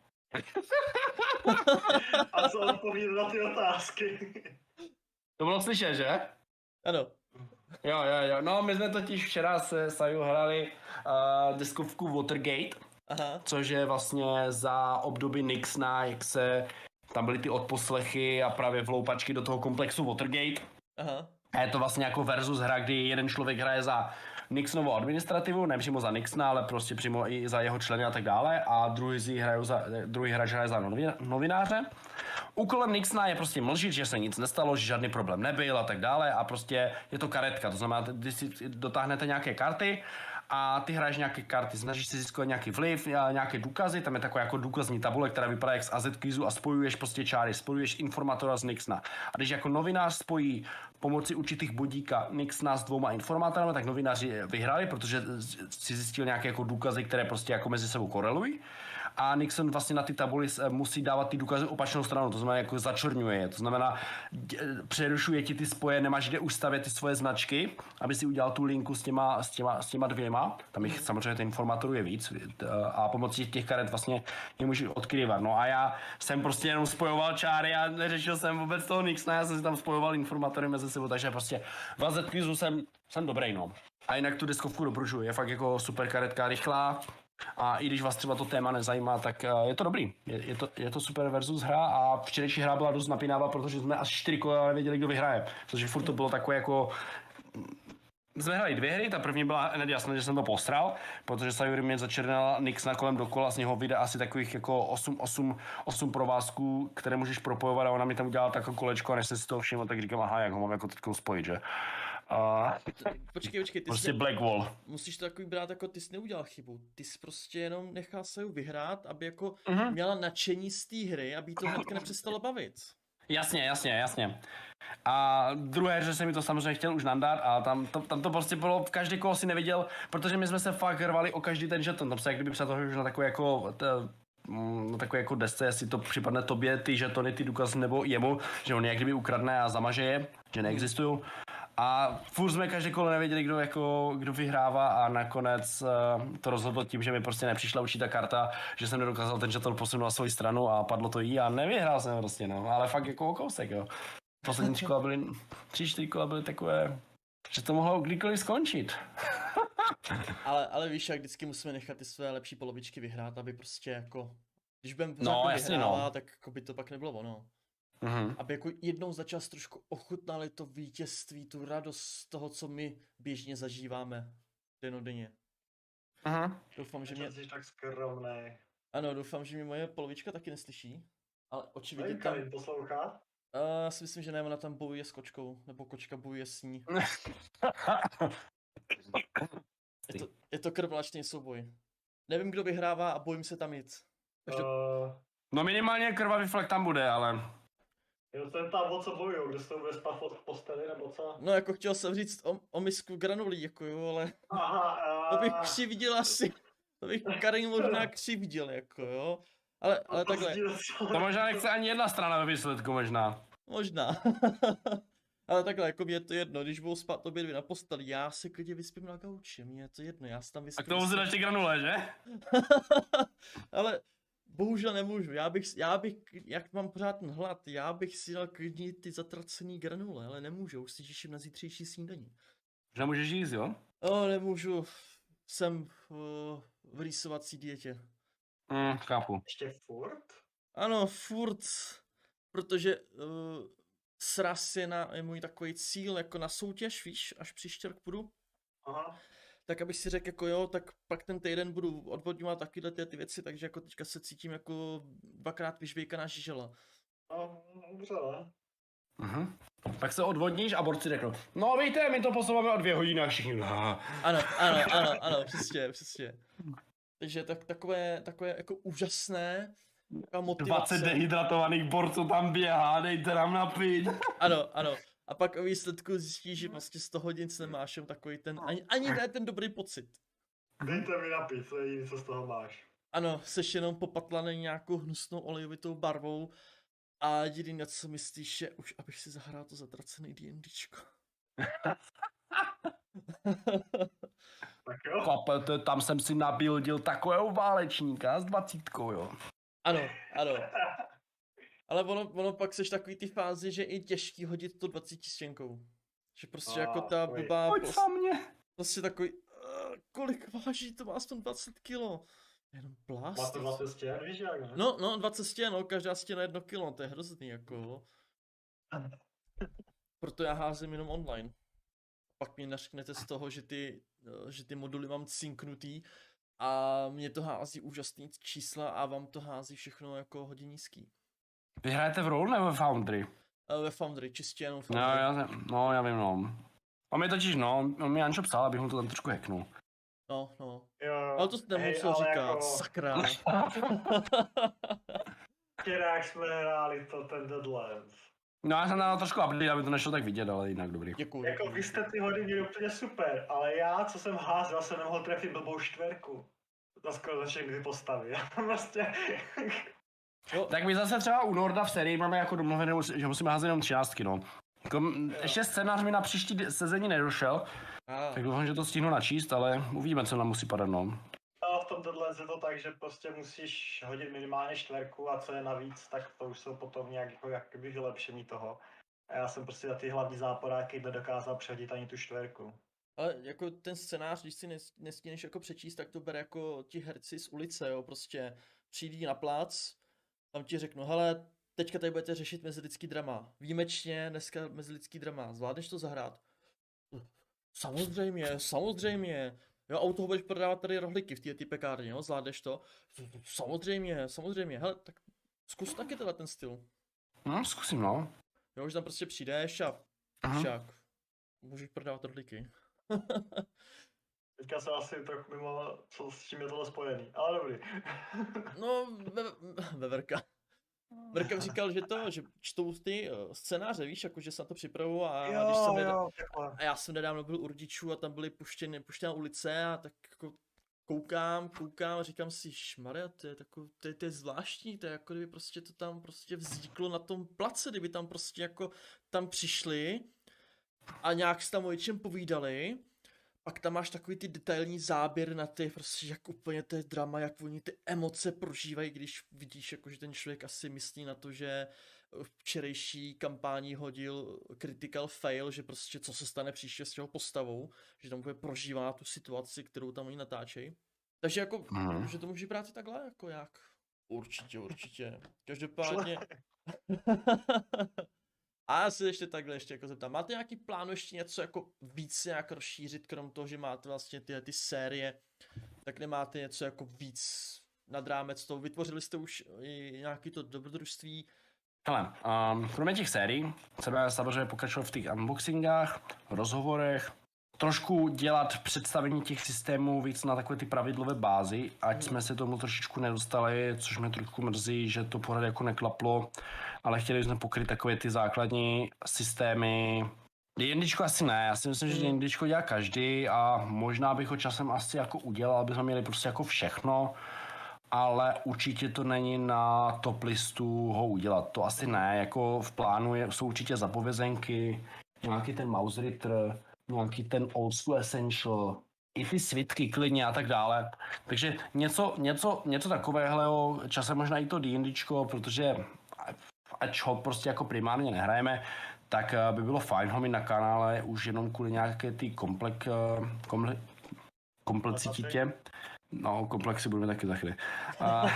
A co odpovídat na ty otázky? To bylo slyšet, že? Ano. Jo, jo, jo. No, my jsme totiž včera se Saju hrali uh, deskovku Watergate, aha. Což je vlastně za období Nixona, jak se tam byly ty odposlechy a právě vloupačky do toho komplexu Watergate. Aha. A je to vlastně jako versus hra, kdy jeden člověk hraje za Nixonovu administrativu, ne přímo za Nixona, ale prostě přímo i za jeho členy a tak dále. A druhý, za, druhý hráč hraje za novináře. Úkolem Nixona je prostě mlžit, že se nic nestalo, že žádný problém nebyl a tak dále. A prostě je to karetka, to znamená, když si dotáhnete nějaké karty a ty hraješ nějaké karty, snažíš si získat nějaký vliv, nějaké důkazy, tam je taková jako důkazní tabule, která vypadá jak z á zet kvízu a spojuješ prostě čáry, spojuješ informátora z Nixona. A když jako novinář spojí pomocí určitých bodíka Nixona s dvouma informátorami, tak novináři vyhráli, protože si zjistil nějaké jako důkazy, které prostě jako mezi sebou korelují. A Nixon vlastně na ty tabuli musí dávat ty důkazy opačnou stranou, to znamená jako začerňuje je, to znamená přerušuje ti ty spoje, nemáš kde už stavět ty svoje značky, aby si udělal tu linku s těma, s těma, s těma dvěma, tam jich samozřejmě ten informátorů je víc a pomocí těch karet vlastně je můžeš odkryvat. No a já jsem prostě jenom spojoval čáry a neřešil jsem vůbec toho Nixona, já jsem si tam spojoval informátory mezi sebou, takže prostě v á zet kvízu jsem, jsem dobrý, no. A jinak tu deskovku doporučuji, je fakt jako super karetka, rychlá. A i když vás třeba to téma nezajímá, tak je to dobrý. Je, je, to, je to super versus hra a včerejší hra byla dost napínavá, protože jsme až čtyři kola nevěděli, kdo vyhraje. Protože furt to bylo takové jako... Jsme hráli dvě hry, ta první byla hned jasné, že jsem to postral, protože Sayuri mě začernala Nixona kolem dokola, z něho vyjde asi takových jako osm provázků, které můžeš propojovat a ona mi tam udělala takové kolečko a než jsem si to všiml, tak říkám, aha, jak ho mám jako teďko spojit, že? Uh, počkej, počkej, ty prostě jsi, Black Wall. Musíš to takový brát, jako ty jsi neudělal chybu. Ty jsi prostě jenom nechal se ju vyhrát, aby jako uh-huh. měla nadšení z té hry, aby jí to hnedka nepřestalo bavit. Jasně, jasně, jasně. A druhé, že jsem mi to samozřejmě chtěl už nandat a tam to, tam to prostě bylo, každý koho si neviděl, protože my jsme se fakt rvali o každý ten žeton, tam se jak kdyby před toho už na takové jako... T, no takové jako desce, jestli to připadne tobě, ty žetony, ty důkazy nebo jemu, že on jak kdyby ukradne a zamaže je, že neexistují. A furt jsme každý kolo nevěděli, kdo, jako, kdo vyhrává a nakonec uh, to rozhodlo tím, že mi prostě nepřišla určitá karta, že jsem nedokázal ten žeton posunout na svou stranu a padlo to jí a nevyhrál jsem prostě, no, ale fakt jako o kousek, jo. Poslední tři kola byly, tři, čtyři kola byly takové, že to mohlo kdykoliv skončit. ale, ale víš, jak vždycky musíme nechat ty své lepší polovičky vyhrát, aby prostě jako, když budeme no, vyhrává, no. tak jako by to pak nebylo ono. Mm-hmm. Aby jako jednou za čas trošku ochutnali to vítězství, tu radost z toho, co my běžně zažíváme denodenně. Mm-hmm. Doufám, že mě... Jsi tak skromnej. Ano, doufám, že mě moje polovička taky neslyší. Ale očividně tam... tam... poslouchá? Uh, já si myslím, že ne, ona tam bojuje s kočkou, nebo kočka bojuje s ní. je, to, je to krvlačný souboj. Nevím, kdo vyhrává a bojím se tam jít. Každou... Uh... No minimálně krvavý flek tam bude, ale... Jo, ten tam o co bojujou, kde se to bude spát v posteli, nebo co? No jako chtěl jsem říct o, o misku granulí, jako jo, ale... Aha, uh... To bych křivděl asi. To bych Karin možná křivděl, jako jo. Ale, ale takhle. To možná nechce ani jedna strana ve výsledku, možná. Možná. Ale takhle, jako mě je to jedno, když budou spát obě dvě na posteli, já se klidně vyspím na gauči, mně je to jedno, já se tam vyspím. A k tomu si dáš ty granule, že? Ale bohužel nemůžu, já bych, já bych, jak mám pořád ten hlad, já bych si dal klidně ty zatracený granule, ale nemůžu, už si těším na zítřejší snídaní. Že nemůžeš jíst, jo? No, nemůžu, jsem uh, v rýsovací dietě. Mm, chápu. Ještě furt? Ano, furt, protože uh, sraz je, na, je můj takový cíl, jako na soutěž, víš, až příští rok půjdu. Aha. Tak abych si řekl, jako jo, tak pak ten týden budu odvodňovat takovéhle ty, ty věci, takže jako teďka se cítím jako dvakrát vyžvejkaná žižela. No, dobře, ne? Mhm. Tak se odvodníš a borci řeknou, no víte, my to posouváme o dvě hodiny a všichni. Ano, ano, ano, ano, přesně, přesně. Takže tak, takové, takové jako úžasné, taková motivace. dvacet dehydratovaných borců tam běhá, dejte nám napít. Ano, ano. A pak o výsledku zjistíš, že vlastně sto hodin se nemáš jen takový ten, ani, ani ne ten dobrý pocit. Dejte mi napít, to je jediné, co z toho máš. Ano, seš jenom popatlaný nějakou hnusnou olejovitou barvou a jediný, na co myslíš, je už abych si zahrál to zatracený D&Dčko. Tak jo. Kapete, tam jsem si nabildil takového válečníka s dvacítkou, jo. Ano, ano. Ale ono, ono pak seš takový ty fázi, že je těžký hodit to dvacetistěnkou. Že prostě A, jako ta pojď. blbá... Pojď Post, za mě. prostě takový... Uh, kolik váží, to má aspoň dvacet kilo. Jenom plast. Má to dvacet stěn, víš jak, ne? No, no, dvacet stěn, no, každá stěna jedno kilo, to je hrozný, jako. Proto já házím jenom online. Pak mě nařknete z toho, že ty, že ty moduly mám cinknutý a mě to hází úžasný čísla a vám to hází všechno jako hodně nízký. Vy hrajete v Roll nebo ve Foundry? Ve Foundry, čistě jenom No, Foundry. já, no, já vím, no. On mi totiž, no, on mi Jančo psal, abych mu to tam trošku hacknul. No, no. Jo, Ale to jste nemusel ale říkat, jako- sakra. Včera jsme hráli to ten Deadlands. No, já jsem dal trošku update, aby to nešlo tak vidět, ale jinak dobrý. Děkuju. Jako vy jste ty hody měli úplně super, ale já, co jsem házel, jsem nemohl trefit blbou čtverku. Za skoro za všechny ty postavy. prostě... Jo, Tak my zase třeba u Norda v sérii máme jako domluvenou, že musíme házet jenom třináctky, no. Jako, m, ještě scénář mi na příští de- sezení nedošel, a, tak doufám, že to stihnu načíst, ale uvidíme, co nám musí padat, no. A v tom Deadlands je to tak, že prostě musíš hodit minimálně čtverku a co je navíc, tak to už jsou potom nějak jako jakoby vylepšení toho. A já jsem prostě na ty hlavní záporáky nedokázal přehodit ani tu čtverku. ale jako ten scénář, když si nes- nestíneš jako přečíst, tak to bere jako ti herci z ulice, jo, prostě přijdí na plác, tam ti řeknu, hele, teďka tady budete řešit mezilidský drama, výjimečně dneska mezilidský drama, zvládneš to zahrát? Samozřejmě, samozřejmě, jo, a u toho budeš prodávat tady rohlíky v té pekárně, jo, zvládneš to? Samozřejmě, samozřejmě, hele, tak zkus taky tenhle ten styl. No, zkusím, no. Jo, že tam prostě přijdeš a Aha. však, můžeš prodávat rohlíky. Teďka se asi trochu mimo, co s čím je tohle spojený, ale dobrý. No, ve, Veverka. Verka říkal, že to, že čtou ty uh, scénáře, víš, jako že se na to připravují a, a když jsem nedá... takhle. a já jsem nedávno byl u rodičů a tam byly puštěny, puštěná ulice a tak jako koukám, koukám a říkám si, šmarja, to je, tako, to, je, to je zvláštní, to je jako kdyby prostě to tam prostě vzniklo na tom place, kdyby tam prostě jako tam přišli a nějak si tam o něčem povídali. Pak tam máš takový ty detailní záběr na ty, prostě jak úplně to je drama, jak oni ty emoce prožívají, když vidíš, jako, že ten člověk asi myslí na to, že v včerejší kampání hodil critical fail, že prostě co se stane příště s jeho postavou, že tam bude prožívá tu situaci, kterou tam oni natáčejí. Takže jako, Mhm. že to může brát i takhle, jako jak? Určitě, určitě. Každopádně... A já se ještě takhle ještě jako zeptám, máte nějaký plán ještě něco jako víc nějak rozšířit, krom toho, že máte vlastně ty, ty série, tak nemáte něco jako víc nad rámec toho, vytvořili jste už i nějaký to dobrodružství? Hele, um, kromě těch sérií chceme samozřejmě pokračovat v těch unboxingách, rozhovorech, trošku dělat představení těch systémů víc na takové ty pravidlové bázi, ať jsme se tomu trošičku nedostali, což mě trošku mrzí, že to pořád jako neklaplo, ale chtěli jsme pokryt takové ty základní systémy. D&Dčko asi ne, já si myslím, že D&Dčko dělá každý a možná bych ho časem asi jako udělal, aby jsme měli prostě jako všechno, ale určitě to není na top listu ho udělat, to asi ne, jako v plánu je, jsou určitě zapovězenky, nějaký ten Mouse Ritter, nějaký ten Old School Essential, i ty svitky klidně a tak dále. Takže něco, něco, něco takového, časem možná i to D&Dčko, protože ať ho prostě jako primárně nehrajeme, tak by bylo fajn ho mít na kanále už jenom kvůli nějaké ty komplek, komple, komplecitě. No, komplexy budeme taky za chvíli. A...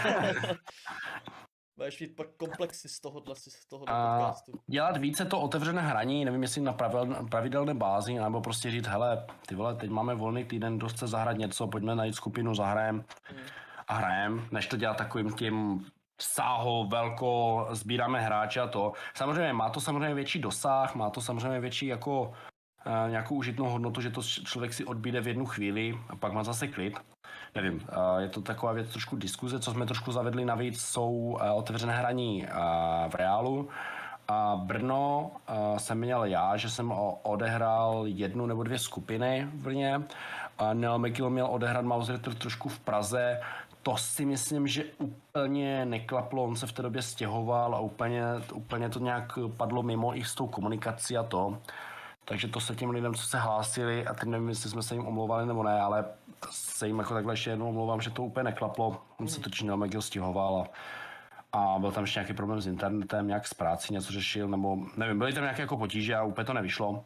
Budeš mít pak komplexy z tohohle, z tohohle podcastu. Dělat více to otevřené hraní, nevím jestli na pravidelné bázi, nebo prostě říct, hele, ty vole, teď máme volný týden, kdo chce zahrát něco, pojďme najít skupinu, zahrajem hmm. a hrajem, než to dělat takovým tím sáho, velko, sbíráme hráče a to. Samozřejmě má to samozřejmě větší dosah, má to samozřejmě větší jako uh, nějakou užitnou hodnotu, že to člověk si odbíde v jednu chvíli a pak má zase klid. Nevím, uh, je to taková věc trošku diskuze, co jsme trošku zavedli navíc, jsou uh, otevřené hraní uh, v reálu. A Brno uh, jsem měl já, že jsem odehrál jednu nebo dvě skupiny v Brně. Uh, Neil McGill měl odehrát Mouse Ritter trošku v Praze. To si myslím, že úplně neklaplo, on se v té době stěhoval a úplně, úplně to nějak padlo mimo i s tou komunikací a to. Takže to se těm lidem, co se hlásili, a teď nevím, jestli jsme se jim omlouvali nebo ne, ale se jim jako takhle ještě jednou omlouvám, že to úplně neklaplo. On se totiž Neil McGill stěhoval a, a byl tam ještě nějaký problém s internetem, nějak s práci něco řešil, nebo nevím, byly tam nějaké jako potíže a úplně to nevyšlo.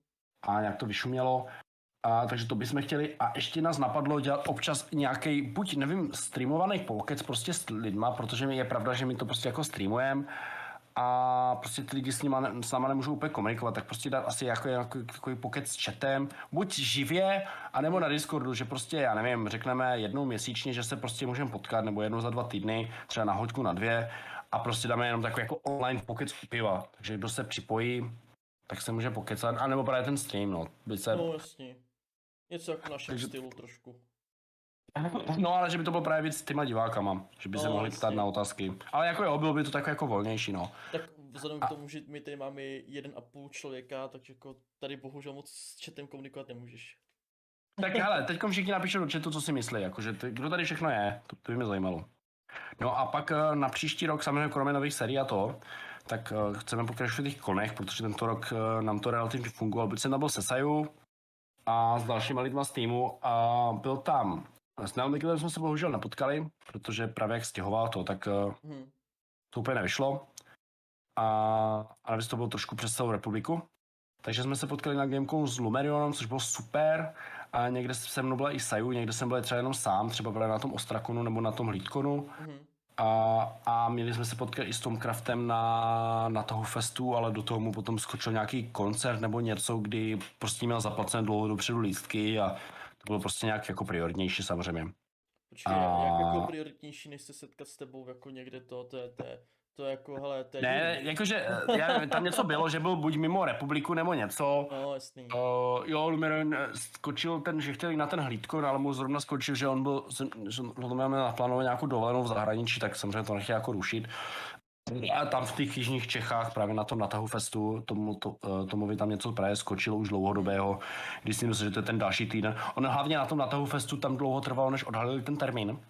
A nějak to vyšumělo. A, takže to bychom chtěli a ještě nás napadlo dělat občas nějaký, buď nevím, streamovaný pokec prostě s lidma, protože je pravda, že my to prostě jako streamujeme a prostě ty lidi s, nima, s náma nemůžou úplně komunikovat, tak prostě dát asi jako nějaký takový pokec s chatem, buď živě, anebo na Discordu, že prostě, já nevím, řekneme jednou měsíčně, že se prostě můžeme potkat, nebo jednou za dva týdny, třeba na hoďku, na dvě a prostě dáme jenom takový jako online pokec u piva, takže kdo se připojí, tak se může pokecat, anebo právě ten stream, no. Se... No jasně. Něco jako našem Takže... stylu trošku. No ale že by to bylo právě víc s těma divákama, že by no, se mohli ptát na otázky. Ale jako jo, bylo by to takové jako volnější, no. Tak vzhledem a... k tomu, že my tady máme jeden a půl člověka, takže jako tady bohužel moc s chatem komunikovat nemůžeš. Tak hele, teďkom všichni napíšou do chatu, co si myslí, jakože ty, kdo tady všechno je, to, to by mě zajímalo. No a pak na příští rok, samozřejmě kromě nových sérií a to, tak uh, chceme pokračovat v těch konech, protože tento rok uh, nám to relativně fungovalo, byť jsem tam byl se Saju a s dalšíma lidma z týmu a byl tam. S Neil McGillem jsme se bohužel nepotkali, protože právě jak stěhoval to, tak uh, hmm. to úplně nevyšlo. A, a navíc to bylo trošku přes celou republiku. Takže jsme se potkali na Gameconu s Lumerionem, což bylo super. A někde se mnou byla i Saju, někde jsem byl třeba jenom sám, třeba právě na tom Ostrakonu nebo na tom Hlídkonu. Hmm. A, a měli jsme se potkat i s Tom Craftem na, na toho festu, ale do toho mu potom skočil nějaký koncert nebo něco, kdy prostě měl zaplacené dlouho dopředu lístky a to bylo prostě nějak jako prioritnější samozřejmě. Počkej, a... jak jako prioritnější, než se setkat s tebou jako někde to, to je, to je, to je jako, hele, to je... Ne, divný. Jakože já, tam něco bylo, že byl buď mimo republiku nebo něco. No, jasný. Uh, jo, Lumeron skočil ten, že chtěl jít na ten Hlídkon, ale mu zrovna skočil, že on byl, že on máme naplánovat nějakou dovolenou v zahraničí, tak samozřejmě to nechtěl jako rušit. A tam v těch jižních Čechách, právě na tom Natahu Festu, tomu, to, tomu tam něco právě skočilo už dlouhodobého, když si myslel, že to je ten další týden. On hlavně na tom Natahu Festu tam dlouho trvalo, než odhalili ten termín.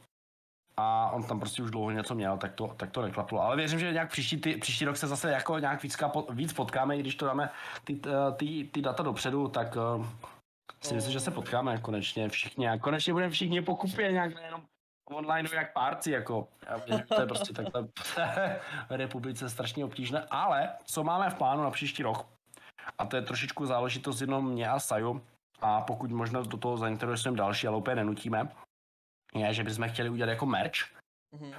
A on tam prostě už dlouho něco měl, tak to, tak to neklaplo. Ale věřím, že nějak příští, ty, příští rok se zase jako nějak víc, víc potkáme, i když to dáme ty, ty, ty data dopředu, tak uh, si myslím, že se potkáme konečně všichni. A konečně budeme všichni po kupě nějak nejenom online jak párci, jako. Já vím, to je prostě takhle v republice strašně obtížné. Ale co máme v plánu na příští rok, a to je trošičku záležitost jenom mě a Saju, a pokud možná do toho zainteresujeme další, ale úplně nenutíme, je, že bychom chtěli udělat jako merch. Mm-hmm.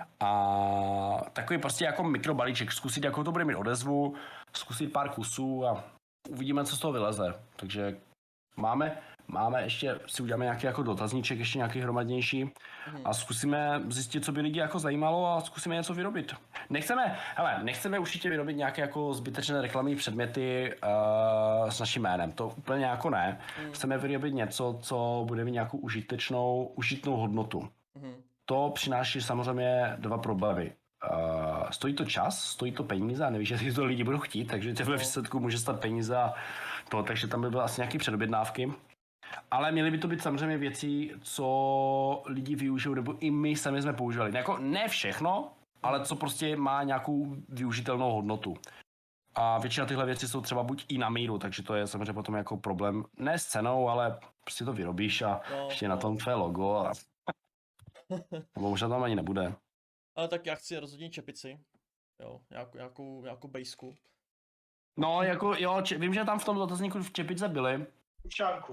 A takový prostě jako mikrobalíček, zkusit, jakou to bude mít odezvu, zkusit pár kusů a uvidíme, co z toho vyleze. Takže máme, máme ještě, si uděláme nějaký jako dotazníček, ještě nějaký hromadnější mm-hmm. a zkusíme zjistit, co by lidi jako zajímalo a zkusíme něco vyrobit. Nechceme, hele, nechceme určitě vyrobit nějaké jako zbytečné reklamní předměty uh, s naším jménem, to úplně jako ne. Mm. Chceme vyrobit něco, co bude mít nějakou užitečnou, užitnou hodnotu. Mm. To přináší samozřejmě dva problémy. Uh, stojí to čas, stojí to peníze a nevíš, jestli to lidi budou chtít, takže ve výsledku může stát peníze a to, takže tam by byly asi nějaké předobjednávky. Ale měly by to být samozřejmě věci, co lidi využijou, nebo i my sami jsme používali. Jako ne všechno, ale co prostě má nějakou využitelnou hodnotu. A většina tyhle věci jsou třeba buď i na míru, takže to je samozřejmě potom jako problém, ne s cenou, ale prostě to vyrobíš a No, ještě no. na tom tvé logo a... nebo možná tam ani nebude. Ale tak já chci rozhodně čepici, jo, nějakou, nějakou, nějakou bejsku. No, jako jo, če- vím, že tam v tom dotazníku v čepice byly. Ušánku.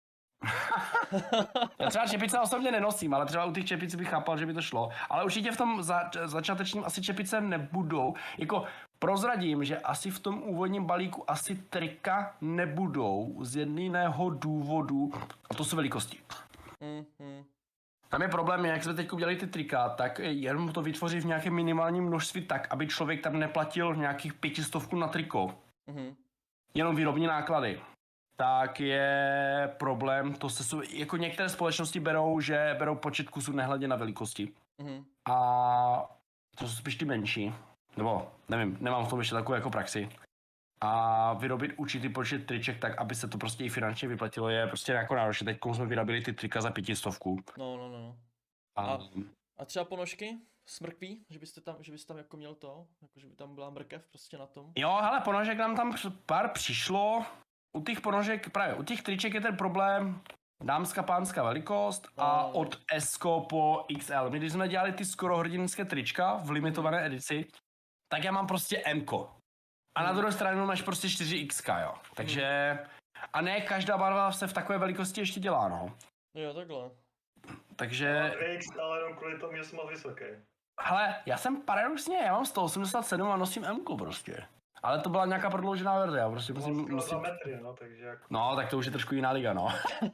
Já třeba čepice osobně nenosím, ale třeba u těch čepic bych chápal, že by to šlo. Ale určitě v tom za, začátečním asi čepice nebudou. Jako prozradím, že asi v tom úvodním balíku asi trika nebudou z jedného důvodu, a to jsou velikosti. mm, mm. Tam je problém, jak jsme teď udělali ty trika, tak jenom to vytvoří v nějakém minimálním množství tak, aby člověk tam neplatil nějakých pětistovku na triko. Mm. Jenom výrobní náklady. Tak je problém, to se jsou, jako některé společnosti berou, že berou počet kusů nehledě na velikosti. Mm. A to jsou spíš ty menší, nebo nevím, nemám v tom ještě takovou jako praxi. A vyrobit určitý počet triček tak, aby se to prostě i finančně vyplatilo, je prostě jako náročné. Teď jsme vyrobili ty trika za pětistovku. No, no, no, no. A, A, a třeba ponožky? Smrkví? Že byste tam, že byste tam jako měl to? Jako, že by tam byla mrkev prostě na tom? jo, hele, ponožek nám tam pár přišlo. U těch ponožek, právě u těch triček je ten problém dámská, pánská velikost a No. od S po X L. My když jsme dělali ty skoro hrdinské trička v limitované edici, tak já mám prostě M-ko. A na druhou stranu máš prostě čtyři X, jo. Takže... A ne každá barva se v takové velikosti ještě dělá, no. Jo, takhle. Takže... dvě X, ale jenom kvůli tomu, že jsem moc vysoký. Hele, já jsem paradoxně, já mám sto osmdesát sedm a nosím M-ko prostě. Ale to byla nějaká prodloužená verze, já prostě musím... Musím... musím... metry, no, takže jako... No, tak to už je trošku jiná liga, no.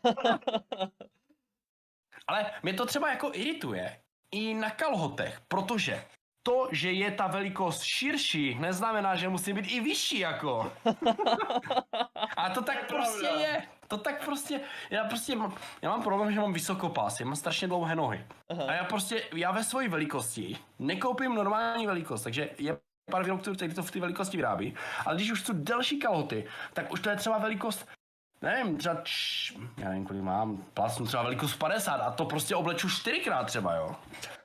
Ale mě to třeba jako irituje i na kalhotech, protože to, že je ta velikost širší, neznamená, že musí být i vyšší, jako. A to tak prostě je. To tak prostě, já prostě, mám, já mám problém, že mám vysokopás, já mám strašně dlouhé nohy. Aha. A já prostě, já ve své velikosti nekoupím normální velikost, takže je pár výrobců, který to v té velikosti vyrábí, ale když už chci delší kalhoty, tak už to je třeba velikost, nevím, třeba, č, já nevím, kolik mám, plásnu třeba velikost padesát a to prostě obleču čtyřikrát třeba, jo.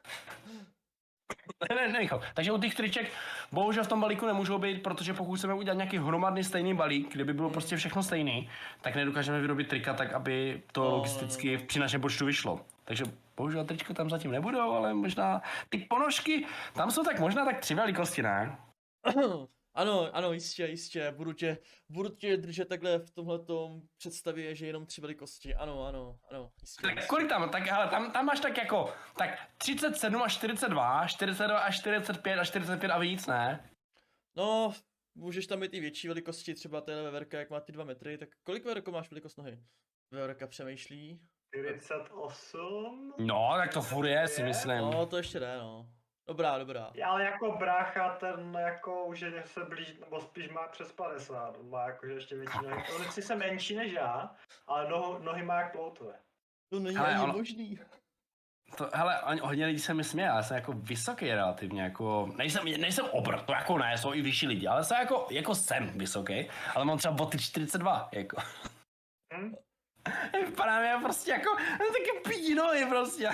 Ne, ne, nechal. Takže u těch triček bohužel v tom balíku nemůžou být, protože pokud chceme udělat nějaký hromadný stejný balík, kde by bylo prostě všechno stejný, tak nedokážeme vyrobit trika tak, aby to No, logisticky no, no. při našem počtu vyšlo. Takže bohužel tričko tam zatím nebudou, ale možná ty ponožky, tam jsou tak možná tak tři velikosti, ne? Ano, ano, jistě, jistě, budu tě, budu tě držet takhle v tomhletom představě, že jenom tři velikosti, ano, ano, ano, jistě. Tak jistě. kolik tam? Tak hele, tam, tam máš tak jako, tak třicet sedm až čtyřicet dva, čtyřicet dva až čtyřicet pět až čtyřicet pět a víc, ne? No, můžeš tam mít i větší velikosti, třeba téhle veverka, jak má ty dva metry, tak kolik veverko máš velikost nohy? Veverka přemýšlí. čtyřicet osm? No, tak to furt je, si myslím. No, to ještě jde, no. Dobrá, dobrá. Ale jako brácha, ten jako už je se blíž, nebo spíš má přes padesát, má jakože ještě větší nohy. On sice menší než já, ale noho, nohy má jak ploutve. To není Hele, ani ono- možný. To, hele, oni- hodně lidí se mi směje, já jsem jako vysoký relativně, jako, nejsem, nejsem obr, to jako ne, jsou i vyšší lidi, ale jsem jako, jako jsem vysoký, ale mám třeba boty čtyřicet dva, jako. Hm? Vypadám já prostě jako, taky pídí nohy prostě.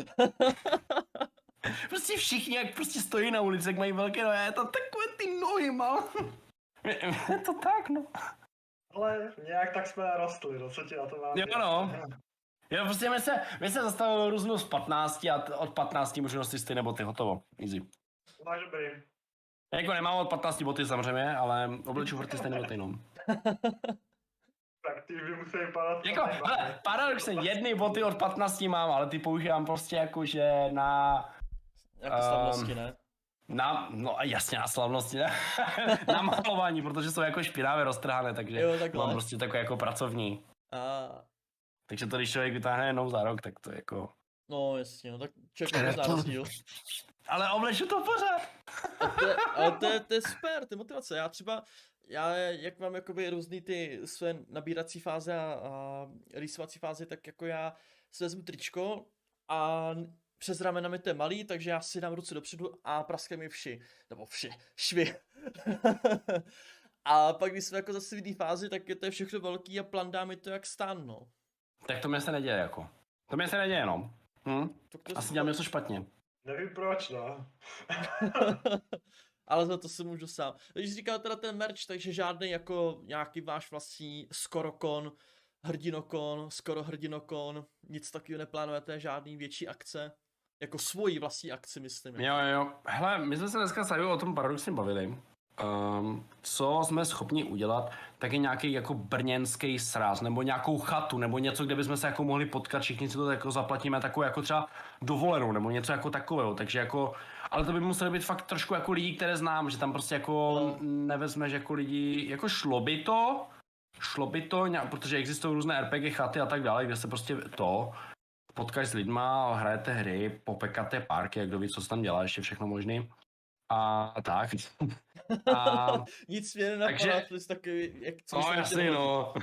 Prostě všichni, jak prostě stojí na ulici, jak mají velké nohy, já tam takové ty nohy mám. Je to tak, no. Ale nějak tak jsme narostli, no co ti na to mám Jo, říct? no. Jo, prostě my se, my se zastavili různou z patnácti a t- od patnácti můžu nosit stejné boty, hotovo, easy. Máš dobrý. Já jako nemám od patnácti boty samozřejmě, ale obleču furt ty stejné boty, no. Tak ty by museli vypadat... Jako, hele, paradoxně, jedny boty od patnácti mám, ale ty používám prostě jakože na... Jako Ehm, slavnosti, ne? Na, no jasně na slavnosti, ne? Na malování, protože jsou jako špinavé, roztrhané, takže Jo, takhle. mám prostě takové jako pracovní. A, Takže to, když člověk vytáhne jednou za rok, tak to je jako... no jasně, no tak člověk nezná rozdíl. Ale obleču to pořád. A to je, ale to je, to je super, to je motivace. Já třeba, já jak mám jakoby různý ty své nabírací fáze a, a rýsovací fáze, tak jako já si vezmu tričko a přes ramena mi to je malý, takže já si dám ruce dopředu a praskají mi vši. Nebo vši, švy. A pak když jsme jako zase v jiný fázi, tak je to je všechno velký a plandá mi to jak stán, no. Tak to mě se neděje jako. To mě se neděje, no. Hm? Tak to je Asi super. dělám něco špatně. Nevím proč, no. Ale za to si můžu sám. Když říkal teda ten merch, takže žádný jako nějaký váš vlastní skorokon, hrdinokon, skoro hrdinokon, nic takového neplánujete, žádný větší akce? Jako svoji vlastní akci, myslím. Jo, jo. Hele, my jsme se dneska sami o tom paradoxně bavili. Um, co jsme schopni udělat, tak je nějaký jako brněnský sraz, nebo nějakou chatu, nebo něco, kde bychom se jako mohli potkat, všichni si to jako zaplatíme, takovou jako třeba dovolenou, nebo něco jako takového, takže jako, ale to by muselo být fakt trošku jako lidí, které znám, že tam prostě jako no. nevezmeš jako lidi, jako šlo by to, šlo by to, protože existují různé R P G chaty a tak dále, kde se prostě to potkáš s lidma, hrajete hry, popekáte parky, jak kdo ví, co se tam dělá, ještě všechno možný. A tak. A... Nic mě nenapadá, takže... to je takový, jak co no jasný, no.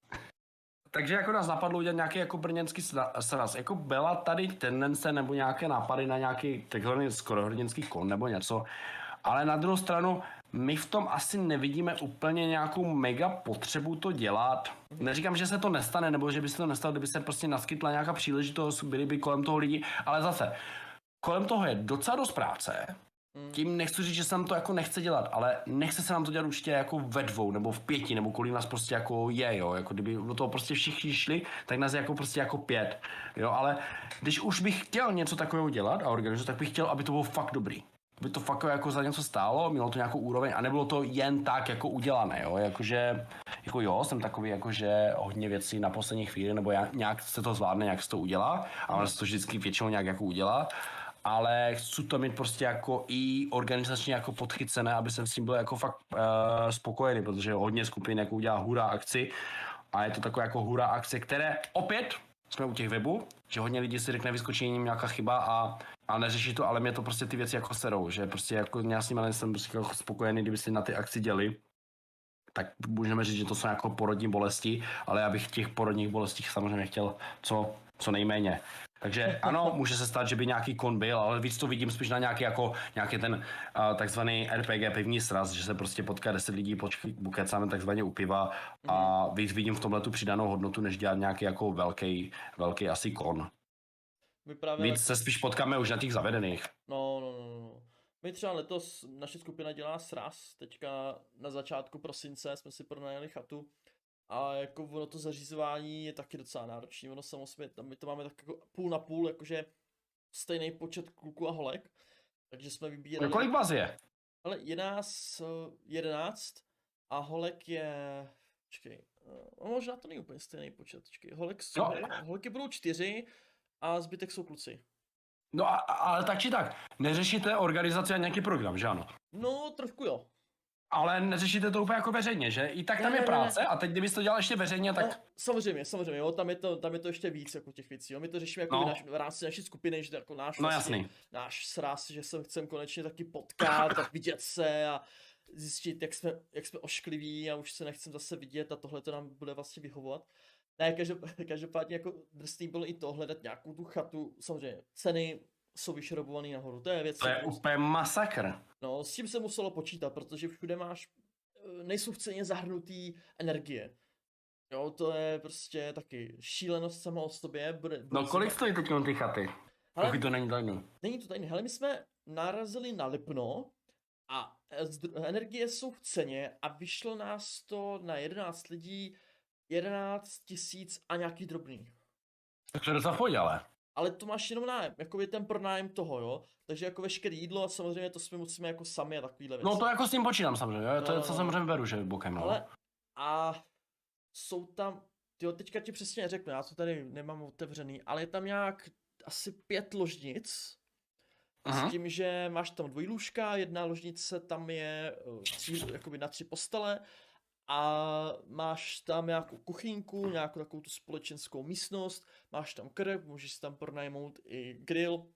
Takže jako nás napadlo udělat nějaký jako brněnský sraz. Jako byla tady tendence nebo nějaké nápady na nějaký takzvaný skoro hrdinský kon nebo něco. Ale na druhou stranu, my v tom asi nevidíme úplně nějakou mega potřebu to dělat. Neříkám, že se to nestane, nebo že by se to nestalo, kdyby se prostě naskytla nějaká příležitost, byli by kolem toho lidi, ale zase, kolem toho je docela dost práce. Tím nechci říct, že se nám to jako nechce dělat, ale nechce se nám to dělat určitě jako ve dvou, nebo v pěti, nebo kolik nás prostě jako je, jo, jako kdyby do toho prostě všichni šli, tak nás je jako prostě jako pět, jo, ale když už bych chtěl něco takového dělat a organizovat, tak bych chtěl, aby to bylo fakt dobrý. Aby to fakt jako za něco stálo, mělo to nějakou úroveň a nebylo to jen tak jako udělané, jo, jakože, jako jo, jsem takový jakože hodně věcí na poslední chvíli, nebo nějak se to zvládne, nějak se to udělá, a ono se to vždycky většinou nějak jako udělá. Ale chci to mít prostě jako i organizačně jako podchycené, aby jsem s tím byl jako fakt uh, spokojený, protože hodně skupin jako udělá hurá akci a je to takové jako hurá akce, které opět jsme u těch webů, že hodně lidí si řekne, vyskočí jim nějaká chyba a, a neřeší to, ale mě to prostě ty věci jako serou, že prostě jako já s nimi nejsem prostě jako spokojený, kdyby si na ty akci děli, tak můžeme říct, že to jsou jako porodní bolesti, ale já bych těch porodních bolestích samozřejmě chtěl co, co nejméně. Takže ano, může se stát, že by nějaký kon byl, ale víc to vidím spíš na nějaký, jako, nějaký ten uh, takzvaný R P G pivní sraz, že se prostě potká deset lidí, pokecáme takzvaně u piva a víc vidím v tomhle tu přidanou hodnotu, než dělat nějaký jako velký, velký asi kon. My právě víc se spíš potkáme už na těch zavedených. No, no, no, no. My třeba letos, naše skupina dělá sraz, teďka na začátku prosince jsme si pronajali chatu. A jako ono to zařizování je taky docela náročné, ono samozřejmě, my to máme tak jako půl na půl, jakože stejný počet kluků a holek, takže jsme vybírali... No, kolik vás je? Ale je nás jedenáct a holek je... Počkej, no, možná to není úplně stejný počet, počkej, holek jsou, no. Holky budou čtyři a zbytek jsou kluci. No a, ale tak či tak, neřešíte organizaci a nějaký program, že ano? No, trošku jo. Ale neřešíte to úplně jako veřejně, že? I tak tam ne, je práce ne, ne. A teď kdybyste to dělal ještě veřejně, tak... No, samozřejmě, samozřejmě, jo, tam je to, tam je to ještě víc jako těch věcí, jo, my to řešíme jako no. naš, v rámci naší skupiny, že to jako náš, no, vlastně, jasný. náš sraz, že se chceme konečně taky potkat a vidět se a zjistit, jak jsme, jak jsme oškliví a už se nechceme zase vidět a tohle to nám bude vlastně vyhovovat. Ne, každopádně jako drsný bylo i to, hledat nějakou tu chatu, samozřejmě ceny jsou vyšrobovaný nahoru, to je věc. To je úplně masakr. No, s tím se muselo počítat, protože všude máš, nejsou v ceně zahrnutý energie. Jo, to je prostě taky šílenost sama o sobě. Bude, bude no kolik stojí teď ty chaty? Ale pokud to není tajný. Není to tajný. Hele, my jsme narazili na Lipno a energie jsou v ceně a vyšlo nás to na jedenáct lidí jedenáct tisíc a nějaký drobný. Tak to je docela v pohodě, ale. Ale to máš jenom nájem, jako je ten pronájem toho, jo. Takže jako veškeré jídlo a samozřejmě to jsme musíme jako sami a takovýhle věci. No to jako s tím počítám samozřejmě, jo? To je co no, samozřejmě beru, že bokem, no. Ale a jsou tam, jo, teďka ti přesně neřeknu, já to tady nemám otevřený, ale je tam nějak asi pět ložnic. Aha. S tím, že máš tam dvojlůžka, jedna ložnice tam je uh, jakoby na tři postele a máš tam nějakou kuchyňku, nějakou takovou tu společenskou místnost, máš tam krb, můžeš si tam pronajmout i grill.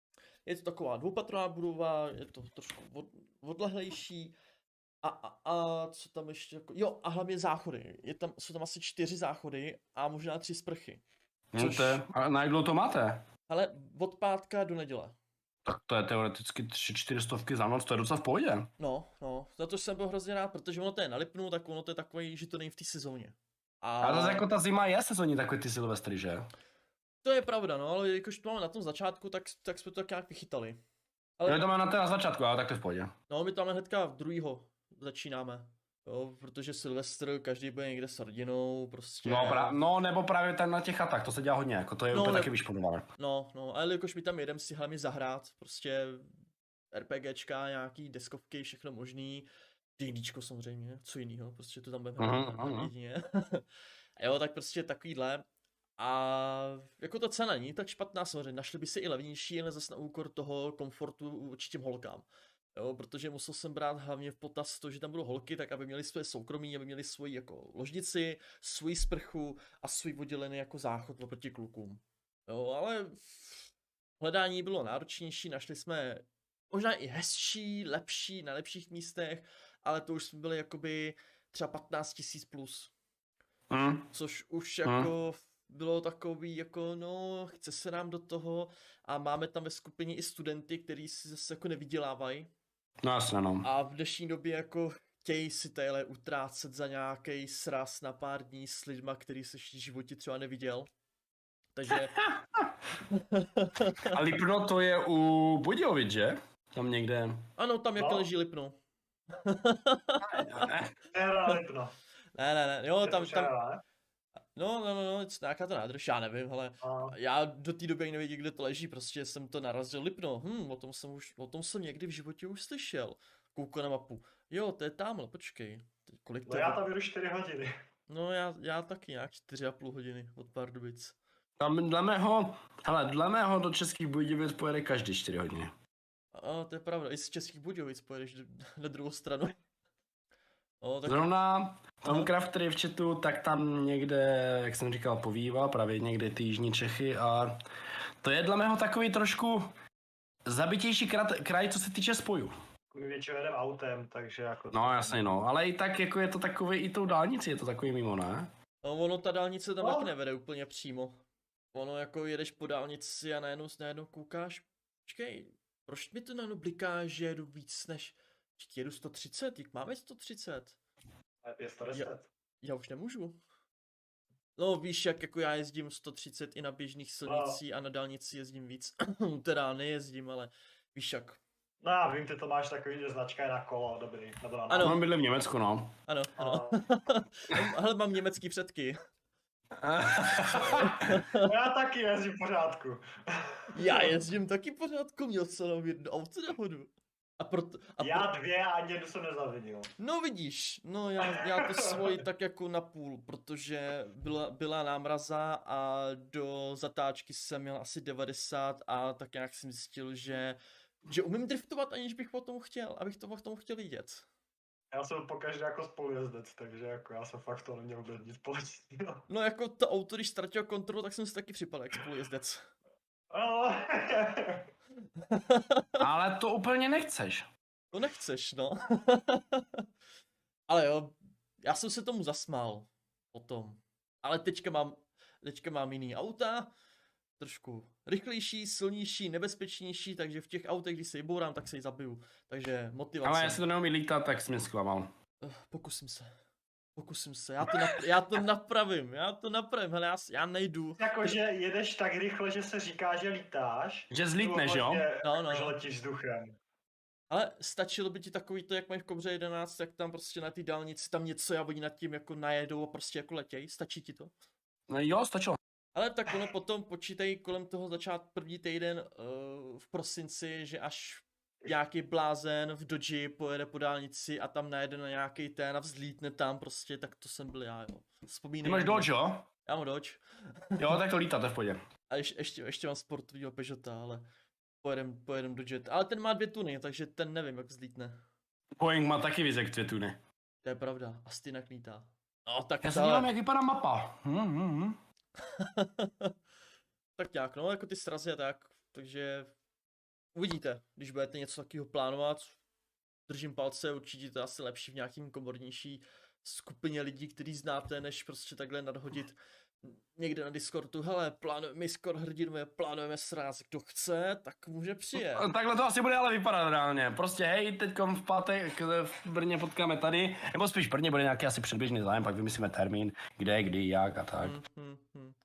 Je to taková dvoupatrová budova, je to trošku od, odlehlejší. A, a, a co tam ještě, jako, jo, a hlavně záchody. Je tam, jsou tam asi čtyři záchody a možná tři sprchy. Což... No to je, a na jídlo to máte? Ale od pátka do neděle. Tak to je teoreticky tři čtyři stovky za noc, to je docela v pohodě. No, no, za to jsem byl hrozně rád, protože ono to je na Lipnu, tak ono to je takový, že to není v té sezóně. A, a zase jako ta zima je sezónní takový ty Silvestry, že? To je pravda, no, ale jakož to máme na tom začátku, tak, tak jsme to tak nějak vychytali. Ale... No to má na to na začátku, ale tak to v pohodě. No my tam hnedka v druhýho začínáme. Jo, protože Silvestr, každý bude někde s rodinou, prostě. No, pra... no nebo právě ten na těch chatách, to se dělá hodně, jako to je no, úplně ne... taky vyšponované. No, no, ale jakož my tam jedem si hlavně zahrát, prostě RPGčka, nějaký deskovky, všechno možný. D&Dčko samozřejmě, co jinýho, prostě to tam budeme hrát uh-huh, jedině. Jo, tak prostě takovýhle. A jako ta cena není tak špatná samozřejmě, našli by si i levnější, ale zase na úkor toho komfortu určitě těm holkám. Jo, protože musel jsem brát hlavně v potaz to, že tam budou holky, tak aby měli své soukromí, aby měli svoji jako ložnici, svoji sprchu a svůj oddělený jako záchod oproti klukům. Jo, ale hledání bylo náročnější, našli jsme možná i hezčí, lepší, na lepších místech, ale to už jsme byli jakoby třeba patnáct tisíc plus. Mm. Což už jako mm. bylo takový jako no, chce se nám do toho a máme tam ve skupině i studenty, kteří si zase jako nevydělávají. No jasně, no. A v dnešní době jako chtějí si tadyhle utrácet za nějaký sraz na pár dní s lidma, který se v životě třeba neviděl. Takže... A Lipno to je u Budějovic, že? Tam někde. Ano, tam jak no. leží Lipno. ne, Lipno. Ne, ne, ne, jo, tam, tam... No, no, no, no, nějaká to nádrž, já nevím, ale a. já do té doby nevěděl, kde to leží, prostě jsem to narazil Lipno, hm, o tom jsem už, o tom jsem někdy v životě už slyšel. Koukal na mapu, jo, to je tamhle, počkej, kolik to no já tam jdu čtyři hodiny. No já, já taky nějak čtyři a půl hodiny od Pardubic. Tam dle mého, hele, dle mého do Českých Budějovic pojede každý čtyři hodiny. A to je pravda, i z Českých Budějovic pojedeš na druhou stranu. No, tak... Zrovna Tom Kraft, který je v chatu, tak tam někde, jak jsem říkal, povívá, právě někde ty jižní Čechy a to je dle mého takový trošku zabitější kraj, co se týče spojů. My většinou jedeme autem, takže jako... No jasně no, ale i tak jako je to takový, i tou dálnici je to takový mimo, ne? No ono ta dálnice tam no. taky nevede úplně přímo. Ono jako jedeš po dálnici a najednou, najednou koukáš, počkej, proč mi to najednou bliká, že jedu víc než... Jedu sto třicet, jak máme sto třicet? Je sto deset. Já, já už nemůžu. No víš, jak jako já jezdím sto třicet i na běžných silnicích no. a na dálnici jezdím víc. Teda nejezdím, ale víš jak. No já vím, ty to máš takový, že značka je na kolo, dobrý. Nebo na ano. Mám bydlím v Německu, no. Ano, ano. Ale mám německý předky. Já taky jezdím v pořádku. Já jezdím taky v pořádku, měl jsem jenom jedno auto nehodu. A proto, a já pro... dvě a ani jednu jsem nezavinil. No vidíš, no já, já to svoji tak jako na půl, protože byla, byla námraza a do zatáčky jsem měl asi devadesát a tak nějak jsem zjistil, že, že umím driftovat, aniž bych o tom chtěl, abych to o tom chtěl vidět. Já jsem pokaždé jako spolujezdec, takže jako já jsem fakt to neměl vůbec nic společného. No jako to auto, když ztratilo kontrolu, tak jsem si taky připadal jak spolujezdec. Ale to úplně nechceš. To nechceš, no. Ale jo, já jsem se tomu zasmál potom. Ale teďka mám, teďka mám jiný auta, trošku rychlejší, silnější, nebezpečnější, takže v těch autech, když se jí bourám, tak se jí zabiju. Takže motivace. Ale jestli to neumí lítat, tak jsi mě zklamal. Pokusím se. Pokusím se, já to, napra- já to napravím, já to napravím, hele, já, já nejdu. Jakože jedeš tak rychle, že se říká, že lítáš. Že zlítneš, jo? No, no. Že letíš vzduchem. Ale stačilo by ti takový to, jak mají v Kobře jedenáct, jak tam prostě na té dálnici tam něco a oni nad tím jako najedou a prostě jako letěj, stačí ti to? No jo, stačilo. Ale tak ono potom počítají kolem toho začát první týden uh, v prosinci, že až nějaký blázen v Dodži pojede po dálnici a tam najede na nějaký ten a vzlítne tam prostě, tak to jsem byl já, jo. Vzpomínej. Ty máš Dodge, jo? Já mám Dodge. Jo, tak to lítá, to je v pohodě. A ještě, ještě, ještě mám sportovního Peugeota, ale pojedem, pojedem do Jet. Ale ten má dvě tuny, takže ten nevím, jak vzlítne. Boeing má taky víc jak dvě tuny. To je pravda, a stejnak lítá. No tak já se dívám, jak vypadá mapa. Hmm, hmm, hmm. Tak nějak, no, jako ty srazy a tak, takže uvidíte, když budete něco takového plánovat, držím palce, určitě to je asi lepší v nějakým komornější skupině lidí, který znáte, než prostě takhle nadhodit někde na Discordu, hele, plánujeme skoro hrdinové, plánujeme sraz, kdo chce, tak může přijet. Takhle to asi bude ale vypadat reálně, prostě hej, teďkom v pátek v Brně potkáme tady, nebo spíš v Brně bude nějaký asi předběžný zájem, pak vymyslíme termín, kde, kdy, jak a tak. Hmm, hmm, hmm.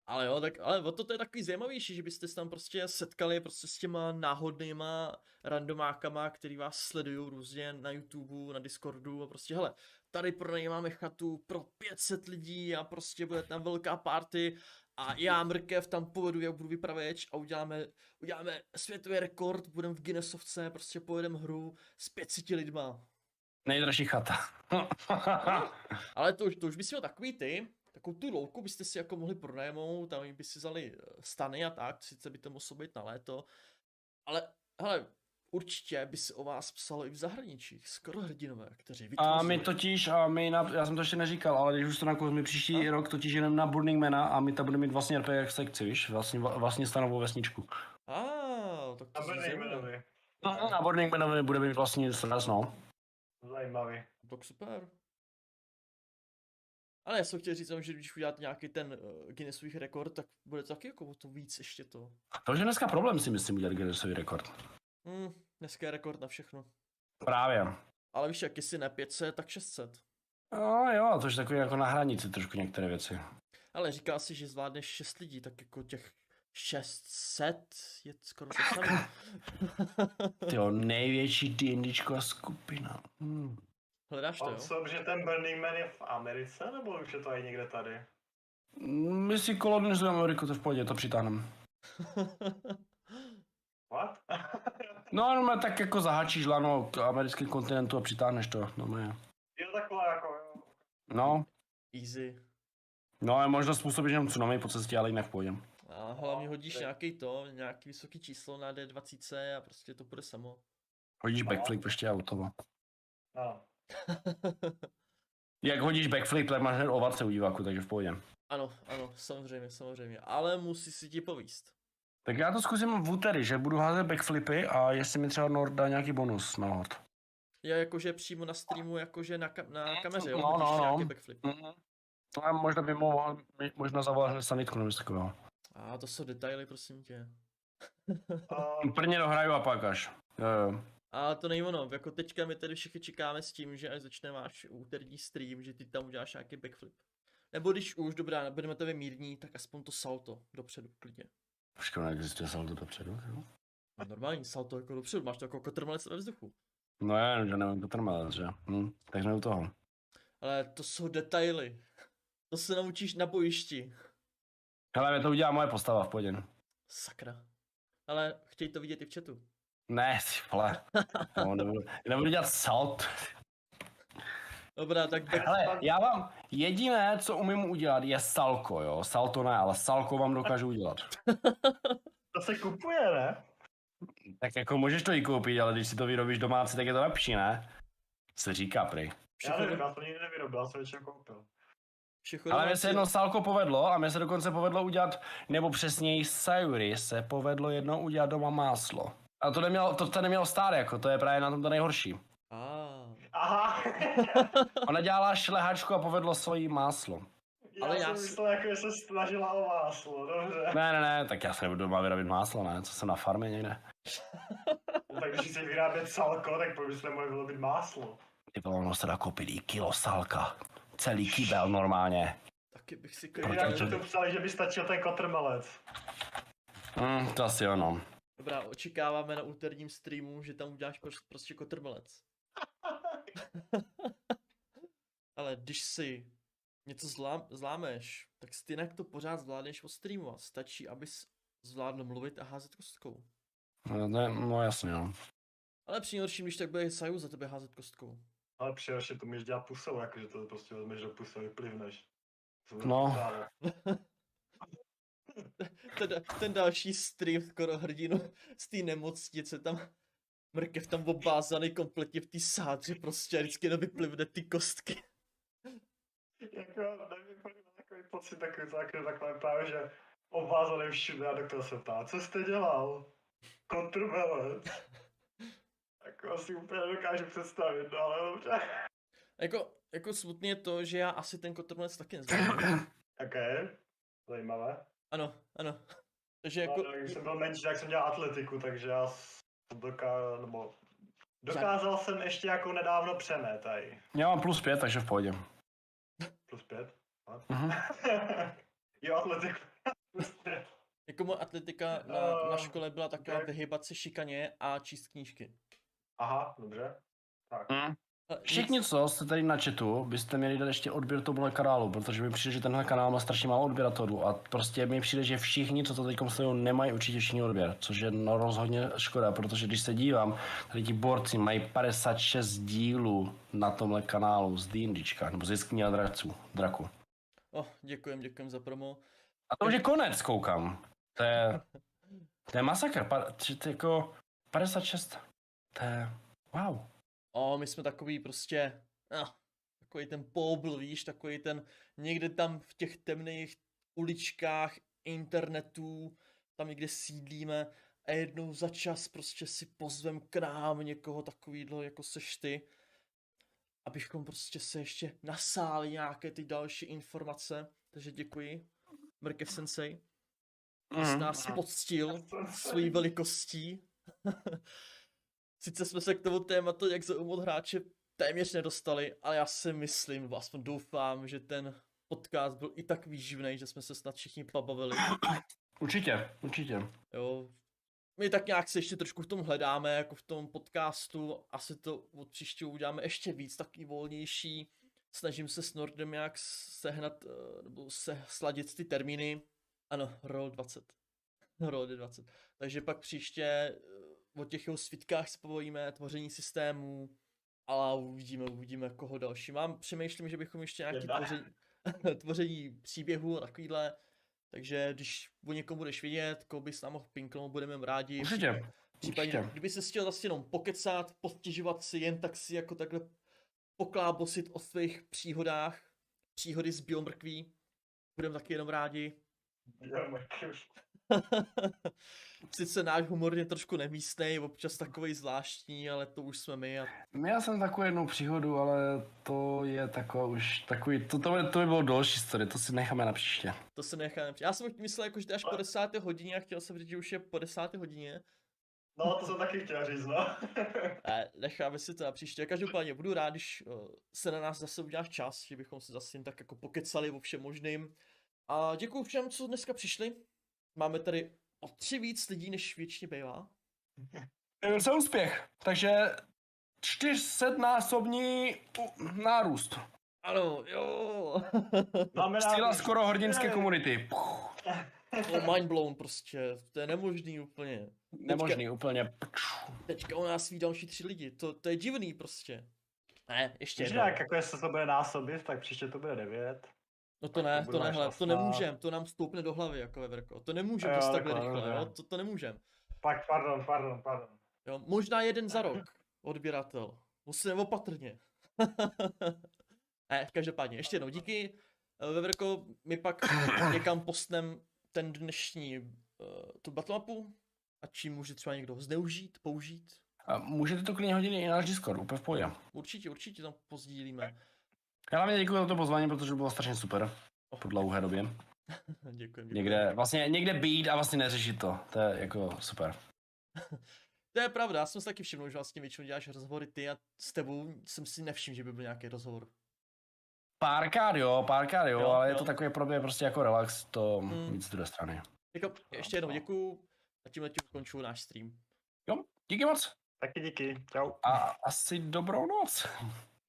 Ale jo, tak, ale o to, to je takový zajímavější, že byste se tam prostě setkali prostě s těma náhodnýma randomákama, který vás sledují různě na YouTube, na Discordu a prostě hele, tady pronajímáme chatu pro pět set lidí a prostě bude tam velká party a já Mrkev tam povedu, jak budu vypravěč a uděláme, uděláme světový rekord, budeme v Guinnessovce, prostě pojedeme hru s pět set lidma. Nejdražší chata. Ale to, to už by si měl takový ty, takovou tu louku byste si jako mohli pronajmout, tam by si vzali stany a tak, sice by to muselo být na léto, ale hele, určitě by se o vás psalo i v zahraničí, skoro hrdinové, kteří vytvořili. A my totiž, a my na, já jsem to ještě neříkal, ale když už to nakonec, my příští a? rok totiž jdeme na Burning Mana a my tam budeme mít vlastně R P G sekci, víš, vlastně, vlastně stanovou vesničku. A, tak to Na Burning Manovi. No, na Burning Manovi budeme mít vlastně sraz, no. Zajímavý. Tak super. Ale já jsem chtěl říct, že když uděláte nějaký ten uh, Guinnessový rekord, tak bude to taky jako o to víc ještě to. To už je dneska problém, si myslím, udělat Guinnessový rekord. Hmm, dneska je rekord na všechno. Právě. Ale víš, jak jestli ne pět set, tak šest set. No jo, to je takový jako na hranici trošku některé věci. Ale říká si, že zvládneš šest lidí, tak jako těch šest set je skoro to samé. Tyjo, největší D&Dčková skupina. Hmm. Hledáš to, On jo? co, že ten Burning Man je v Americe, nebo už je to i někde tady? My si kolonizujeme Ameriku, to v pohodě, to přitáhneme. What? No, no, tak jako zahačíš lano k americkém kontinentu a přitáhneš to, no mě. Jo, takhle jako, jo. No, Easy. no je možno způsobit jenom tsunami po cestě, ale jinak v pohodě. A hlavně hodíš tak. nějaký to, nějaký vysoký číslo na D dvacet a prostě to bude samo. Hodíš backflip ještě a hotovo. No. Jak hodíš backflip, tak máš hned ovace u diváku, takže v pohodě. Ano, ano, samozřejmě, samozřejmě, ale musí si ti povíst. Tak já to zkusím v úterý, že budu házet backflipy a jestli mi třeba Nord dá nějaký bonus na hod. Já jakože přímo na streamu, jakože na, ka- na kameře, jo? No, Hodíš no, no. nějaký backflip. Mm-hmm. A možná by mohl, možná zavolat sanitku nebo takového. A to jsou detaily, prosím tě. Uh, Prvně dohraju a pak až. Jo, jo. A to není ono, jako teďka my tady všichni čekáme s tím, že až začne váš úterní stream, že ty tam uděláš nějaký backflip. Nebo když už, dobrá, budeme tebe mírní, tak aspoň to salto dopředu, klidně. Počkej, neexistuje salto dopředu, jo? No, normální salto jako dopředu, máš to jako kotrmelec ve vzduchu. No já, že nevím, to trmelec, že? Hm, tak jsme u toho. Ale to jsou detaily. To se naučíš na bojišti. Hele, mě to udělá moje postava v pohodě. Sakra. Ale chtějí to vidět i v chatu. Ne, ty vole. No, nebudu, nebudu dělat salt. Dobrá, tak back... Hele, já vám jediné, co umím udělat, je salko, jo. Salto ne, ale salko vám dokážu udělat. to se kupuje, ne? Tak jako můžeš to i koupit, ale když si to vyrobíš domácí, tak je to lepší, ne? Se říká prej. Já nevím, já to nikdy nevyrobil, já jsem většinou koupil. Ale mně se jedno salko povedlo a mně se dokonce povedlo udělat, nebo přesněji Sayuri se povedlo jedno udělat doma máslo. A to nemělo, to, to nemělo stát jako, to je právě na tom to nejhorší. Ah. Aha. Ona dělala šlehačku a povedlo se jí máslo. já Ale jsem já myslel, jako že se snažila o máslo, dobře. Ne, ne, ne, tak já se nebudu doma vyrobit máslo, ne, co jsem na farmě někde. tak když chci vyrábět salko, tak proč byste mohli vyrobit máslo? Ty vole, ono se dá koupit i kilo salka. Celý kýbel normálně. Taky bych si Jinak klidně... by to psali, že by stačil ten kotrmelec. Hmm, to asi ono. Dobrá, očekáváme na úterním streamu, že tam uděláš prostě, prostě kotrmelec. Ale když si něco zlá, zlámeš, tak stejně to pořád zvládneš od streamu a stačí, abys zvládl mluvit a házet kostkou. No, to je, no jasně, no. Ale při nejhorším, když tak bude Saju za tebe házet kostkou. Ale přijde, to můžeš dělat pusou, jakože to prostě vezmeš do pusy a vyplivneš. No. ten, ten další stream skoro hrdinu z té nemocnice, tam Mrkev tam obázaný kompletně v té sádře, prostě vždycky to vyplivne ty kostky. jako, nevím, takový pocit, takový takový takhle právě, že obvázaný všude a doktor se ptá, co jste dělal? Kotrmelec. Jako asi úplně nedokážu představit, no ale dobře. Jako, jako smutný je to, že já asi ten kotrmelec taky neznám. Ok, zajímavé. Ano, ano. Takže jako... No, když jsem byl menší, tak jsem dělal atletiku, takže já dokázal, nebo dokázal jsem ještě jako nedávno přemét tady. Já mám plus pět, takže v pohodě. Plus pět? Mhm. jo, atletiku. Jako moje atletika na, na Ehm, škole byla taková ok. vyhybat se šikaně a číst knížky. Aha, dobře. Tak. Mm. A Všichni, nic- co jste tady na chatu, byste měli dát ještě odběr tomuhle kanálu, protože mi přijde, že tenhle kanál má strašně málo odběratelů a prostě mi přijde, že všichni, co to teď sledují, nemají určitě všichni odběr, což je no rozhodně škoda, protože když se dívám, tady ti borci mají padesát šest dílů na tomhle kanálu z D&Dčka, nebo z Jeskyní a draků, draku. Oh, děkujem, děkujem za promo. A to už je konec, koukám. To je, to je masakr, pa, to je jako padesát šest, to je wow. O, my jsme takový prostě, no, takový ten pobl, víš, takový ten někde tam v těch temných uličkách internetů, tam někde sídlíme a jednou za čas prostě si pozvem k nám někoho takovýhle, jako seš ty, abychom prostě se ještě nasáli nějaké ty další informace, takže děkuji, Mrkev Sensei, že jsi Mhm. nás poctil svojí velikostí. Sice jsme se k tomu tématu, jak zaujmout hráče, téměř nedostali, ale já si myslím, nebo aspoň doufám, že ten podcast byl i tak výživný, že jsme se snad všichni pobavili. Určitě, určitě. Jo. My tak nějak se ještě trošku v tom hledáme, jako v tom podcastu, asi to od příště uděláme ještě víc, taky volnější. Snažím se s Nordem nějak sehnat, eh, nebo se sladit ty termíny. Ano, roll dvacet. roll dvacet. Takže pak příště eh, o těch jeho svítkách se pobavíme, tvoření systémů, ale uvidíme, uvidíme koho další. Mám, přemýšlím, že bychom ještě nějaký Jedna. tvoření, tvoření příběhu a takovýhle. Takže když o někom budeš vědět, koho bys nám mohl pinknout, budeme rádi. Určitě. Případně, Určitě. kdyby se chtěl zase jenom pokecat, postěžovat si, jen tak si jako takhle poklábosit o svých příhodách, příhody z biomrkví, budeme taky jenom rádi. Jo, mrkev. Sice náš humor je trošku nemístnej, občas takovej zvláštní, ale to už jsme my a Měl jsem takovou jednu příhodu, ale to je taková už takový, to, to, by, to by bylo další story, to si necháme na příště. to se necháme. Já jsem myslel, jako, že to je až po desáté hodině a chtěl jsem říct, že už je po desáté hodině. No, to jsem taky chtěl říct, no. Ne, necháme si to na příště. Každopádně budu rád, když uh, se na nás zase uděláš čas, že bychom se zase jen tak jako pokecali o všem možným. A děkuji všem, co dneska přišli. Máme tady o tři víc lidí, než většině bývá. Je to úspěch, takže čtyřsetnásobný u- nárůst. Ano, jo. Máme Síla nárůst. skoro hrdinské Jej. komunity. Oh, mind blown prostě, to je nemožný úplně. Nemožný, úplně. Teďka u nás ví další tři lidi, to, to je divný prostě. Ne, ještě Víš, jednou. jak jako jestli to bude násobit, tak příště to bude devět. No to tak ne, to to bude nehle, to šťastná. nemůžem, to nám stoupne do hlavy jako Veverko. To nemůžem Jo, dost takhle takhle, rychle, dobře. jo, to, to nemůžem. Pak, pardon, pardon, pardon. Jo, možná jeden za rok, odběratel. Musíme opatrně. Ne, každopádně, ještě jednou díky. Eh, Veverko, my pak někam postnem ten dnešní uh, tu battlemapu a čím může třeba někdo zneužít, použít. A můžete to klidně hodit i na náš Discord, úplně v pohodě. Určitě, určitě tam pozdílíme. Já vám děkuji za to pozvání, protože to bylo strašně super. Po dlouhé době. Děkujem, děkujem. Někde, vlastně někde být a vlastně neřešit to. To je jako super. To je pravda, já jsem si taky všiml, že vlastně většinou děláš rozhovory ty a s tebou jsem si nevšiml, že by byl nějaký rozhovor. Párkrát jo, párkrát jo, Jo, ale je jo. to takové pro mě prostě jako relax, to Mm. víc z druhé strany. Jako, ještě jednou děkuju a tímhle tím ukončuju náš stream. Jo, díky moc Taky díky. Čau. a asi dobrou noc.